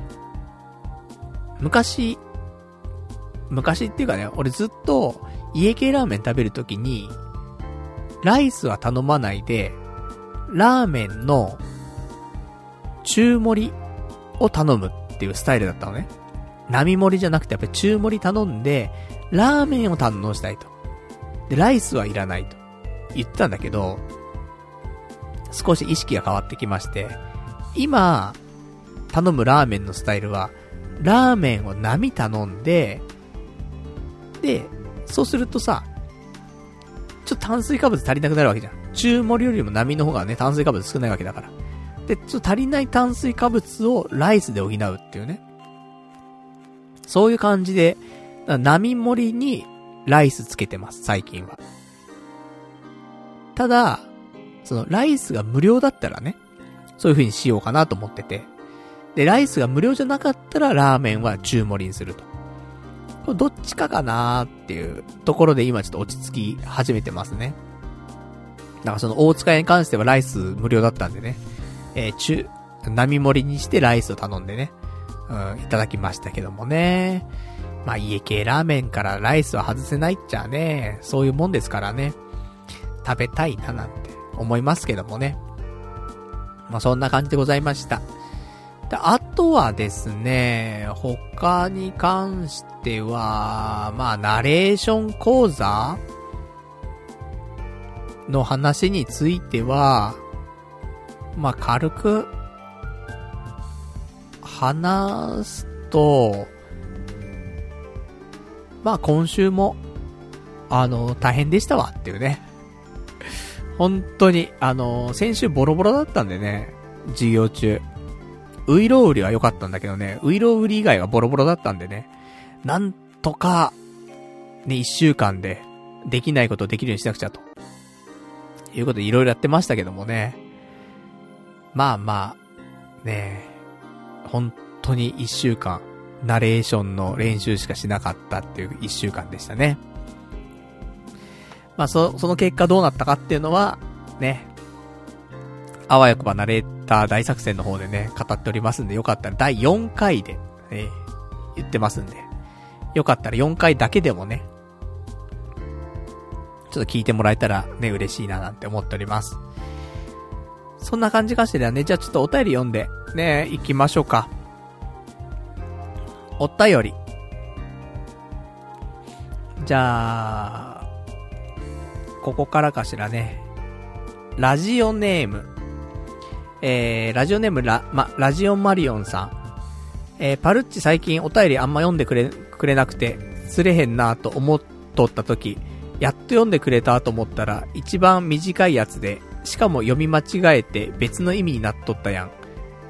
昔っていうかね、俺ずっと家系ラーメン食べるときに、ライスは頼まないで、 ラーメンの中盛りを頼むっていうスタイルだったのね。並盛りじゃなくてやっぱり中盛り頼んで、ラーメンを堪能したいと。で、ライスはいらないと言ったんだけど、少し意識が変わってきまして、今、頼むラーメンのスタイルは、ラーメンを並頼んで、で、そうするとさ、ちょっと炭水化物足りなくなるわけじゃん。中盛りよりも並の方がね、炭水化物少ないわけだから。で、ちょっと足りない炭水化物をライスで補うっていうね。そういう感じで、並盛りにライスつけてます、最近は。ただ、そのライスが無料だったらね、そういう風にしようかなと思ってて。で、ライスが無料じゃなかったらラーメンは中盛りにすると。これどっちかかなーっていうところで今ちょっと落ち着き始めてますね。だからその大塚屋に関してはライス無料だったんでね、並盛りにしてライスを頼んでね、いただきましたけどもね。まあ家系ラーメンからライスは外せないっちゃね、そういうもんですからね。食べたいななんて思いますけどもね。まあそんな感じでございました。で、あとはですね、他に関しては、まあナレーション講座の話については、まあ軽く話すと、まあ今週も大変でしたわっていうね。本当に先週ボロボロだったんでね、授業中。ウイロウリは良かったんだけどね、ウイロウリ以外はボロボロだったんでね、なんとかね、1週間でできないことをできるようにしなくちゃということでいろいろやってましたけどもね。まあまあね、本当に1週間ナレーションの練習しかしなかったっていう1週間でしたね。まあその結果どうなったかっていうのはね、あわよくばナレーター大作戦の方でね語っておりますんで、よかったら第4回で、言ってますんで、よかったら4回だけでもねちょっと聞いてもらえたらね嬉しいななんて思っております。そんな感じかしらね。じゃあちょっとお便り読んでね行きましょうか。お便りじゃあここからかしらね。ラジオネームラジオンマリオンさん。パルッチ最近お便りあんま読んでくれなくて釣れへんなと思っとった時、やっと読んでくれたと思ったら一番短いやつで、しかも読み間違えて別の意味になっとったやん。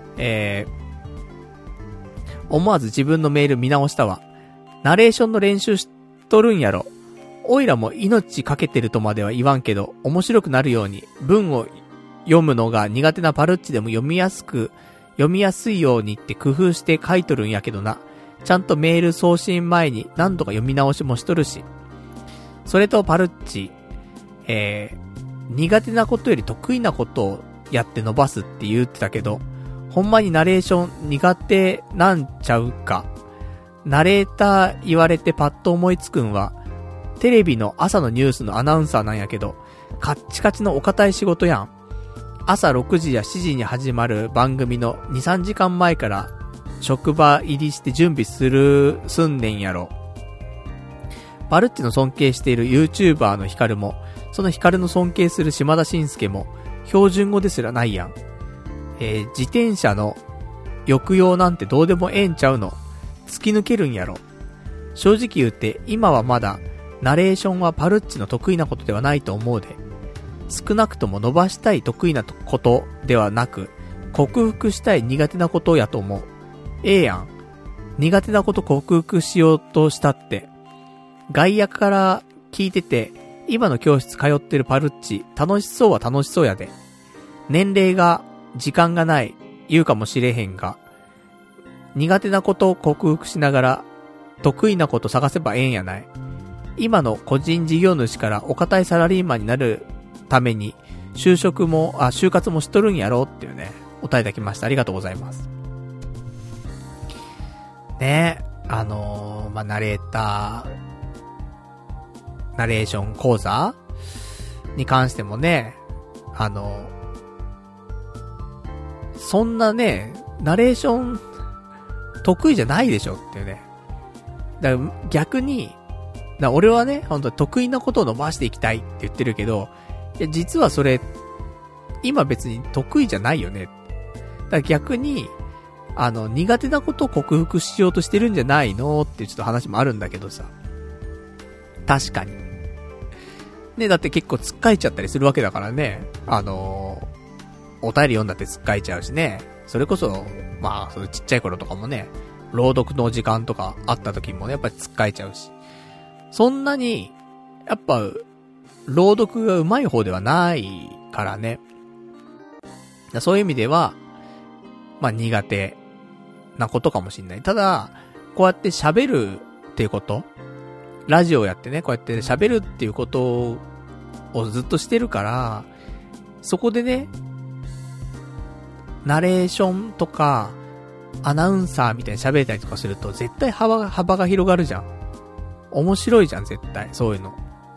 思わず自分のメール見直したわ。ナレーションの練習しとるんやろ。おいらも命かけてるとまでは言わんけど、面白くなるように文を読むのが苦手なパルッチでも読みやすいようにって工夫して書いとるんやけどな。ちゃんとメール送信前に何度か読み直しもしとるし。それとパルッチ、苦手なことより得意なことをやって伸ばすって言ってたけど、ほんまにナレーション苦手なんちゃうか。ナレーター言われてパッと思いつくんは、テレビの朝のニュースのアナウンサーなんやけど、カッチカチのお堅い仕事やん。朝6時や7時に始まる番組の 2,3 時間前から職場入りして準備すんねんやろ。パルッチの尊敬している YouTuber のヒカルも、そのヒカルの尊敬する島田紳介も標準語ですらないやん。自転車の抑揚なんてどうでもええんちゃうの。突き抜けるんやろ。正直言って今はまだナレーションはパルッチの得意なことではないと思うで。少なくとも伸ばしたい得意なことではなく、克服したい苦手なことやと思う。ええやん。苦手なこと克服しようとしたって。外野から聞いてて、今の教室通ってるパルッチ、楽しそうは楽しそうやで。年齢が、時間がない、言うかもしれへんが、苦手なことを克服しながら、得意なこと探せばええんやない。今の個人事業主からお堅いサラリーマンになるために、就活もしとるんやろっていうね、お答えいただきました。ありがとうございます。ねえ、ナレーション講座に関してもね、 そんなね、ナレーション、得意じゃないでしょっていうね。だから逆に、俺はね、本当に得意なことを伸ばしていきたいって言ってるけど、いや、実はそれ、今別に得意じゃないよね。だから逆に、苦手なことを克服しようとしてるんじゃないのっていうちょっと話もあるんだけどさ。確かに。ね、だって結構つっかえちゃったりするわけだからね。お便り読んだってつっかえちゃうしね。それこそ、まあ、そのちっちゃい頃とかもね、朗読の時間とかあった時もね、やっぱりつっかえちゃうし。そんなに、やっぱ、朗読が上手い方ではないからね。そういう意味では、まあ苦手なことかもしんない。ただ、こうやって喋るっていうこと、ラジオをやってね、こうやって喋るっていうことをずっとしてるから、そこでね、ナレーションとか、アナウンサーみたいに喋れたりとかすると、絶対幅が広がるじゃん。面白いじゃん、絶対。そういうの。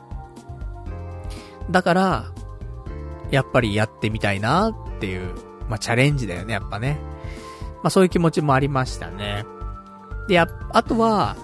だから、やっぱりやってみたいなっていう、まあチャレンジだよね、やっぱね。まあそういう気持ちもありましたね。で、あとは、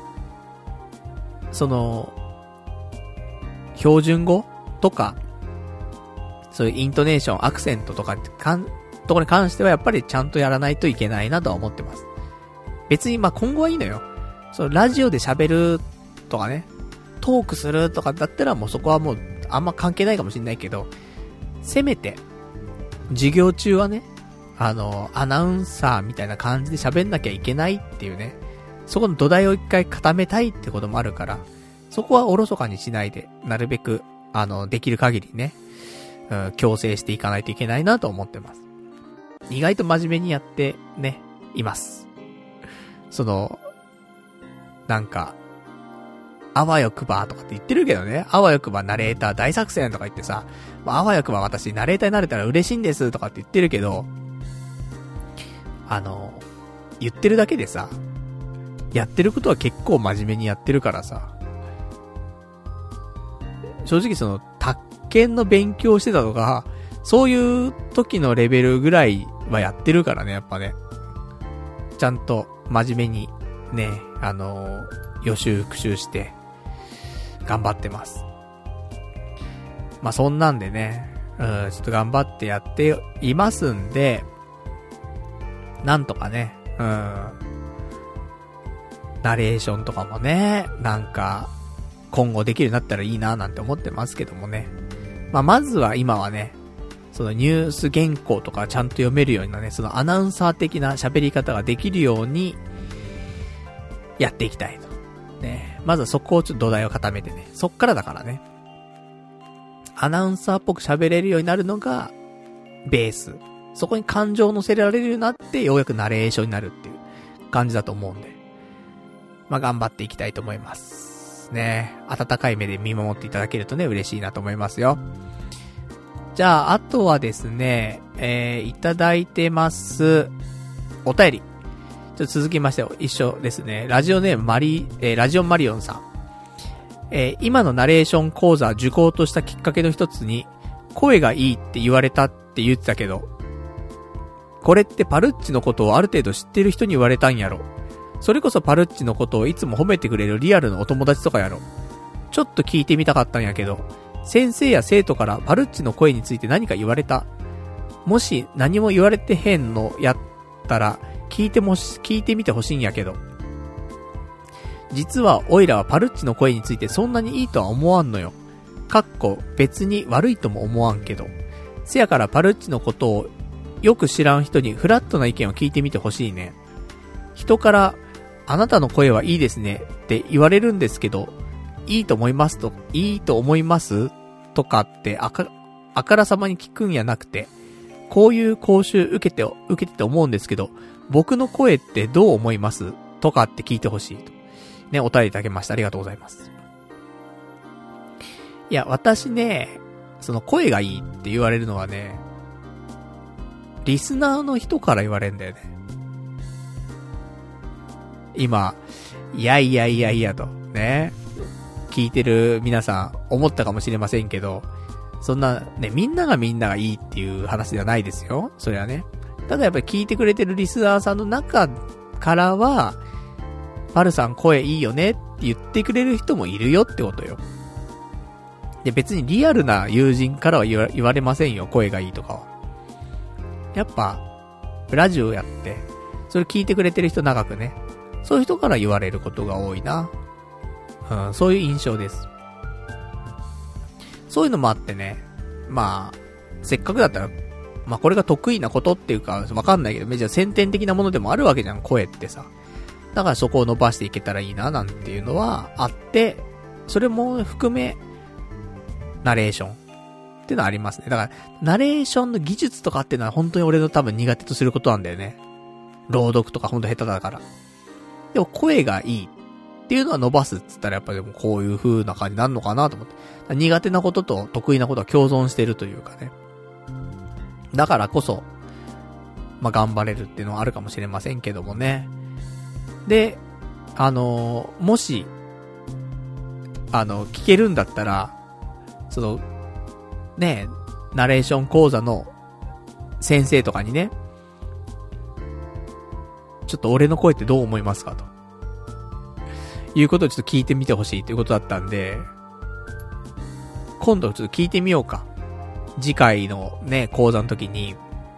標準語とか、そういうイントネーション、アクセントとかところに関してはやっぱりちゃんとやらないといけないなとは思ってます。別にまあ今後はいいのよ。ラジオで喋るとかね、トークするとかだったらもうそこはもうあんま関係ないかもしれないけど、せめて、授業中はね、アナウンサーみたいな感じで喋んなきゃいけないっていうね、そこの土台を一回固めたいってこともあるから、そこはおろそかにしないで、なるべく、できる限りね、強制していかないといけないなと思ってます。意外と真面目にやってね、います。なんか、あわよくばとかって言ってるけどね、あわよくばナレーター大作戦とか言ってさ、あわよくば私ナレーターになれたら嬉しいんですとかって言ってるけど、言ってるだけでさ、やってることは結構真面目にやってるからさ、正直宅建の勉強してたとか、そういう時のレベルぐらいはやってるからね、やっぱね。ちゃんと真面目にね、予習復習して頑張ってます。まあそんなんでね、ちょっと頑張ってやっていますんで、なんとかね、ナレーションとかもね、なんか今後できるようになったらいいななんて思ってますけどもね。まあまずは今はね、ニュース原稿とかちゃんと読めるようなね、アナウンサー的な喋り方ができるようにやっていきたいと。ね、まずはそこをちょっと土台を固めてね、そっからだからね。アナウンサーっぽく喋れるようになるのがベース。そこに感情を乗せられるようになってようやくナレーションになるっていう感じだと思うんで。まあ頑張っていきたいと思います。ね、温かい目で見守っていただけるとね、嬉しいなと思いますよ。じゃあ、あとはですね、いただいてます。お便り。ちょっと続きまして一緒ですね。ラジオネームラジオンマリオンさん。今のナレーション講座受講としたきっかけの一つに、声がいいって言われたって言ってたけど、これってパルッチのことをある程度知ってる人に言われたんやろ。それこそパルッチのことをいつも褒めてくれるリアルのお友達とかやろ。ちょっと聞いてみたかったんやけど、先生や生徒からパルッチの声について何か言われた。もし何も言われてへんのやったら聞いてみてほしいんやけど。実はオイラはパルッチの声についてそんなにいいとは思わんのよ。別に悪いとも思わんけど。せやからパルッチのことをよく知らん人にフラットな意見を聞いてみてほしいね。人からあなたの声はいいですねって言われるんですけど、いいと思いますとかってあからさまに聞くんやなくて、こういう講習受けてて思うんですけど、僕の声ってどう思いますとかって聞いてほしいと。ね、お便りいただきました。ありがとうございます。いや、私ね、声がいいって言われるのはね、リスナーの人から言われるんだよね。今、いやと、ね。聞いてる皆さん思ったかもしれませんけど、そんなね、みんながいいっていう話ではないですよ。それはね。 ただやっぱり聞いてくれてるリスナーさんの中からは、パルさん声いいよねって言ってくれる人もいるよってことよ。で、別にリアルな友人からは言われませんよ、声がいいとかは。やっぱ、ラジオやって、それ聞いてくれてる人長くね、そういう人から言われることが多いな。そういう印象です。そういうのもあってね、まあ、せっかくだったら、まあこれが得意なことっていうか、わかんないけど、じゃあ先天的なものでもあるわけじゃん、声ってさ。だからそこを伸ばしていけたらいいな、なんていうのはあって、それも含め、ナレーションっていうのはありますね。だから、ナレーションの技術とかっていうのは本当に俺の多分苦手とすることなんだよね。朗読とか本当下手だから。でも声がいいっていうのは伸ばすっつったらやっぱでもこういう風な感じになるのかなと思って。苦手なことと得意なことは共存してるというかね。だからこそ、まあ、頑張れるっていうのはあるかもしれませんけどもね。で、もし、聞けるんだったら、その、ね、ナレーション講座の先生とかにね、ちょっと俺の声ってどう思いますかと。いうことをちょっと聞いてみてほしいということだったんで、今度ちょっと聞いてみようか。次回のね、講座の時に、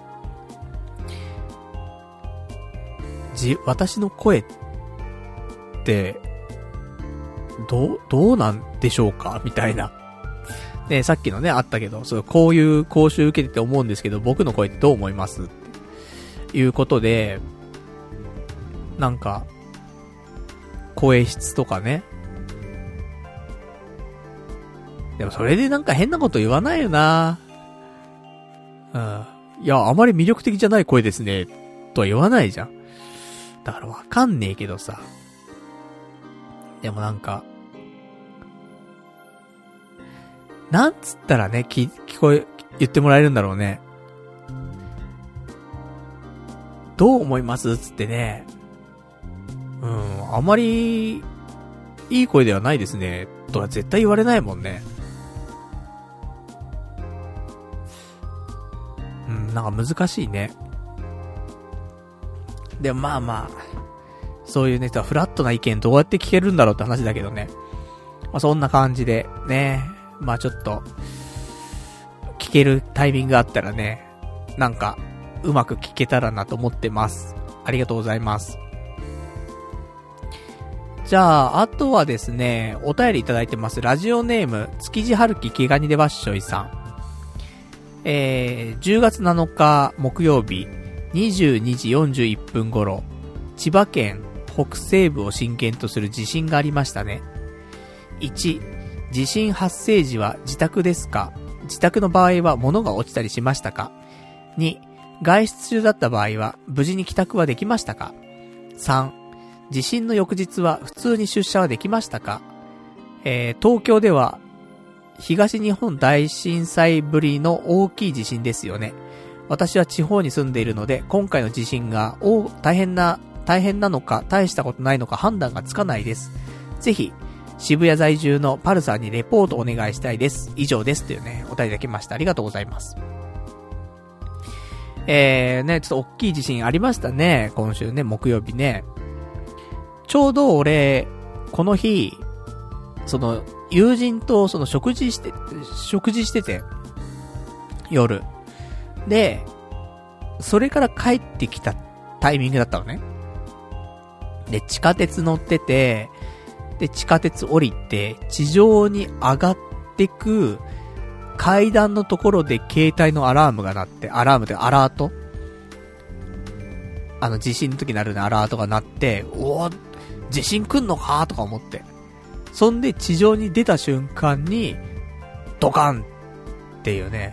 私の声って、どうなんでしょうかみたいな。ね、さっきのね、あったけど、こういう講習受けてて思うんですけど、僕の声ってどう思いますっていうことで、なんか、声質とかね。でもそれでなんか変なこと言わないよな。いや、あまり魅力的じゃない声ですね。とは言わないじゃん。だからわかんねえけどさ。でもなんか、なんつったらね、言ってもらえるんだろうね。どう思いますつってね。あまり、いい声ではないですね。とは絶対言われないもんね。なんか難しいね。でもまあまあ、そういうね、フラットな意見どうやって聞けるんだろうって話だけどね。まあそんな感じで、ね。まあちょっと、聞けるタイミングがあったらね、なんか、うまく聞けたらなと思ってます。ありがとうございます。じゃあ、あとはですね、お便りいただいてます。ラジオネーム、築地春樹気がにでわっしょいさん。10月7日木曜日、22時41分頃、千葉県北西部を震源とする地震がありましたね。1、地震発生時は自宅ですか？自宅の場合は物が落ちたりしましたか？ 2、外出中だった場合は無事に帰宅はできましたか？ 3、地震の翌日は普通に出社はできましたか？東京では東日本大震災ぶりの大きい地震ですよね。私は地方に住んでいるので、今回の地震が大変なのか大したことないのか判断がつかないです。ぜひ渋谷在住のパルさんにレポートお願いしたいです。以上ですというね、お便りいただきました。ありがとうございます。ね、ちょっと大きい地震ありましたね。今週ね、木曜日ね。ちょうど俺、この日、友人と食事してて、夜。で、それから帰ってきたタイミングだったのね。で、地下鉄乗ってて、で、地下鉄降りて、地上に上がってく、階段のところで携帯のアラームが鳴って、アラート地震の時になるね、アラートが鳴って、地震来んのかとか思って。そんで地上に出た瞬間に、ドカンっていうね、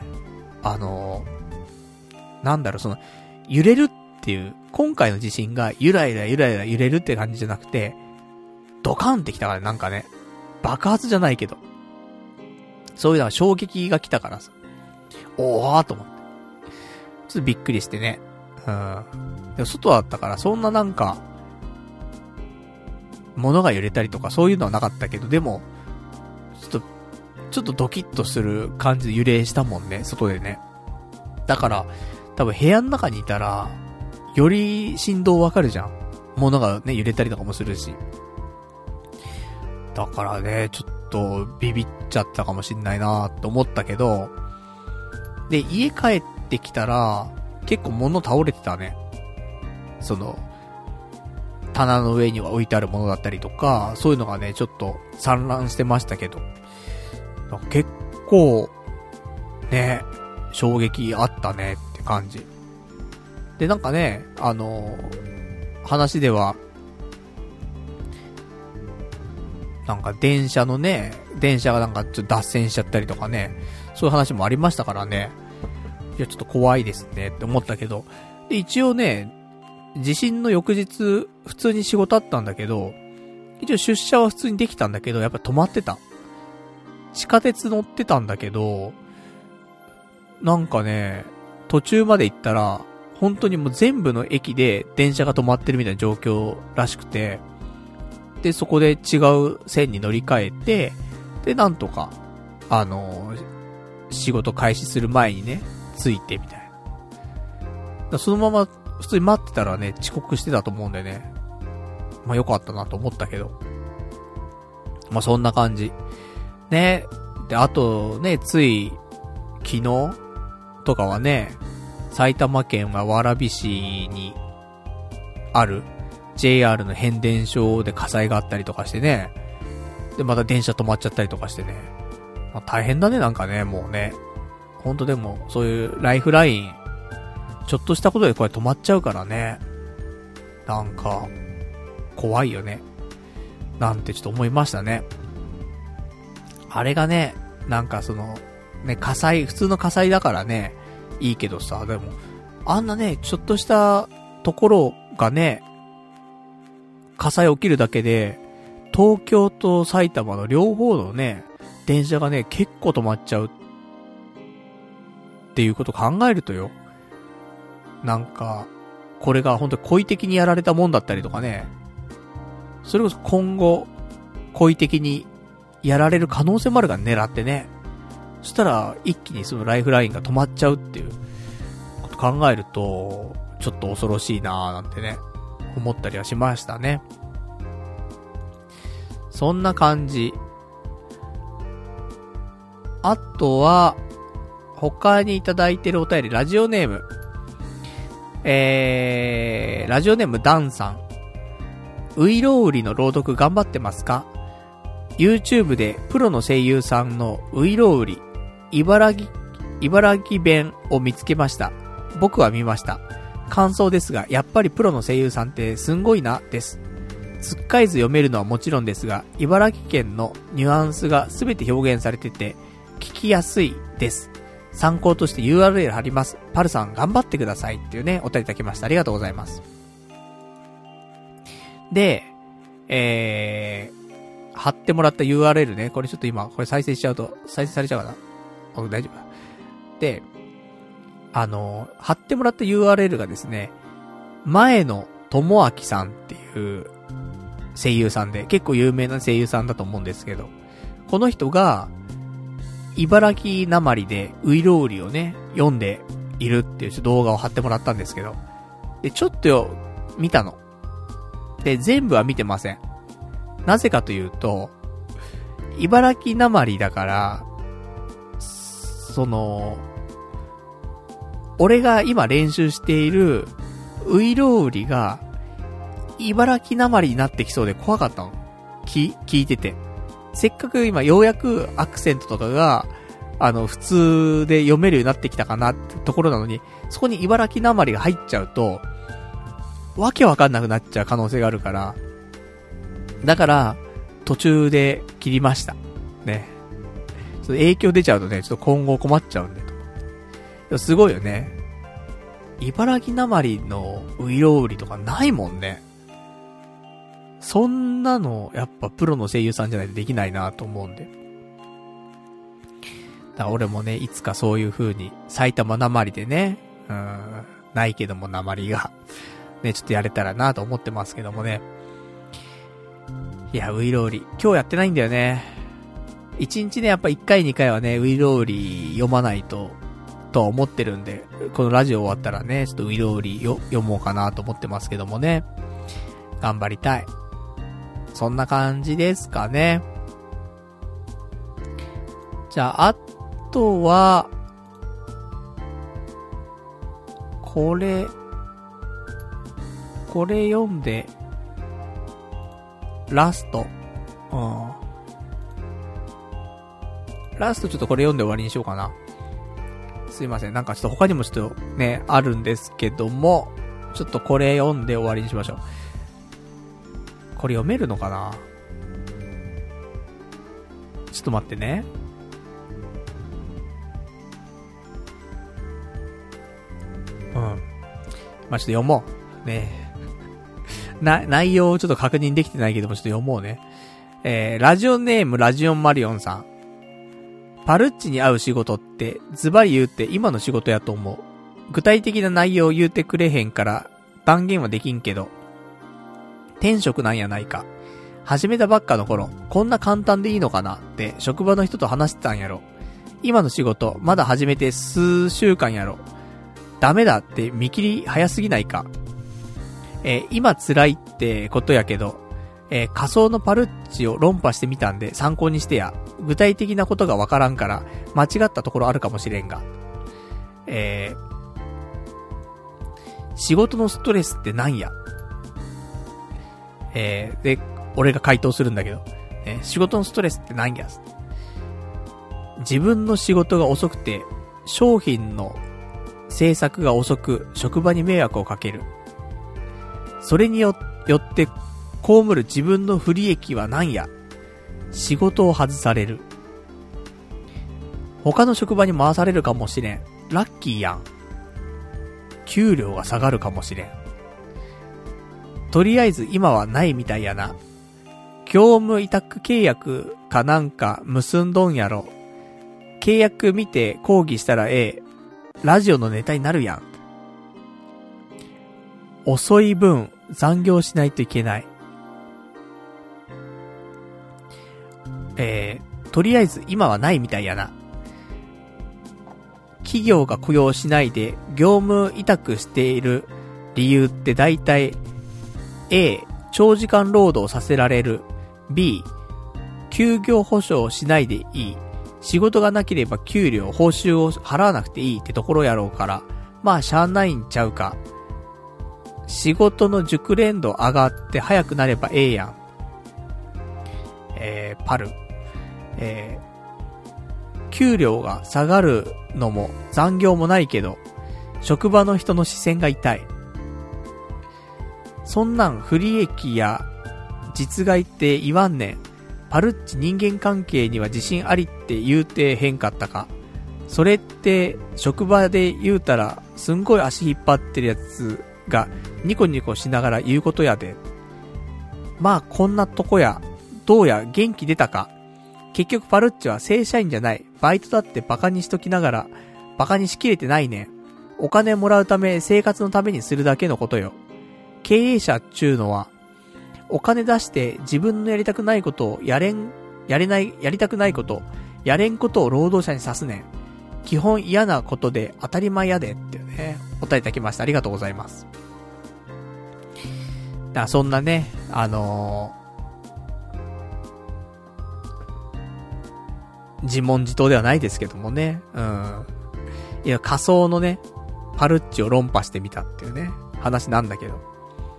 揺れるっていう、今回の地震がゆらゆら揺れるって感じじゃなくて、ドカンってきたからなんかね、爆発じゃないけど、そういうのは衝撃が来たからさ、おーと思って。ちょっとびっくりしてね。でも外だったからそんななんか、物が揺れたりとかそういうのはなかったけど、でも、ちょっとドキッとする感じで揺れしたもんね、外でね。だから、 多分部屋の中にいたら、より振動わかるじゃん。物がね、揺れたりとかもするし。だからね、ちょっとビビっちゃったかもしんないなと思ったけど、で、家帰ってきたら、結構物倒れてたね。その、棚の上には置いてあるものだったりとか、そういうのがね、ちょっと散乱してましたけど。結構、ね、衝撃あったねって感じ。で、なんかね、話では、なんか電車がなんかちょっと脱線しちゃったりとかね、そういう話もありましたからね。いや、ちょっと怖いですねって思ったけど。で、一応ね、地震の翌日、普通に仕事あったんだけど、一応出社は普通にできたんだけど、やっぱ止まってた。地下鉄乗ってたんだけど、なんかね、途中まで行ったら、本当にもう全部の駅で電車が止まってるみたいな状況らしくて、で、そこで違う線に乗り換えて、で、なんとか、仕事開始する前にね、着いてみたいな。そのまま普通に待ってたらね、遅刻してたと思うんでね。まあ良かったなと思ったけど。まあそんな感じ。ね。で、あとね、つい、昨日とかはね、埼玉県は蕨市にある JR の変電所で火災があったりとかしてね。で、また電車止まっちゃったりとかしてね。まあ、大変だね、なんかね、もうね。ほんとでも、そういうライフライン、ちょっとしたことでこれ止まっちゃうからね。なんか、怖いよね。なんてちょっと思いましたね。あれがね、なんかその、ね、火災、普通の火災だからね、いいけどさ、でも、あんなね、ちょっとしたところがね、火災起きるだけで、東京と埼玉の両方のね、電車がね、結構止まっちゃうっていうこと考えるとよ。なんか、これが本当に故意的にやられたもんだったりとかね、それこそ今後、故意的にやられる可能性もあるから狙ってね。そしたら、一気にそのライフラインが止まっちゃうっていうこと考えると、ちょっと恐ろしいなーなんてね、思ったりはしましたね。そんな感じ。あとは、他にいただいてるお便り、ラジオネーム。ラジオネームダンさん。ウイロウリの朗読頑張ってますか？ YouTube でプロの声優さんのウイロウリ、茨城弁を見つけました。僕は見ました。感想ですが、やっぱりプロの声優さんってすんごいな、です。つっかえず読めるのはもちろんですが、茨城県のニュアンスがすべて表現されてて、聞きやすいです。参考として URL 貼ります。パルさん頑張ってくださいっていうね、お便りいただきました。ありがとうございます。で、貼ってもらった URL ね、これちょっと今、これ再生しちゃうと、再生されちゃうかな？大丈夫。で、貼ってもらった URL がですね、前野智明さんっていう声優さんで、結構有名な声優さんだと思うんですけど、この人が、茨城なまりでウイロウリをね、読んでいるっていう動画を貼ってもらったんですけど、で、ちょっと見たの。で、全部は見てません。なぜかというと、茨城なまりだから、俺が今練習しているウイロウリが茨城なまりになってきそうで怖かったの。聞いてて。せっかく今ようやくアクセントとかが普通で読めるようになってきたかなってところなのに、そこに茨城なまりが入っちゃうとわけわかんなくなっちゃう可能性があるから、だから途中で切りましたね。ちょっと影響出ちゃうとね、ちょっと今後困っちゃうんで。すごいよね。茨城なまりのウイロウリとかないもんね。そんなのやっぱプロの声優さんじゃないとできないなと思うんで。だから俺もね、いつかそういう風に埼玉なまりでね、ないけどもなまりがね、ちょっとやれたらなと思ってますけどもね。いや、ウイロウリ今日やってないんだよね。1日ね、やっぱ1回2回はね、ウイロウリ読まないととは思ってるんで、このラジオ終わったらね、ちょっとうりどり読もうかなと思ってますけどもね。頑張りたい。そんな感じですかね。じゃあ、あとは、これ読んで、ラスト。ラストちょっとこれ読んで終わりにしようかな。すいません。なんかちょっと他にもちょっとね、あるんですけども、ちょっとこれ読んで終わりにしましょう。これ読めるのかな？ちょっと待ってね。まあ、ちょっと読もう。ね内容をちょっと確認できてないけども、ちょっと読もうね。ラジオネームラジオンマリオンさん。パルッチに合う仕事って、ズバリ言うて今の仕事やと思う。具体的な内容を言うてくれへんから、断言はできんけど。転職なんやないか。始めたばっかの頃、こんな簡単でいいのかなって職場の人と話してたんやろ。今の仕事、まだ始めて数週間やろ。ダメだって見切り早すぎないか。今辛いってことやけど、仮想のパルッチを論破してみたんで参考にしてや。具体的なことがわからんから間違ったところあるかもしれんが。仕事のストレスってなんや。で、俺が回答するんだけど、仕事のストレスってなんや。自分の仕事が遅くて、商品の制作が遅く、職場に迷惑をかける。それによって被る自分の不利益は何や。仕事を外される。他の職場に回されるかもしれん。ラッキーやん。給料が下がるかもしれん。とりあえず今はないみたいやな。業務委託契約かなんか結んどんやろ。契約見て抗議したらラジオのネタになるやん。遅い分残業しないといけない。とりあえず今はないみたいやな。企業が雇用しないで業務委託している理由って大体 A、長時間労働させられる。 B、休業保障をしないでいい。仕事がなければ給料、報酬を払わなくていいってところやろうから、まあしゃあないんちゃうか。仕事の熟練度上がって早くなればええやん。パル。給料が下がるのも残業もないけど、職場の人の視線が痛い。そんなん不利益や実害って言わんねん。パルッチ人間関係には自信ありって言うてへんかったか。それって職場で言うたらすんごい足引っ張ってるやつがニコニコしながら言うことやで。まあこんなとこや。どうや元気出たか。結局パルッチは正社員じゃない。バイトだってバカにしときながらバカにしきれてないねん。お金もらうため生活のためにするだけのことよ。経営者っちゅうのはお金出して自分のやりたくないことをやりたくないこと、やれんことを労働者にさすねん。基本嫌なことで当たり前やでっていうね、お答えいただきました。ありがとうございます。だからそんなね、自問自答ではないですけどもね、いや、仮想のね、パルッチを論破してみたっていうね、話なんだけど。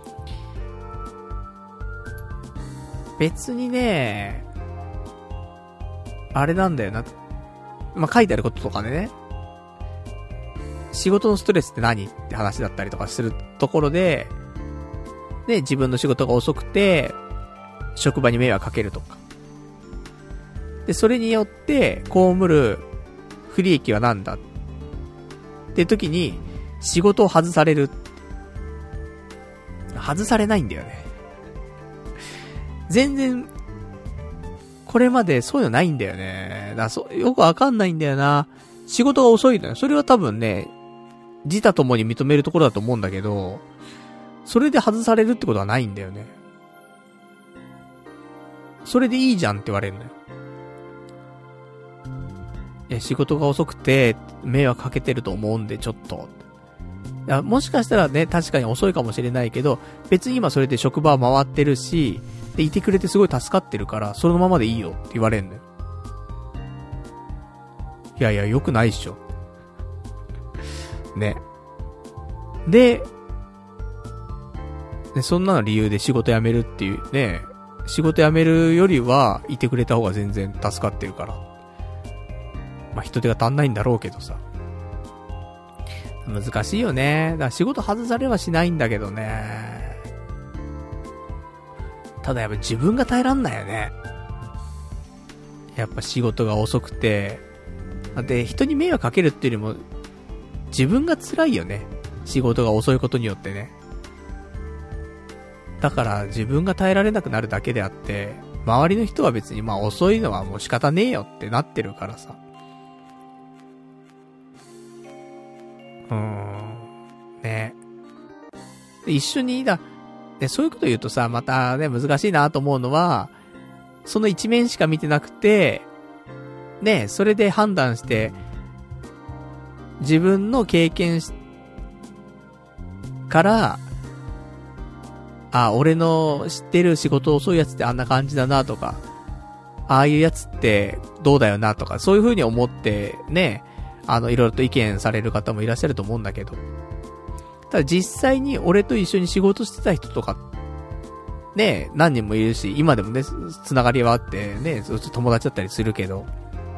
別にね、あれなんだよな。まあ、書いてあることとかでね、仕事のストレスって何って話だったりとかするところで、で、自分の仕事が遅くて、職場に迷惑かけるとか。で、それによって、被る不利益は何だって時に、仕事を外される。外されないんだよね。全然、これまでそういうのないんだよね。よくわかんないんだよな。仕事が遅いのよ。それは多分ね、自他ともに認めるところだと思うんだけど、それで外されるってことはないんだよね。それでいいじゃんって言われるのよ。 仕事が遅くて迷惑かけてると思うんでちょっと。いや、もしかしたらね、確かに遅いかもしれないけど、別に今それで職場は回ってるし、で、いてくれてすごい助かってるから、そのままでいいよって言われんのよ。いやいや、良くないっしょ。ね。で、そんなの理由で仕事辞めるっていうね、仕事辞めるよりはいてくれた方が全然助かってるから。まあ、人手が足んないんだろうけどさ。難しいよね。だから仕事外されはしないんだけどね。ただやっぱ自分が耐えらんないよね。やっぱ仕事が遅くて。で、人に迷惑かけるっていうよりも、自分が辛いよね。仕事が遅いことによってね。だから自分が耐えられなくなるだけであって、周りの人は別にまあ遅いのはもう仕方ねえよってなってるからさ。ね。一緒にそういうこと言うとさ、またね、難しいなと思うのは、その一面しか見てなくて、ね、それで判断して、自分の経験から、俺の知ってる仕事遅いやつってあんな感じだなとか、ああいうやつってどうだよなとか、そういう風に思ってね、いろいろと意見される方もいらっしゃると思うんだけど、ただ実際に俺と一緒に仕事してた人とか、ね、何人もいるし、今でもね、つながりはあってね、友達だったりするけど、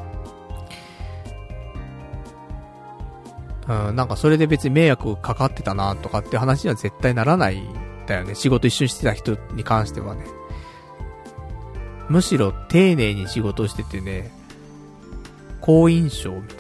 なんかそれで別に迷惑かかってたなとかって話には絶対ならないだよね。仕事一緒にしてた人に関してはね。むしろ丁寧に仕事をしててね、好印象みたい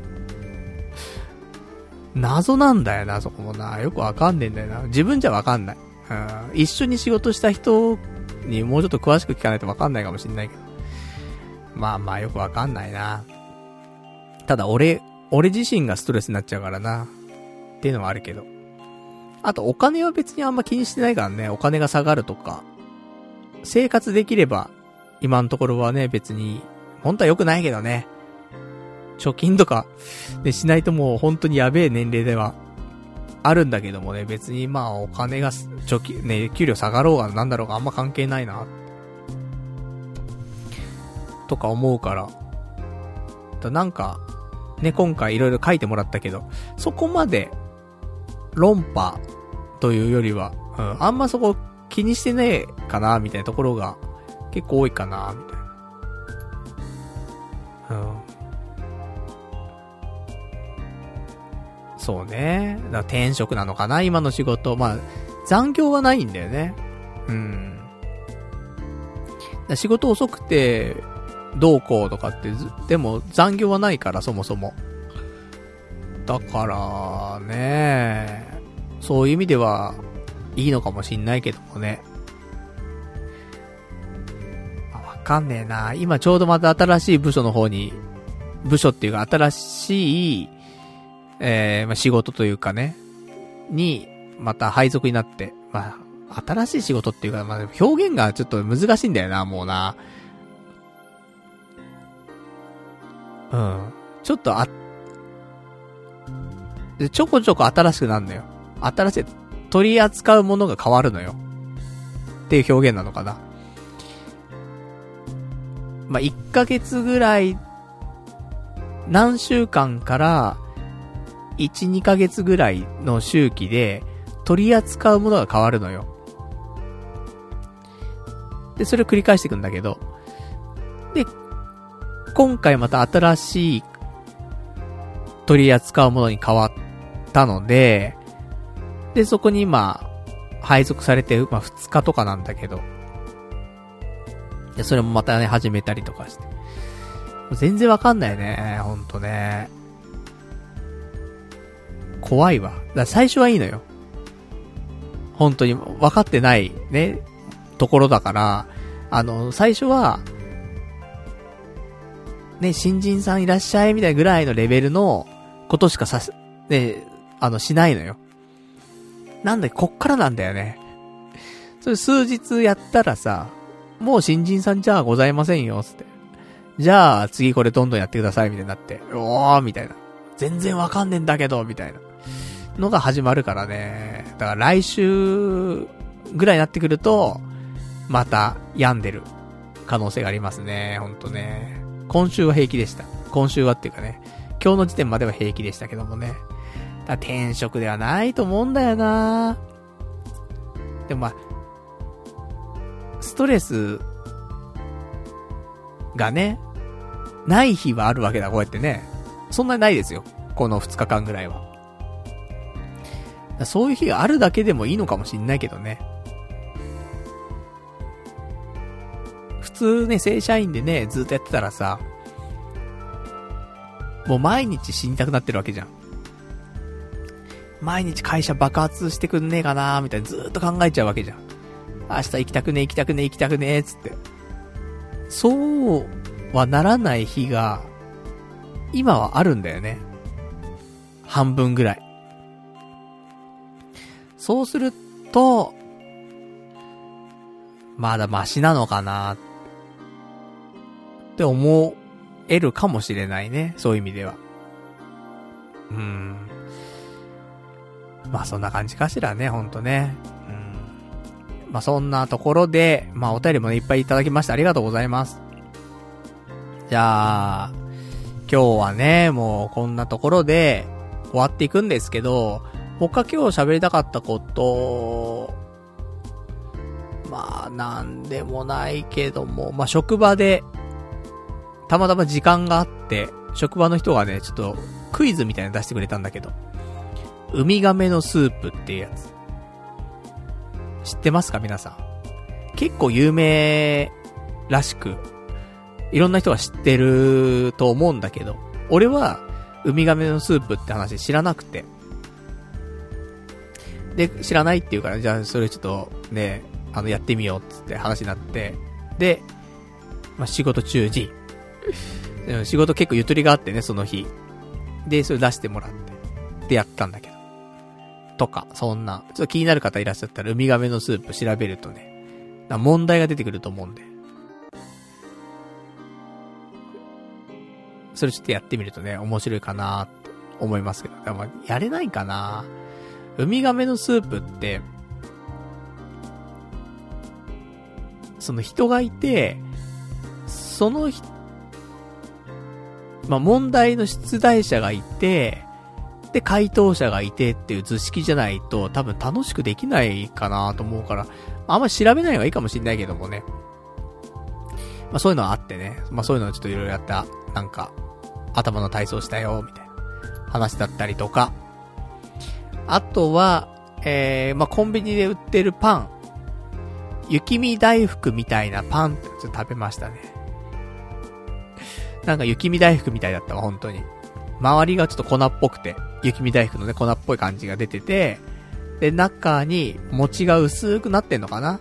な。謎なんだよな、そこもな。よくわかんねえんだよな。自分じゃわかんない。一緒に仕事した人にもうちょっと詳しく聞かないとわかんないかもしんないけど。まあまあよくわかんないな。ただ俺自身がストレスになっちゃうからな。っていうのはあるけど。あとお金は別にあんま気にしてないからね。お金が下がるとか。生活できれば、今のところはね、別に、本当は良くないけどね。貯金とか、ね、しないともう本当にやべえ年齢ではあるんだけどもね、別にまあお金が、ね、給料下がろうがなんだろうがあんま関係ないな。とか思うから。なんか、ね、今回いろいろ書いてもらったけど、そこまで論破というよりは、あんまそこ気にしてねえかなみたいなところが結構多いかなみたいな。そうね。だから転職なのかな今の仕事。まあ残業はないんだよね。だ仕事遅くてどうこうとかってでも残業はないからそもそも。だからね、そういう意味ではいいのかもしんないけどもね。わかんねえな。今ちょうどまた新しい部署の方に、部署っていうか新しい、仕事というかね、にまた配属になって、まあ新しい仕事っていうか、まあ表現がちょっと難しいんだよな、もうな。ちょっとちょこちょこ新しくなるのよ。新しい、取り扱うものが変わるのよ。っていう表現なのかな。まあ、1ヶ月ぐらい、何週間から、1、2ヶ月ぐらいの周期で、取り扱うものが変わるのよ。で、それを繰り返していくんだけど、で、今回また新しい取り扱うものに変わったので、で、そこに今、配属されて、まあ、2日とかなんだけど、で、それもまたね、始めたりとかして。全然わかんないね、ほんとね。怖いわ。だから最初はいいのよ。本当に分かってないね、ところだから、最初は、ね、新人さんいらっしゃいみたいなぐらいのレベルのことしかね、しないのよ。なんだこっからなんだよね。それ数日やったらさ、もう新人さんじゃございませんよ、つって。 じゃあ次これどんどんやってくださいみたいになって、おーみたいな。全然わかんねえんだけど、みたいなのが始まるからね。だから来週ぐらいになってくると、また病んでる可能性がありますね。ほんとね。今週は平気でした。今週はっていうかね、今日の時点までは平気でしたけどもね。だから転職ではないと思うんだよな。でもまあ、ストレスがね、ない日はあるわけだ、こうやってね。そんなにないですよ。この2日間ぐらいは。そういう日があるだけでもいいのかもしんないけどね。普通ね、正社員でね、ずっとやってたらさ、もう毎日死にたくなってるわけじゃん。毎日会社爆発してくんねえかなーみたいなずーっと考えちゃうわけじゃん。明日行きたくねえつって。そうはならない日が、今はあるんだよね。半分ぐらい。そうすると、まだマシなのかなって思えるかもしれないね。そういう意味では。まあそんな感じかしらね、ほんとね。まあそんなところで、まあお便りもねいっぱいいただきましてありがとうございます。じゃあ、今日はね、もうこんなところで終わっていくんですけど、他今日喋りたかったこと、まあなんでもないけども、まあ職場で、たまたま時間があって、職場の人がね、ちょっとクイズみたいなの出してくれたんだけど、ウミガメのスープっていうやつ。知ってますか皆さん。結構有名らしく、いろんな人が知ってると思うんだけど、俺はウミガメのスープって話知らなくて。で、知らないって言うから、じゃあそれちょっとね、やってみようっつって話になって、で、まあ、仕事中に、仕事結構ゆとりがあってね、その日。で、それ出してもらって、でやったんだけど。とか、そんな、ちょっと気になる方いらっしゃったら、ウミガメのスープ調べるとね、問題が出てくると思うんで。それちょっとやってみるとね、面白いかなって思いますけど。でもやれないかな。ウミガメのスープって、その人がいて、そのまあ、問題の出題者がいて、で、回答者がいてっていう図式じゃないと多分楽しくできないかなと思うから、あんまり調べない方がいいかもしれないけどもね。まあそういうのはあってね。まあそういうのをちょっといろいろやった、なんか、頭の体操したよ、みたいな話だったりとか。あとは、まあコンビニで売ってるパン。雪見大福みたいなパンってちょっと食べましたね。なんか雪見大福みたいだったわ、本当に。周りがちょっと粉っぽくて、雪見大福のね、粉っぽい感じが出てて、で、中に餅が薄くなってんのかな？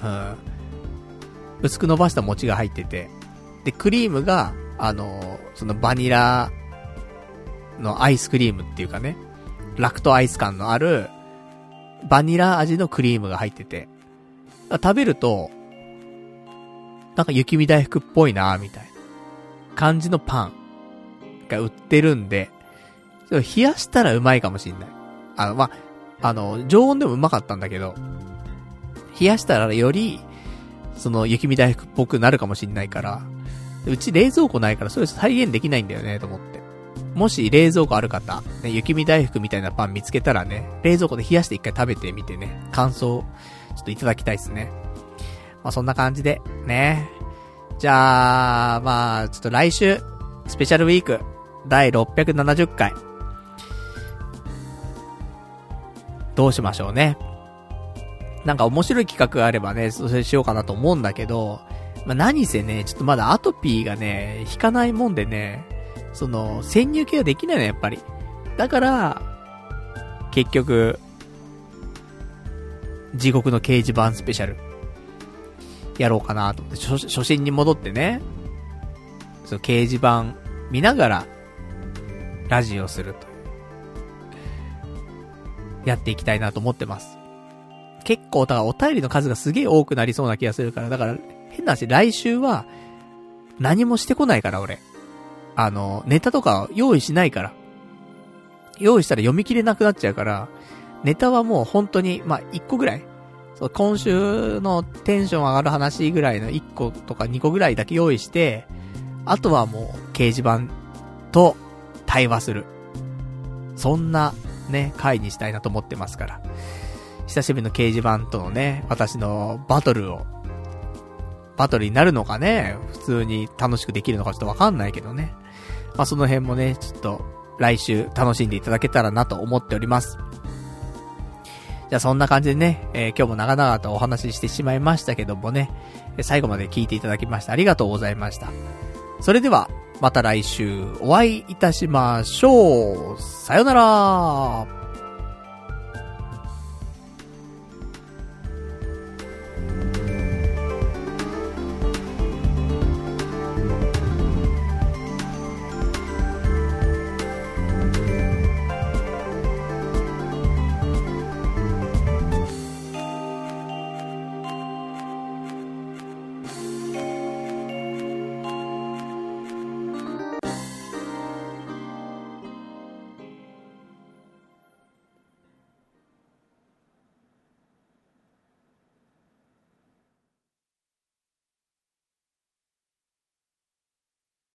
薄く伸ばした餅が入ってて、で、クリームが、そのバニラのアイスクリームっていうかね、ラクトアイス感のある、バニラ味のクリームが入ってて、食べると、なんか雪見大福っぽいなみたいな感じのパンが売ってるんで、冷やしたらうまいかもしんない。まあ、常温でもうまかったんだけど、冷やしたらより、その雪見大福っぽくなるかもしんないから、うち冷蔵庫ないからそれ再現できないんだよね、と思って。もし冷蔵庫ある方、ね、雪見大福みたいなパン見つけたらね、冷蔵庫で冷やして一回食べてみてね、感想、ちょっといただきたいですね。まあ、そんな感じで、ね。じゃあ、まあ、ちょっと来週、スペシャルウィーク、第670回。どうしましょうね。なんか面白い企画があればね、それしようかなと思うんだけど、まあ、何せね、ちょっとまだアトピーがね、引かないもんでね、潜入系ができないのやっぱり。だから、結局、地獄の掲示板スペシャル、やろうかなと思って、初心に戻ってね、その掲示板見ながら、ラジオすると。やっていきたいなと思ってます。結構、だからお便りの数がすげえ多くなりそうな気がするから、だから、変な話、来週は、 何もしてこないから、俺。ネタとか用意しないから。用意したら読み切れなくなっちゃうから、ネタはもう本当に、1個ぐらい。そう、今週のテンション上がる話ぐらいの1個とか2個ぐらいだけ用意して、あとはもう掲示板と対話する。そんなね、回にしたいなと思ってますから。久しぶりの掲示板とのね、私のバトルになるのかね、普通に楽しくできるのかちょっとわかんないけどね。その辺もね、ちょっと来週楽しんでいただけたらなと思っております。じゃあそんな感じでね、今日も長々とお話ししてしまいましたけどもね、最後まで聞いていただきましてありがとうございました。それでは、また来週お会いいたしましょう。さよなら。